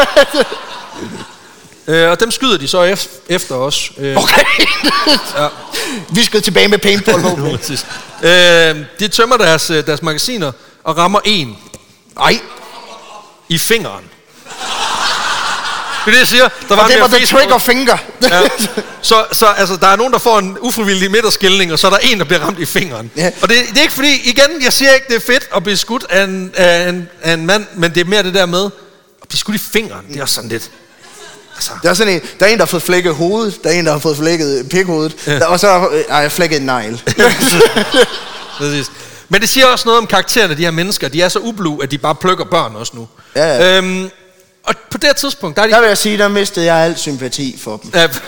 øh, og dem skyder de så ef- efter os. Øh, okay. ja. Vi skal tilbage med paintball. Præcis. Øh, de tømmer deres, deres magasiner og rammer en. Ej. I fingeren. Det er det, jeg siger. Der var og det var the trigger finger. Ja. Så, så altså, der er nogen, der får en ufrivillig midterskilning, og så er der en, der bliver ramt i fingeren. Ja. Og det, det er ikke fordi, igen, jeg siger ikke, det er fedt at blive skudt af en, af en, af en mand, men det er mere det der med, at blive skudt i fingeren. Det er også sådan lidt... Altså. Der er sådan en, der er en, der har fået flækket hovedet, der er en, der har fået flækket pikhovedet, ja. Og så har jeg flækket en negl. Præcis. Men det siger også noget om karaktererne af de her mennesker. De er så ublu, at de bare plukker børn også nu. Ja, ja. Øhm, og på det her tidspunkt, der er de... Der vil jeg sige, der mistede jeg al sympati for dem. Ja.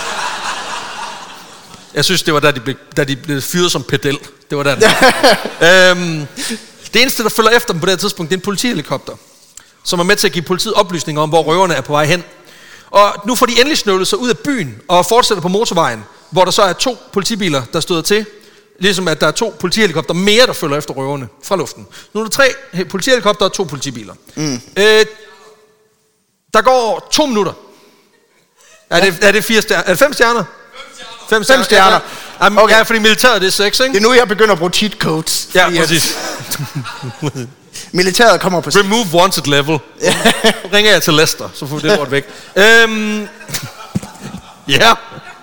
Jeg synes, det var da de blev, da de blev fyret som pedel. Det var der. øhm, det eneste, der følger efter dem på det her tidspunkt, det er en politihelikopter, som er med til at give politiet oplysninger om, hvor røverne er på vej hen. Og nu får de endelig snøvlet sig ud af byen og fortsætter på motorvejen, hvor der så er to politibiler, der støder til. Ligesom at der er to politihelikopter mere, der følger efter røverne fra luften. Nu er der tre politihelikopter og to politibiler. Mm. Øh, der går to minutter. Er det, er det, fire stjerner? Er det fem stjerner? Fem stjerner. Fem stjerner. Ja, okay. Ja, fordi militæret det er seks, ikke? Det er nu, jeg begynder at bruge cheat codes. Ja, præcis. Militæret kommer på... Remove wanted level. Ringer jeg til Lester, så får vi det lort væk. Øhm, ja.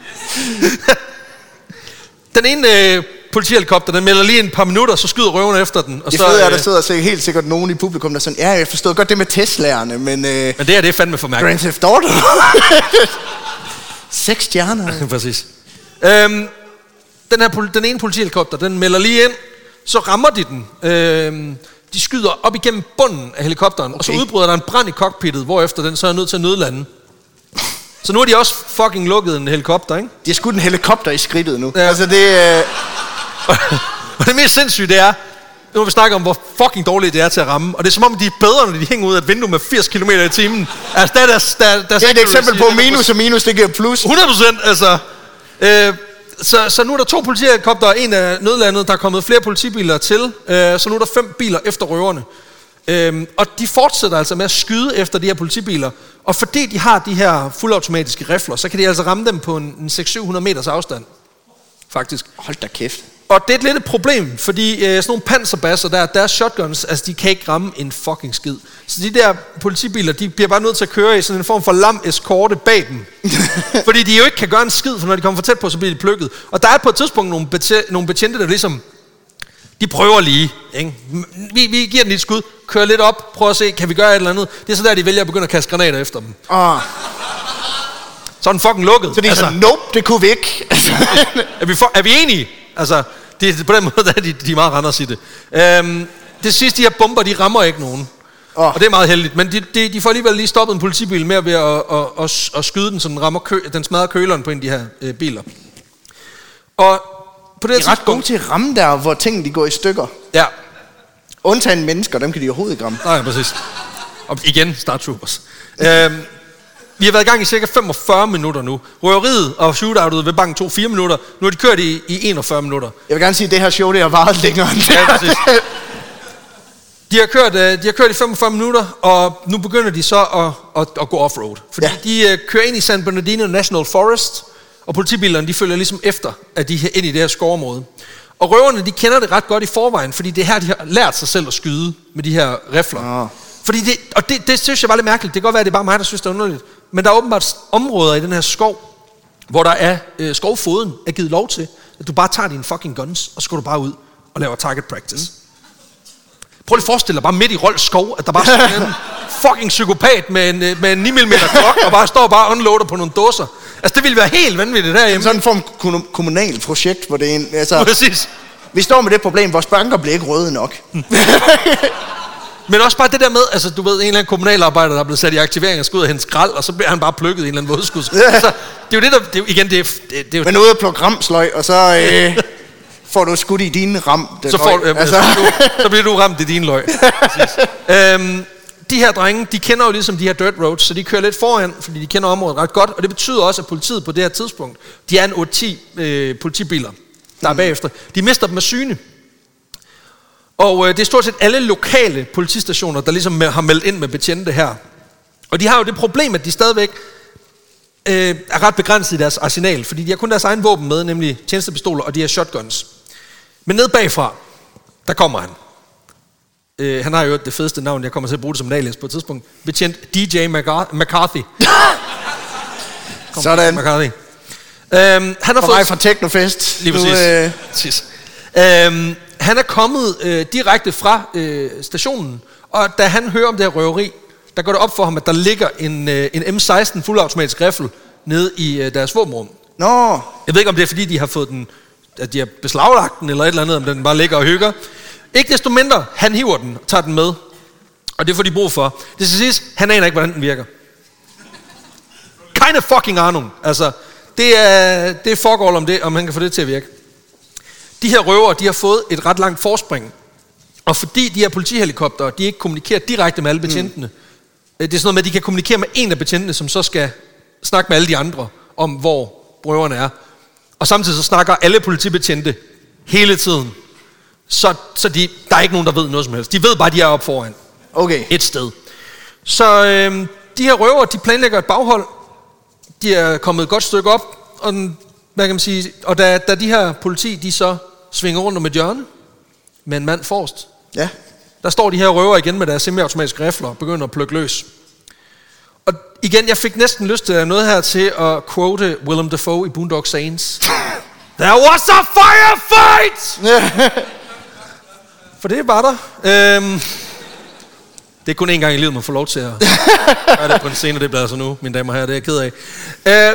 Den ene øh, politihelikopter, den melder lige en par minutter, så skyder røverne efter den. Og det så, fede er, at der sidder så helt sikkert nogen i publikum, der er sådan, ja, jeg forstod godt det med Teslaerne, men... Øh, men det er det fandme for mærkeligt. Grand Theft Auto. Seks stjerner. Præcis. Øhm, den, her, den ene politihelikopter, den melder lige ind, så rammer de den. Øhm, de skyder op igennem bunden af helikopteren, okay. Og så udbryder der en brand i cockpittet, hvorefter den så er nødt til at nødlande. Så nu er de også fucking lukket en helikopter, ikke? De har skudt en helikopter i skridtet nu. Ja. Altså det... Øh... og det mest sindssyge, det er, nu har vi snakket om, hvor fucking dårligt det er til at ramme. Og det er som om, de er bedre, når de hænger ud af et vindue med firs kilometer i timen. Altså, der er der, der, der det er et eksempel på minus og minus, det giver plus. hundrede procent, altså. Øh, så, så nu er der to politihelikopter, og en af nødlandet, der er kommet flere politibiler til. Øh, så nu er der fem biler efter røverne. Øhm, og de fortsætter altså med at skyde efter de her politibiler. Og fordi de har de her fuldautomatiske rifler, så kan de altså ramme dem på en, en seks til syv hundrede meters afstand. Faktisk. Hold da kæft. Og det er et lidt et problem, fordi øh, sådan nogle panserbasser der, deres shotguns, altså de kan ikke ramme en fucking skid. Så de der politibiler, de bliver bare nødt til at køre i sådan en form for lam eskorte bag dem. Fordi de jo ikke kan gøre en skid, for når de kommer for tæt på, så bliver de plukket. Og der er på et tidspunkt nogle, betjente, nogle betjente, der ligesom, de prøver lige, ikke? Vi, vi giver den et skud, kører lidt op, prøver at se, kan vi gøre et eller andet. Det er så der, de vælger at begynde at kaste granater efter dem. Oh. Så er den fucking lukket. Så det er altså, sådan, nope, det kunne vi ikke. er, vi for, er vi enige? Altså, det, på den måde er de, de er meget randers i det. Øhm, det sidste, de her bomber, de rammer ikke nogen. Oh. Og det er meget heldigt. Men de, de, de får alligevel lige stoppet en politibil med ved at, at, at, at skyde den, så den, rammer kø, den smadrer køleren på en af de her øh, biler. Og på det de er ret gode til at ramme der, hvor tingene de går i stykker. Ja. Undtagen mennesker, dem kan de overhovedet ikke ramme. Nej, præcis. Og igen, Star Troopers. øhm, vi har været i gang i cirka femogfyrre minutter nu. Røveriet og shootoutet ved banken tog fire minutter. Nu har de kørt i, i enogfyrre minutter. Jeg vil gerne sige, at det her show, det har varet længere end det. Ja, præcis. De har, kørt, de har kørt i femogfyrre minutter, og nu begynder de så at, at, at gå offroad. Fordi ja. de uh, kører ind i San Bernardino National Forest, og politibilerne de følger ligesom efter, at de er ind i det her skovområde. Og røverne, de kender det ret godt i forvejen, fordi det er her, de har lært sig selv at skyde med de her rifler. Oh. Fordi det, og det, det synes jeg var lidt mærkeligt. Det kan godt være, at det er bare mig, der synes, det er underligt. Men der er åbenbart områder i den her skov, hvor der er øh, skovfoden er givet lov til, at du bare tager dine fucking guns, og så går du bare ud og laver target practice. Mm. Prøv lige at forestille dig bare midt i Rold skov, at der bare står en fucking psykopat med en, med en ni millimeter klok, og bare står bare og unloader på nogle dåser. Altså det ville være helt vanvittigt derhjemme. Sådan en form for kommunalt projekt, hvor det er en... Altså, præcis. Vi står med det problem, vores banker bliver ikke røde nok. Men også bare det der med, altså du ved, en eller anden kommunalarbejder, der er blevet sat i aktivering og skal ud af hendes skrald, og så bliver han bare plukket i en eller anden vådeskud. Ja. Altså, det er jo det, der... Det er, igen, det er, det, det er jo... Men ude at plukke ramsløg, og så... Øh, får du skudt i din ram. Så, får, øh, altså. så, du, så bliver du ramt i din løg. øhm, de her drenge, de kender jo ligesom de her dirt roads, så de kører lidt foran, fordi de kender området ret godt, og det betyder også, at politiet på det her tidspunkt, de er en otte ti øh, politibiler, der er bagefter. De mister dem af syne. Og øh, det er stort set alle lokale politistationer, der ligesom har meldt ind med betjente her. Og de har jo det problem, at de stadigvæk øh, er ret begrænset i deres arsenal, fordi de har kun deres egen våben med, nemlig tjenestepistoler og de her shotguns. Men ned bagfra, der kommer han. Øh, han har jo det fedeste navn, jeg kommer til at bruge det som en alias på et tidspunkt. Betjent D J McCarthy. Sådan. McCarthy. Øhm, han har For fået mig fra Technofest. Lige præcis. Nu, øh... præcis. Øhm, han er kommet øh, direkte fra øh, stationen, og da han hører om det her røveri, der går det op for ham, at der ligger en, øh, en M seksten fuldautomatisk riffel nede i øh, deres våbenrum. Nå. Jeg ved ikke, om det er fordi, de har fået den, at de har beslaglagt den, eller et eller andet, om den bare ligger og hygger. Ikke desto mindre, han hiver den og tager den med. Og det får de brug for. Det skal siges, han aner ikke, hvordan den virker. Kind of fucking Arnum. Altså, det er, det er fuck all om det, om han kan få det til at virke. De her røvere, de har fået et ret langt forspring. Og fordi de her politihelikoptere, de ikke kommunikerer direkte med alle betjentene. Mm. Det er sådan noget med, at de kan kommunikere med en af betjentene, som så skal snakke med alle de andre om, hvor røverne er. Og samtidig så snakker alle politibetjente hele tiden. Så, så de, der er ikke nogen, der ved noget som helst. De ved bare, at de er oppe foran. Okay. Et sted. Så øh, de her røvere, de planlægger et baghold. De er kommet et godt stykke op. Og, den, hvad kan man sige, og da, da de her politi, de så svinger rundt om et hjørne med en mand forrest. Ja. Der står de her røvere igen med deres semiautomatiske rifler og begynder at plukke løs. Og igen, jeg fik næsten lyst til noget her til at quote Willem Dafoe i Boondock Saints. There was a firefight! For det var der. Øhm, det er kun én gang i livet, man får lov til at gøre det på en scene, det bliver altså nu, mine damer og herrer, det er jeg ked af. Øh,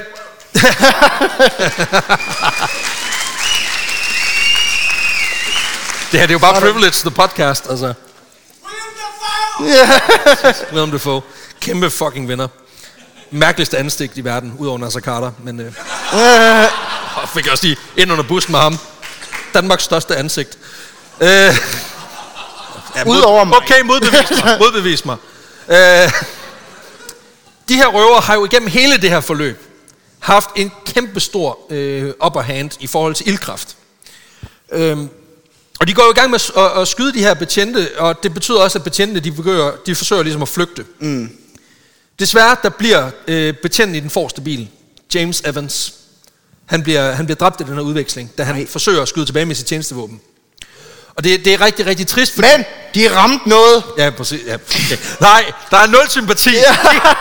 det her, det er jo bare privilege, the podcast, altså. Willem Dafoe! Willem Dafoe. Kæmpe fucking vinder. Mærkeligste ansigt i verden, udover Nasser Carter, men... Øh, og fik jeg også lige ind under bussen med ham. Danmarks største ansigt. Øh, ja, mod, Udover mig. Okay, modbevis mig. Modbevis mig. Øh, de her røver har jo igennem hele det her forløb haft en kæmpe stor øh, upper hand i forhold til ildkraft. Øh, og de går jo i gang med at, at, at skyde de her betjente, og det betyder også, at betjentene de, begynder, de forsøger ligesom at flygte. Mm. Desværre, der bliver øh, betjenten i den forreste bil, James Evans. Han bliver, han bliver dræbt i den her udveksling, da han Nej. forsøger at skyde tilbage med sit tjenestevåben. Og det, det er rigtig, rigtig trist. Fordi... Men, de ramte noget. Ja, præcis. Ja, okay. Nej, der er nul sympati. Ja.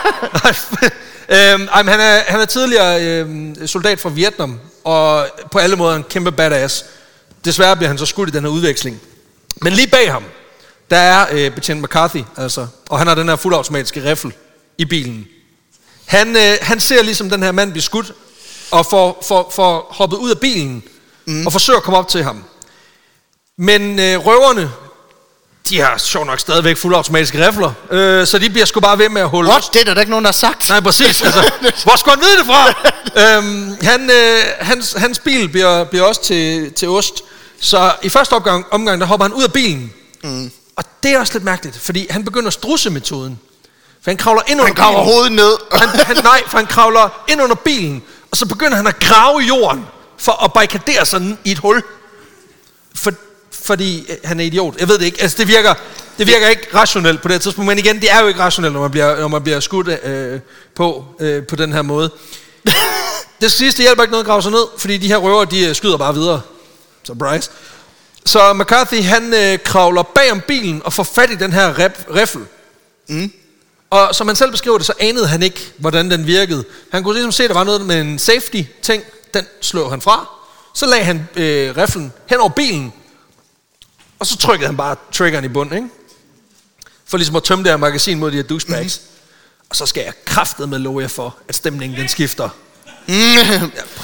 øhm, han, er, han er tidligere øhm, soldat fra Vietnam, og på alle måder en kæmpe badass. Desværre bliver han så skudt i den her udveksling. Men lige bag ham, der er øh, betjent McCarthy, altså, og han har den her fuldautomatiske riffel i bilen. Han, øh, han ser ligesom den her mand blive skudt, og får, får, får hoppet ud af bilen, mm. og forsøger at komme op til ham. Men øh, røverne, de har sjovt nok stadigvæk fuldautomatiske rifler, øh, så de bliver sgu bare ved med at holde What? Det er der, der ikke nogen, der har sagt. Nej, præcis. Altså, hvor skulle han vide det fra? øhm, han, øh, hans, hans bil bliver, bliver også til, til ost. Så i første omgang, omgang, der hopper han ud af bilen. Mm. Og det er også lidt mærkeligt, fordi han begynder strusse-metoden. For han kravler ind under han kravler bilen. hovedet ned. han, han, nej, for han kravler ind under bilen, og så begynder han at grave i jorden, for at barrikadere sig i et hul. For, fordi øh, han er idiot. Jeg ved det ikke. Altså, det virker, det virker ikke rationelt på det tidspunkt. Men igen, det er jo ikke rationelt, når man bliver, når man bliver skudt øh, på, øh, på den her måde. Det sidste hjælper ikke noget at grave sig ned, fordi de her røver, de øh, skyder bare videre. Surprise. Så McCarthy, han øh, kravler bag om bilen og får fat i den her rep- riffel. Mm. Og som han selv beskriver det, så anede han ikke, hvordan den virkede. Han kunne ligesom se, at der var noget med en safety-ting. Den slog han fra. Så lagde han øh, riffelen hen over bilen. Og så trykkede han bare triggeren i bund, ikke? For ligesom at tømme det her magasin mod de her douchebags. Mm. Og så skal jeg kraftedeme love jer for, at stemningen den skifter. Mm. Ja,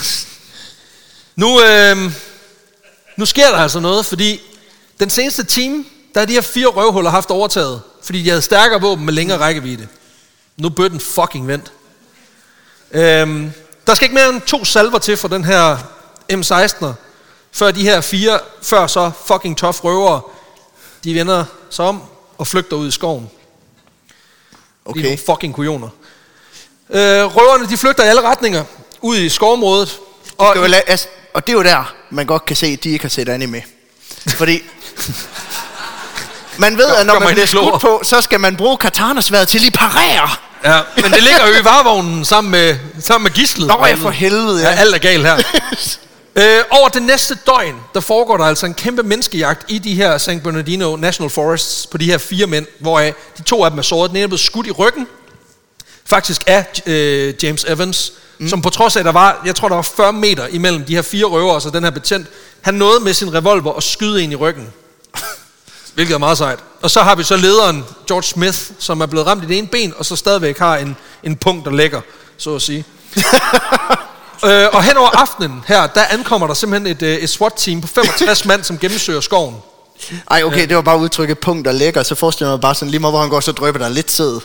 nu, øh, nu sker der altså noget, fordi den seneste time, der er de her fire røvhuller haft overtaget, fordi de havde stærkere våben med længere rækkevidde. Nu bør den fucking vendt. Øhm, der skal ikke mere end to salver til for den her M sekstener, før de her fire, før så fucking tough røvere, de vender sig om og flygter ud i skoven. Okay. De er fucking kujoner. Øh, røverne, de flygter i alle retninger ud i skovområdet. Og, det la- altså, og det er jo der, man godt kan se, at de ikke har set anime. Fordi man ved, at når man bliver skudt på, så skal man bruge katanasværdet til at parere. Ja, men det ligger jo i varevognen sammen med, sammen med gislet. Nå, jeg for helvede, ja. Ja, alt er galt her. øh, over det næste døgn, der foregår der altså en kæmpe menneskejagt i de her San Bernardino National Forests på de her fire mænd, hvoraf de to af dem er såret. Den ene er blevet skudt i ryggen, faktisk af øh, James Evans, mm. som på trods af, at der var, jeg tror, der var fyrre meter imellem de her fire røvere, så den her betjent, han nåede med sin revolver at skyde en i ryggen. Hvilket er meget sejt. Og så har vi så lederen, George Smith, som er blevet ramt i det ene ben, og så stadigvæk har en, en punkt, der lægger, så at sige. øh, og hen over aftenen her, der ankommer der simpelthen et, et SWAT-team på femogtres mand, som gennemsøger skoven. Ej, okay, ja. Det var bare udtrykket punkt, der lægger, så forestiller jeg mig bare sådan, lige meget hvor han går, så drøber der lidt sæd.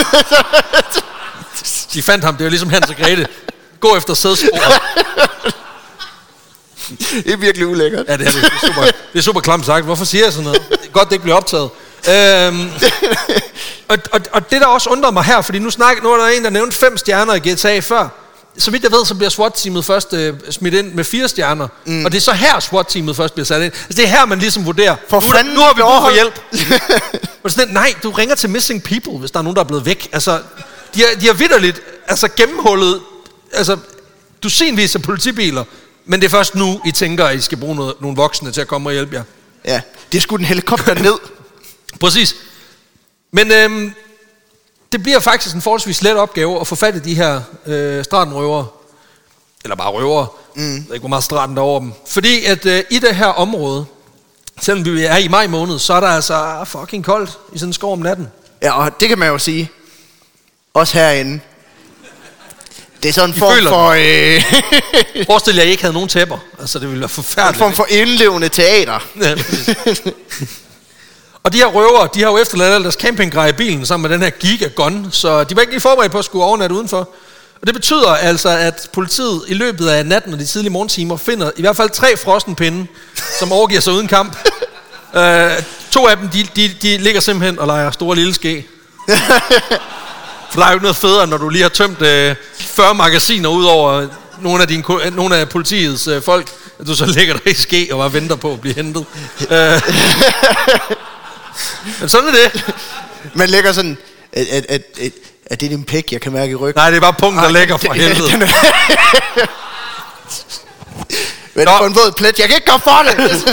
De fandt ham, det var ligesom Hans og Grete. Gå efter sædsporet. Det er virkelig ulækkert. Ja, det er det. Det er super, det er super klamt sagt. Hvorfor siger jeg sådan noget? Det er godt, det ikke bliver optaget. Øhm, og, og, og det, der også undrer mig her, fordi nu, snak, nu er der en, der nævnte fem stjerner i G T A før. Så vidt jeg ved, så bliver SWAT-teamet først øh, smidt ind med fire stjerner. Mm. Og det er så her, SWAT-teamet først bliver sat ind. Altså, det er her, man ligesom vurderer. For nu, fanden, nu har vi brug for hjælp. Og sådan, nej, du ringer til Missing People, hvis der er nogen, der er blevet væk. Altså, de har, de har vitterligt altså, gennemhullet altså, dusinvis af politibiler. Men det er først nu, I tænker, at I skal bruge noget, nogle voksne til at komme og hjælpe jer. Ja, det er sgu den helikopter ned. Præcis. Men øhm, det bliver faktisk en forholdsvis let opgave at få fat i de her øh, stratenrøvere. Eller bare røvere. Mm. Jeg ved ikke, hvor meget straten der over dem. Fordi at øh, i det her område, selvom vi er i maj måned, så er der altså fucking koldt i sådan en skov om natten. Ja, og det kan man jo sige. Også herinde. Det er sådan en I form for... Øh... Forestil jer, at I ikke havde nogen tæpper. Altså, det ville være forfærdeligt. En form for indlevende teater. Ja, og de her røvere, de har jo efterladt alle deres campinggrej i bilen sammen med den her gigagun, så de var ikke lige forberedt på at skulle overnatte udenfor. Og det betyder altså, at politiet i løbet af natten og de tidlige morgentimer finder i hvert fald tre frossenpinde, som overgiver sig uden kamp. uh, to af dem, de, de, de ligger simpelthen og leger store lille ske. For der er jo noget federe, når du lige har tømt øh, fyrre magasiner ud over nogle af, dine, nogle af politiets øh, folk, at du så ligger der i ske og bare venter på at blive hentet. øh. Men sådan er det. Man lægger sådan, at, at, at, at, at det er din pæk, jeg kan mærke i ryggen. Nej, det er bare punkten, der lægger fra helvede. Men på en våd plet, jeg kan ikke komme for det.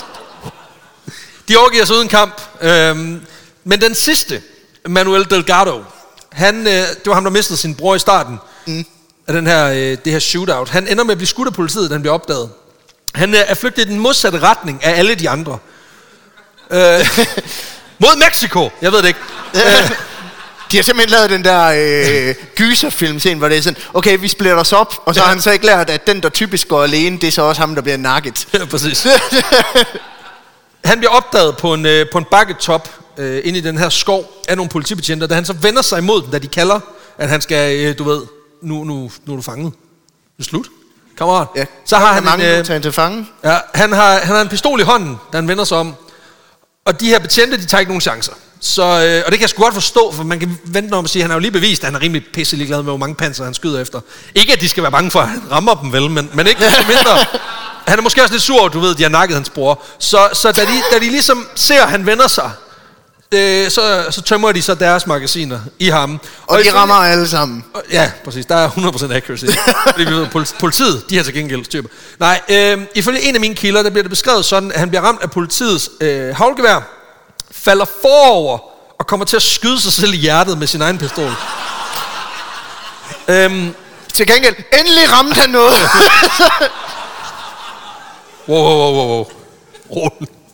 De overgiver sig uden kamp. Øhm, men den sidste, Manuel Delgado, han, øh, det var ham, der mistede sin bror i starten mm. af den her, øh, det her shootout. Han ender med at blive skudt af politiet, da han bliver opdaget. Han øh, er flygtet i den modsatte retning af alle de andre. Øh, mod Mexico, jeg ved det ikke. øh, De har simpelthen lavet den der øh, gyserfilm-scene, hvor det er sådan, okay, vi splitter os op, og så ja. har han så ikke lært, at den, der typisk går alene, det er så også ham, der bliver nakket. Ja, præcis. Han bliver opdaget på en, øh, på en bakketop øh, inde i den her skov af nogle politibetjenter, da han så vender sig imod dem, da de kalder, at han skal, øh, du ved, nu, nu, nu er du fanget. Nu er slut, kammerat. Ja. Så har han mange en, øh, taget til fange. Ja, han har, han har en pistol i hånden, da han vender sig om. Og de her betjente, de tager ikke nogen chancer. Så, øh, og det kan jeg sgu godt forstå, for man kan vente om at sige, at han har jo lige bevist, at han er rimelig pisselig glad med, hvor mange panser han skyder efter. Ikke at de skal være bange for, at han rammer dem vel, men, men ikke mindre. Han er måske også lidt sur, du ved, de har nakket hans bror. Så, så da, de, da de ligesom ser, at han vender sig, øh, så, så tømmer de så deres magasiner i ham. Og, og de rammer alle sammen. Ja, præcis. Der er hundrede procent accuracy. Fordi vi ved, politiet, de har til gengæld styr på. Nej, øh, ifølge en af mine kilder, der bliver det beskrevet sådan, at han bliver ramt af politiets øh, havlgevær, falder forover og kommer til at skyde sig selv i hjertet med sin egen pistol. øhm, til gengæld, endelig ramte han noget. wow, wow, wow, wow. wow.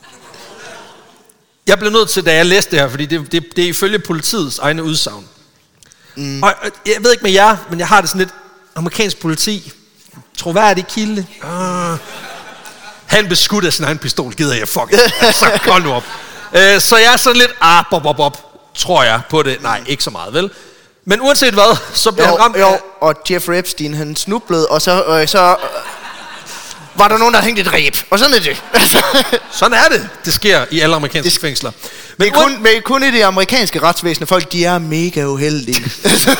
Jeg blev nødt til, da jeg læste det her, fordi det, det, det er ifølge politiets egne udsagn. Mm. Og, og jeg ved ikke med jer, men jeg har det sådan lidt amerikansk politi. Troværdig kilde. Ah. Han blev skudt af sin egen pistol, gider jeg fuck. Så hold nu op. Uh, så jeg er sådan lidt, ah, bop, bop, bop, tror jeg på det. Nej, ikke så meget, vel? Men uanset hvad, så bliver jo, han ramt jo, af... og Jeffrey Epstein, han snublede, og så... Øh, så øh, var der nogen, der hængte et ræb. Og sådan er det. Sådan er det. Det sker i alle amerikanske det, fængsler. Men, men, kun, men kun i det amerikanske retsvæsen, folk, de er mega uheldige.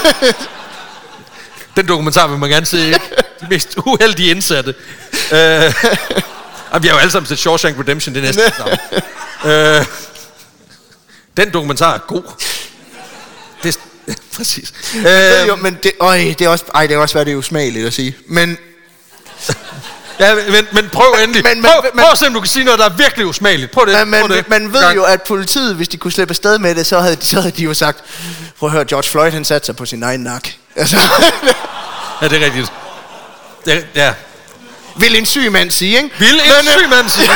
Den dokumentar vil man gerne se, ikke? De mest uheldige indsatte. Uh, vi har jo alle sammen set Shawshank Redemption, det næste navn. Uh, den dokumentar er god. Det er, præcis. Uh, jo, men det, øj, det er også, ej, det er også, hvad det er usmageligt at sige. Men... Ja, men, men prøv endelig. Men, men, prøv, men, prøv at se, om du kan sige noget, der er virkelig usmageligt. Prøv det. Men, prøv det. Man ved jo, at politiet, hvis de kunne slippe afsted med det, så havde, så havde de jo sagt, prøv at høre, George Floyd, han satte sig på sin egen nak. Altså. Ja, det er rigtigt. Det, ja. Vil en syg mand sige, ikke? Vil en men, syg mand sige.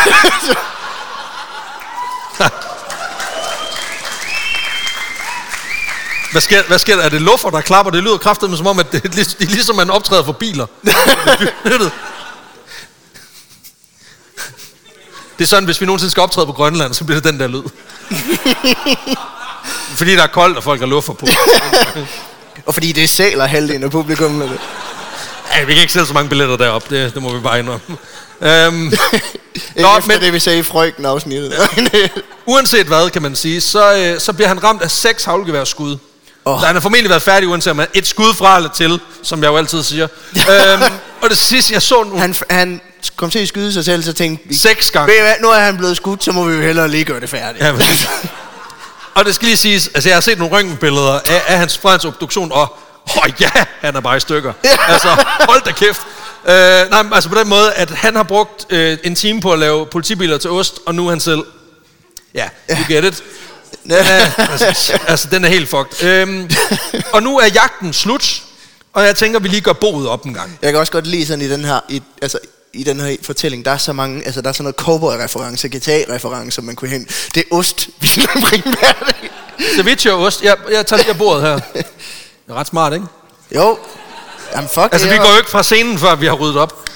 Hvad sker, hvad sker der? Er det luffer, der klapper? Det lyder kraftedeme som om, at det er, det er ligesom, man optræder for biler. Det er sådan, hvis vi nogensinde skal optræde på Grønland, så bliver det den der lyd. Fordi der er koldt, og folk har luffer på. Og fordi det er sæler halvdelen af publikum med det. Ja, vi kan ikke sælge så mange billetter deroppe, det, det må vi bare indrømme. Um, Nå, efter men, det, vi sagde i Frøken-afsnittet. Uanset hvad, kan man sige, så, så bliver han ramt af seks havlgeværsskud. Oh. Så han har formentlig været færdig, uanset om han et skud fra eller til, som jeg jo altid siger. um, og det sidste, jeg så nu... Han, han kom til at skyde sig selv, så tænkte vi... Seks gange. Nu er han blevet skudt, så må vi jo hellere lige gøre det færdigt. Ja, og det skal lige siges, altså jeg har set nogle røntgenbilleder af, af hans, fra hans obduktion, og åh oh, ja, han er bare i stykker. Altså, hold da kæft. Uh, nej, altså på den måde, at han har brugt uh, en time på at lave politibiler til ost, og nu er han selv... Ja, yeah, you get it. Uh, altså, altså, den er helt fucked. Um, og nu er jagten slut, og jeg tænker, vi lige gør boet op en gang. Jeg kan også godt lide sådan i den her... I, altså, i den her fortælling, der er så mange, altså der er sådan noget cowboy-reference, G T A-reference, man kunne hente. Det er ost, vi skal bringe med det. Ceviche og ost. Jeg, jeg tager lige af bordet her. Det er ret smart, ikke? Jo. Jamen fuck. Altså, vi går jo ikke fra scenen, før vi har ryddet op.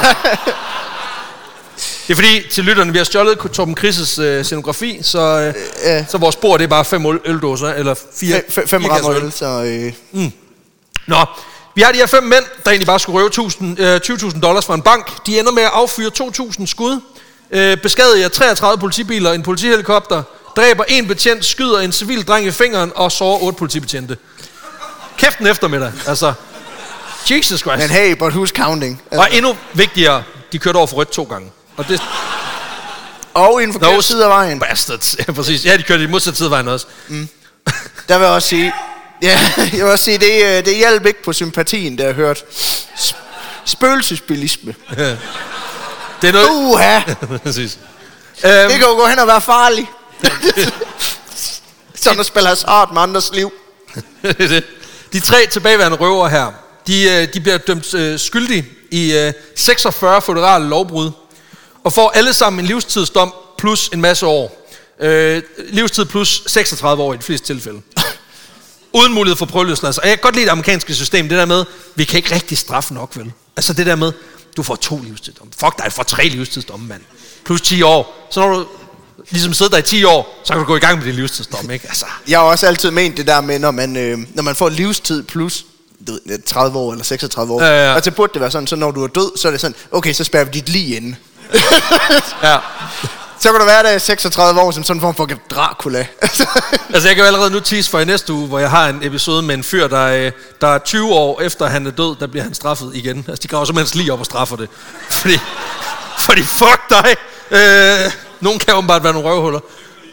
Det er fordi, til lytterne, vi har stjålet Torben Chris' øh, scenografi, så, øh, øh. så vores bord, det er bare fem øldåser, eller fire. F- fem rammer øl, så... Øh. Mm. Nå. Vi har de her fem mænd, der egentlig bare skulle røve tyve tusind dollars fra en bank. De ender med at affyre to tusind skud, øh, beskadiger treogtredive politibiler, en politihelikopter, dræber en betjent, skyder en civil dreng i fingeren og sårer otte politibetjente. Kæft en eftermiddag, altså. Jesus Christ. Men hey, but who's counting? Og endnu vigtigere, de kørte over for rødt to gange. Og det... Og i en forkert side af vejen. Bastards, ja præcis. Ja, de kørte i modsatte side af vejen også. Mm. Der vil jeg også sige... Ja, jeg vil også sige, det, det hjalp ikke på sympatien, da jeg hørte spøgelsesbilisme. Ja. Det er noget... Uha! Præcis. Um, det kan jo gå hen og være farligt. Sådan at spille hasard med andres liv. De tre tilbageværende røvere her, de, de bliver dømt øh, skyldige i øh, seksogfyrre føderale lovbrud, og får alle sammen en livstidsdom plus en masse år. Øh, livstid plus seksogtredive år i de fleste tilfælde. uden mulighed for prøveløsladelse. Og jeg kan godt lide det amerikanske system, det der med, vi kan ikke rigtig straffe nok, vel? Altså det der med, du får to livstidsdomme. Fuck dig, du får tre livstidsdomme, mand. Plus ti år. Så når du ligesom sidder der i ti år, så kan du gå i gang med din livstidsdom, ikke? Altså. Jeg har også altid ment det der med, når man, øh, når man får livstid plus tredive år eller seksogtredive år. Ja, ja. Og så burde det være sådan, så når du er død, så er det sådan, okay, så spærrer vi dit lig inde. Ja. Så kan du være der i seksogtredive år som sådan en form for Dracula. Altså jeg kan jo allerede nu tease for i næste uge, hvor jeg har en episode med en fyr, der, der er tyve år efter han er død, der bliver han straffet igen. Altså de graver simpelthen lige op og straffer det. Fordi, fordi fuck dig. Øh, nogen kan jo bare være nogle røvhuller.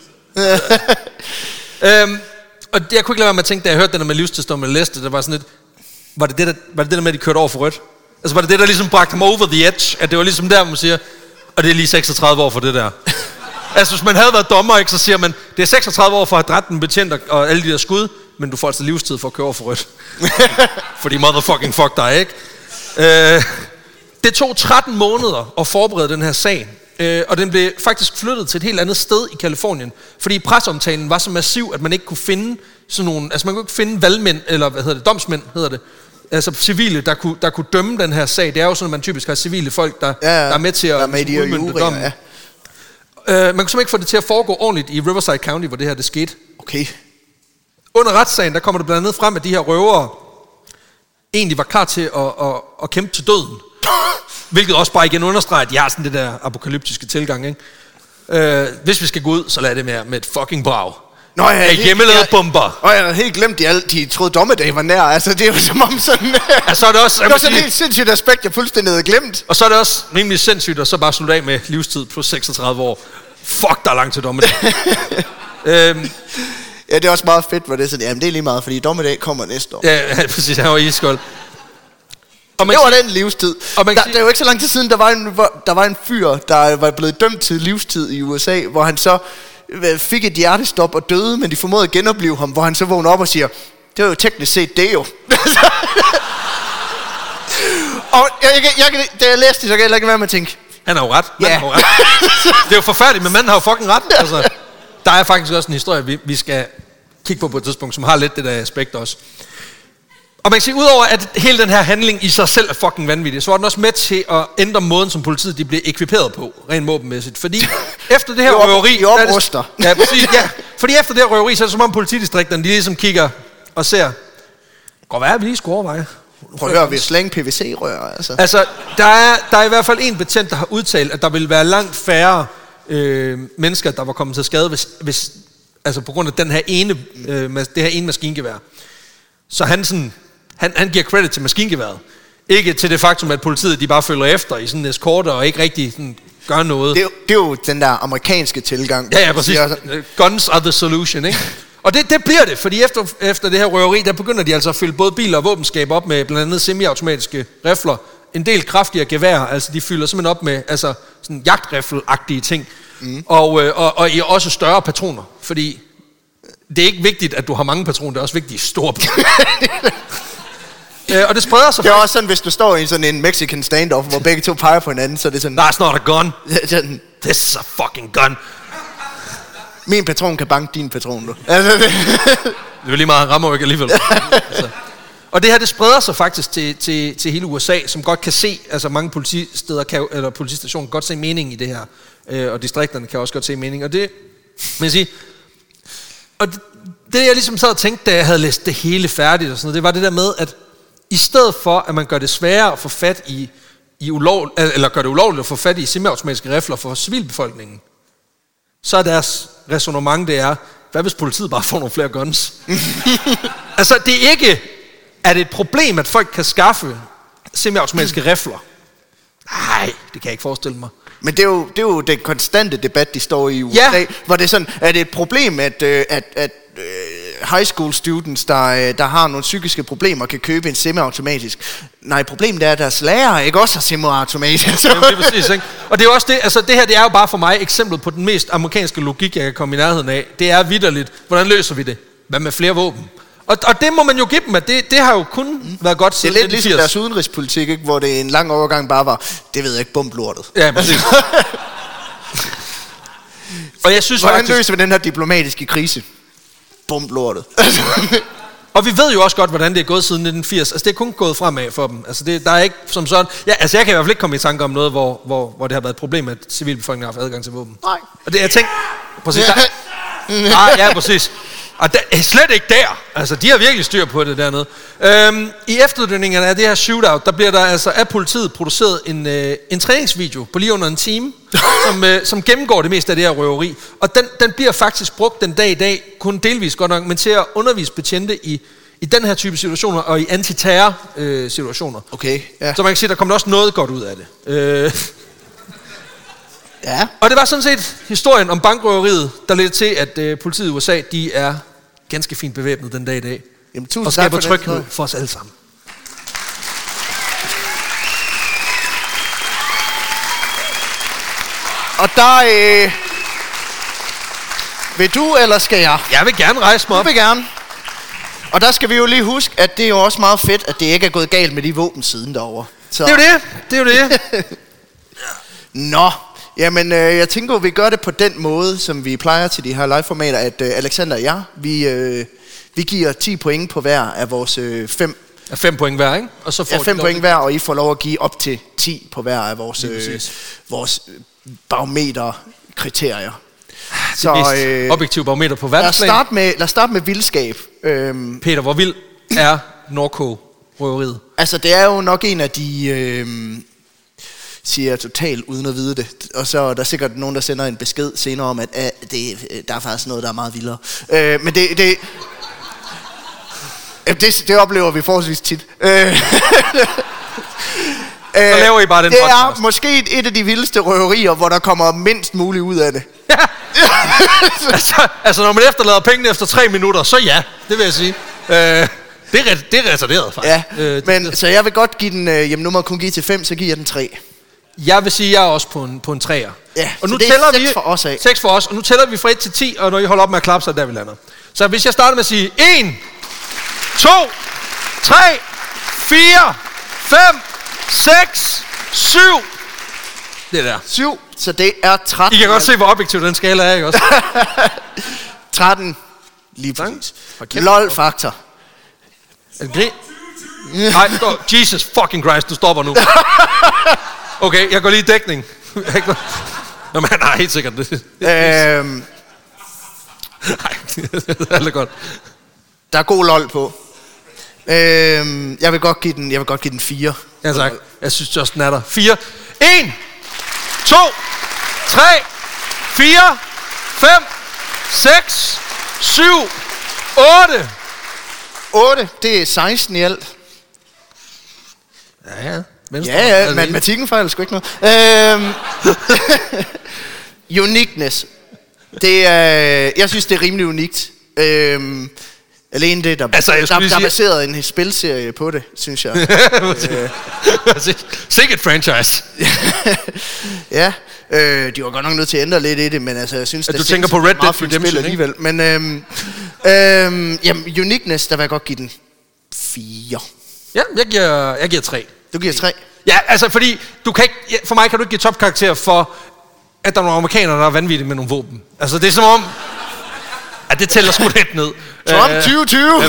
øhm, og jeg kunne ikke lade være med at tænke, da jeg hørte det der med livstidsdom med Leste, der var sådan lidt, var det det, der, var det det der med, at de kørte over for rødt? Altså var det det, der ligesom bragte ham over the edge? At det var ligesom der, hvor man siger, og det er lige seksogtredive år for det der. Altså hvis man havde været dommer, ikke, så siger man, det er seksogtredive år for at have dræbt en betjent og alle de der skud, men du får altså livstid for at køre over for rødt. Fordi motherfucking fuck dig, ikke? Øh, det tog tretten måneder at forberede den her sag. Øh, og den blev faktisk flyttet til et helt andet sted i Kalifornien, fordi presseomtalen var så massiv, at man ikke kunne finde sådan nogle, altså man kunne ikke finde valgmænd, eller hvad hedder det, domsmænd hedder det, altså civile, der kunne, der kunne dømme den her sag. Det er jo sådan, at man typisk har civile folk, der, ja, ja. der er med til at udmønte dommen. Ja. Øh, man kunne simpelthen ikke få det til at foregå ordentligt i Riverside County, hvor det her det skete. Okay. Under retssagen, der kommer det blandt andet frem, at de her røvere egentlig var klar til at, at, at kæmpe til døden. Hvilket også bare igen understreger, at de har sådan det der apokalyptiske tilgang, ikke? Øh, hvis vi skal gå ud, så lad det med, med et fucking brag. Nå, jeg af hjemmelavede bomber. Og jeg havde helt glemt, de, alle, de troede dommedag var nær. Altså, det er jo som om sådan... Ja, så er det også... Det var sådan et helt sindssygt aspekt, jeg fuldstændig havde glemt. Og så er det også rimelig sindssygt, at så bare slutte af med livstid plus seksogtredive år. Fuck, der er langt til dommedag. øhm, ja, det er også meget fedt, hvor det er sådan, jamen det er lige meget, fordi dommedag kommer næste år. Ja, ja præcis, han var iskold. Og det var den livstid. Og der, sige, der er jo ikke så lang tid siden, der var, en, der var en fyr, der var blevet dømt til livstid i U S A, hvor han så fik et hjertestop og døde, men de formåede at genopleve ham, hvor han så vågnede op og siger, det var jo teknisk set det jo. Og jeg, jeg, jeg, da jeg læste det, så kan jeg ikke være med at tænke, han har jo ret. Ja. Har jo ret. Det er jo forfærdeligt, men manden har jo fucking ret. Altså, der er faktisk også en historie, vi, vi skal kigge på på et tidspunkt, som har lidt det der aspekt også. Og man kan sige, udover at hele den her handling i sig selv er fucking vanvittig, så var den også med til at ændre måden, som politiet de blev ekviperet på, rent våbenmæssigt. Fordi efter det her op, røveri... I opruster. Ja, præcis, ja. Fordi efter det her røveri, så er det som om politidistrikterne, de ligesom kigger og ser, går hvad er vi lige skulle overveje? Prøv at høre, vi slænge P V C-rør, altså. Altså, der er, der er i hvert fald en betjent, der har udtalt, at der vil være langt færre øh, mennesker, der var kommet til skade, hvis, hvis, altså på grund af den her ene, øh, det her ene maskingevær. Så han sådan... Han, han giver credit til maskingeværet. Ikke til det faktum, at politiet de bare følger efter i sådan en eskorte og ikke rigtig sådan, gør noget. Det er, det er jo den der amerikanske tilgang. Ja, ja, præcis. Guns are the solution, ikke? Og det, det bliver det, fordi efter, efter det her røveri, der begynder de altså at fylde både biler og våbenskab op med blandt andet semiautomatiske rifler. En del kraftigere gevær, altså de fylder simpelthen op med altså, sådan jagtrifle-agtige ting. Mm. Og, øh, og, og i også større patroner, fordi det er ikke vigtigt, at du har mange patroner, det er også vigtigt, store patroner. Øh, og det spreder sig. Det er også sådan, hvis du står i sådan en Mexican standoff, hvor begge to peger på hinanden, så det er sådan... That's not a gun. This is a fucking gun. Min patron kan banke din patron, du. Altså, det... det er jo lige meget, han rammer jo ikke alligevel. altså. Og det her, det spreder sig faktisk til, til, til hele U S A, som godt kan se, altså mange politisteder kan, eller politistationer kan godt se mening i det her. Øh, og distrikterne kan også godt se mening. Og det, man sige... Og det, det, jeg ligesom sad og tænkte, da jeg havde læst det hele færdigt og sådan noget, det var det der med, at i stedet for, at man gør det sværere at få fat i, i ulov, eller gør det ulovligt at få fat i semiautomatiske rifler for civilbefolkningen, så er deres ræsonnement, det er, hvad hvis politiet bare får nogle flere guns? altså, det er ikke, er det et problem, at folk kan skaffe semiautomatiske rifler? Nej, det kan jeg ikke forestille mig. Men det er jo, det er jo den konstante debat, de står i U S A, ja. hvor det er sådan, er det et problem, at, at, at high school students, der, der har nogle psykiske problemer, kan købe en semiautomatisk. Nej, problemet er, at deres lærere ikke også har semiautomatisk. Jamen, det er præcis, ikke? Og det er også det, altså det her, det er jo bare for mig eksemplet på den mest amerikanske logik, jeg kan komme i nærheden af. Det er vitterligt. Hvordan løser vi det? Hvad med flere våben? Og, og det må man jo give dem, at det, det har jo kun mm. været godt siden det er lidt ligesom deres udenrigspolitik, ikke? Hvor det en lang overgang bare var, det ved jeg ikke, bomblortet. Ja, præcis. Og jeg synes Hvordan faktisk, løser vi den her diplomatiske krise? Bomblortet. Og vi ved jo også godt, hvordan det er gået siden nitten firs. Altså, det er kun gået fremad for dem. Altså, det, der er ikke som sådan... Ja, altså, jeg kan i hvert fald ikke komme i tanke om noget, hvor, hvor, hvor det har været et problem, at civilbefolkningen har haft adgang til våben. Nej. Og det, jeg tænkte... Præcis, der, nej, ja, præcis. Og der, slet ikke der. Altså, de har virkelig styr på det dernede. Øhm, I efterdønningerne af det her shootout, der bliver der altså af politiet produceret en, øh, en træningsvideo på lige under en time, som, øh, som gennemgår det meste af det her røveri. Og den, den bliver faktisk brugt den dag i dag, kun delvis godt nok, men til at undervise betjente i, i den her type situationer og i antiterror øh, situationer. Okay, ja. Så man kan sige, der kommer også noget godt ud af det. Øh. Ja. Og det var sådan set historien om bankrøveriet, der ledte til, at øh, politiet i U S A, de er ganske fint bevæbnet den dag i dag. Jamen, tusind og skaber tak for tryghed den. for os alle sammen. Og der... Øh... Vil du, eller skal jeg? Jeg vil gerne rejse mig op. Jeg vil gerne. Og der skal vi jo lige huske, at det er jo også meget fedt, at det ikke er gået galt med de våben siden derovre. Så. Det er jo det. Det er jo det. Nå. Jamen, øh, jeg tænker, at vi gør det på den måde, som vi plejer til de her live-formater, at øh, Alexander og jeg, vi, øh, vi giver ti point på hver af vores øh, fem... Ja, fem point hver, ikke? Og så får ja, fem point hver, og I får lov at give op til ti på hver af vores, øh, vores barometer-kriterier. Så øh, objektiv barometer på verdensplan. Lad os starte med, lad os starte med vildskab. Øhm, Peter, hvor vild er Nordkorea-røveriet? Altså, det er jo nok en af de... Øh, siger jeg totalt uden at vide det. Og så er der sikkert nogen, der sender en besked senere om, at øh, det, der er faktisk noget, der er meget vildere. Øh, men det... det Det, det oplever vi forholdsvis tit. Øh, Så laver I bare den det podcast. er måske et, et af de vildeste røverier, hvor der kommer mindst muligt ud af det. Ja. altså, altså, når man efterlader pengene efter tre minutter, så ja, det vil jeg sige. Øh, det, er, det er retarderet, faktisk. Ja, øh, men det, så jeg vil godt give den... Øh, jamen, nu må jeg kun give til fem, så giver jeg den tre. Jeg vil sige, at jeg er også på en, på en treer. Ja, og nu det er tæller seks vi, for os af. seks for os, og nu tæller vi fra et til ti, og når I holder op med at klappe, så er der, vi lander. Så hvis jeg starter med at sige en, to, tre, fire, fem, seks, syv. Det der. syv, så det er tretten. I kan godt se, hvor objektiv den skala er, ikke også? tretten. Lige præcis. Lol-faktor. Er det grin? Nej, Jesus fucking Christ, du stopper nu. Okay, jeg går lige i dækning. Nå, men nej, helt sikkert. øhm, Nej, det er godt. Der er god lol på. Øhm, jeg vil godt give den, jeg vil godt give den fire. Ja, tak. Jeg synes just den er der. Fire. En, to, tre, fire, fem, seks, syv, otte. otte, det er seksten i alt. Ja, ja. Venstre. Ja, ja, matematikken fejler sgu ikke noget. Øhm, uniqueness. Det er, jeg synes, det er rimelig unikt. Øhm, alene det, der, altså, der, der sige... er baseret en spilserie på det, synes jeg. øh. Sikkert franchise. Ja, øh, de var godt nok nødt til at ændre lidt i det, men altså, jeg synes, at det du tænker på Red Dead Redemption alligevel. Men øhm, øhm, jamen, uniqueness, der vil jeg godt give den fire. Ja, jeg giver, jeg giver tre. Du giver tre? Ja, altså fordi, du kan ikke, for mig kan du ikke give topkarakter for, at der er nogle amerikanere, der er vanvittige med nogle våben. Altså det er som om, at det tæller sgu lidt ned. Trump tyve tyve!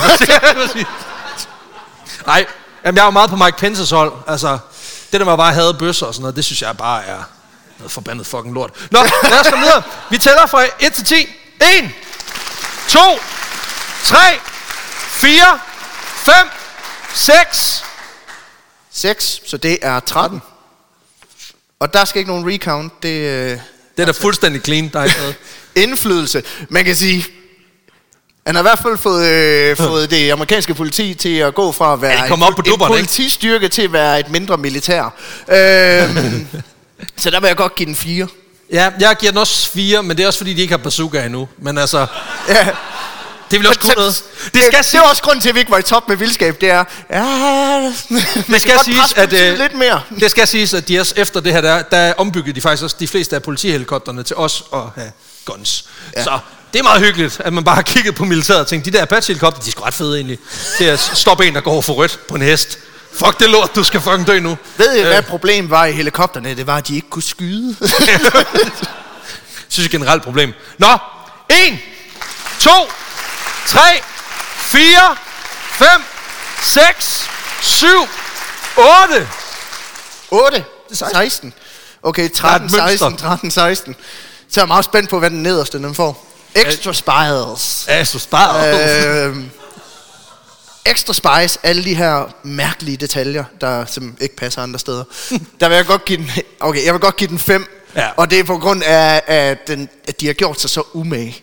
Nej, jamen jeg er jo meget på Mike Pences hold. Altså, det der med at bare have bøsser og sådan noget, det synes jeg bare er noget forbandet fucking lort. Nå, lad os komme videre. Vi tæller fra et til ti. en, to, tre, fire, fem, seks. seks, så det er tretten. Og der skal ikke nogen recount. Det, øh, det er da fuldstændig clean, der er ikke noget. Indflydelse. Man kan sige, han har i hvert fald fået, øh, fået det amerikanske politi til at gå fra at være ja, op på en, en politistyrke ikke? til at være et mindre militær. Øh, så der vil jeg godt give den fire. Ja, jeg giver den også fire, men det er også fordi, de ikke har bazooka endnu. Men altså... Ja. Det vil også kunne noget. Det, skal det, det er også grunden til, at vi ikke var i top med vildskab. Det er... Ja, det skal siges, at... Øh, lidt mere. Det skal siges, at de også, efter det her, der, der ombyggede de faktisk også de fleste af politihelikopterne til os at have guns. Ja. Så det er meget hyggeligt, at man bare har kigget på militæret og tænkt, de der Apache-helikopter, de er sgu ret fede egentlig. Til at stoppe en, der går for rødt på en hest. Fuck det lort, du skal fucking dø nu. Ved I, øh. hvad problemet var i helikopterne? Det var, at de ikke kunne skyde. Synes jeg generelt problem. Nå, en, to, tre, fire, fem, seks, syv, otte. otte, seksten. Okay, tretten, seksten, tretten, seksten. Så er jeg meget spændt på, hvad den nederste den får. Extra Spice. Extra Spice. Øh, Extra Spice, alle de her mærkelige detaljer, der som ikke passer andre steder. Der vil jeg godt give den, okay, jeg vil godt give den fem. Ja. Og det er på grund af, at, den, at de har gjort sig så umage.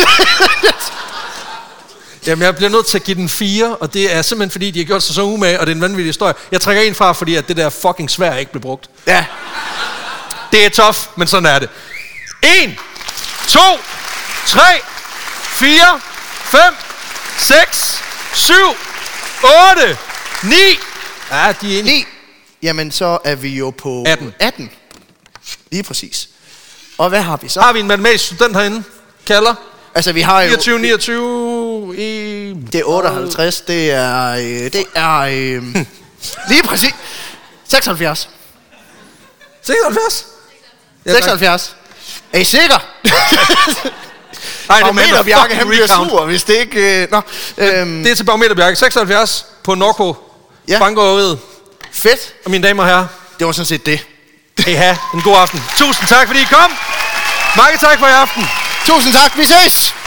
Jamen, jeg bliver nødt til at give den fire, og det er simpelthen fordi, de har gjort sig så umage, og det er en vanvittig historie. Jeg trækker en fra, fordi at det der fucking svær ikke blev brugt. Ja. Det er tough, men sådan er det. en, to, tre, fire, fem, seks, syv, otte, ni. Ja, de er enige. ni. Jamen, så er vi jo på atten. atten. Lige præcis. Og hvad har vi så? Har vi en matematisk student herinde? Kalder? Altså, vi har jo... niogtyve, niogtyve, i... Det er otteoghalvtreds, det er... Øh, det er... Øh, lige præcis. seksoghalvfjerds. seksoghalvfjerds? seksoghalvfjerds. Er I sikker? Ej, Barometer Bjarke, han bliver sur, hvis det ikke... Øh, nå, øhm, det er til Barometer Bjarke. seksoghalvfjerds på Norco. Ja. Bankerøvet. Fedt. Og mine damer og herrer, Det var sådan set det. kan I have en god aften. Tusind tak, fordi I kom. Mange tak for i aften. Tusind tak, vi ses!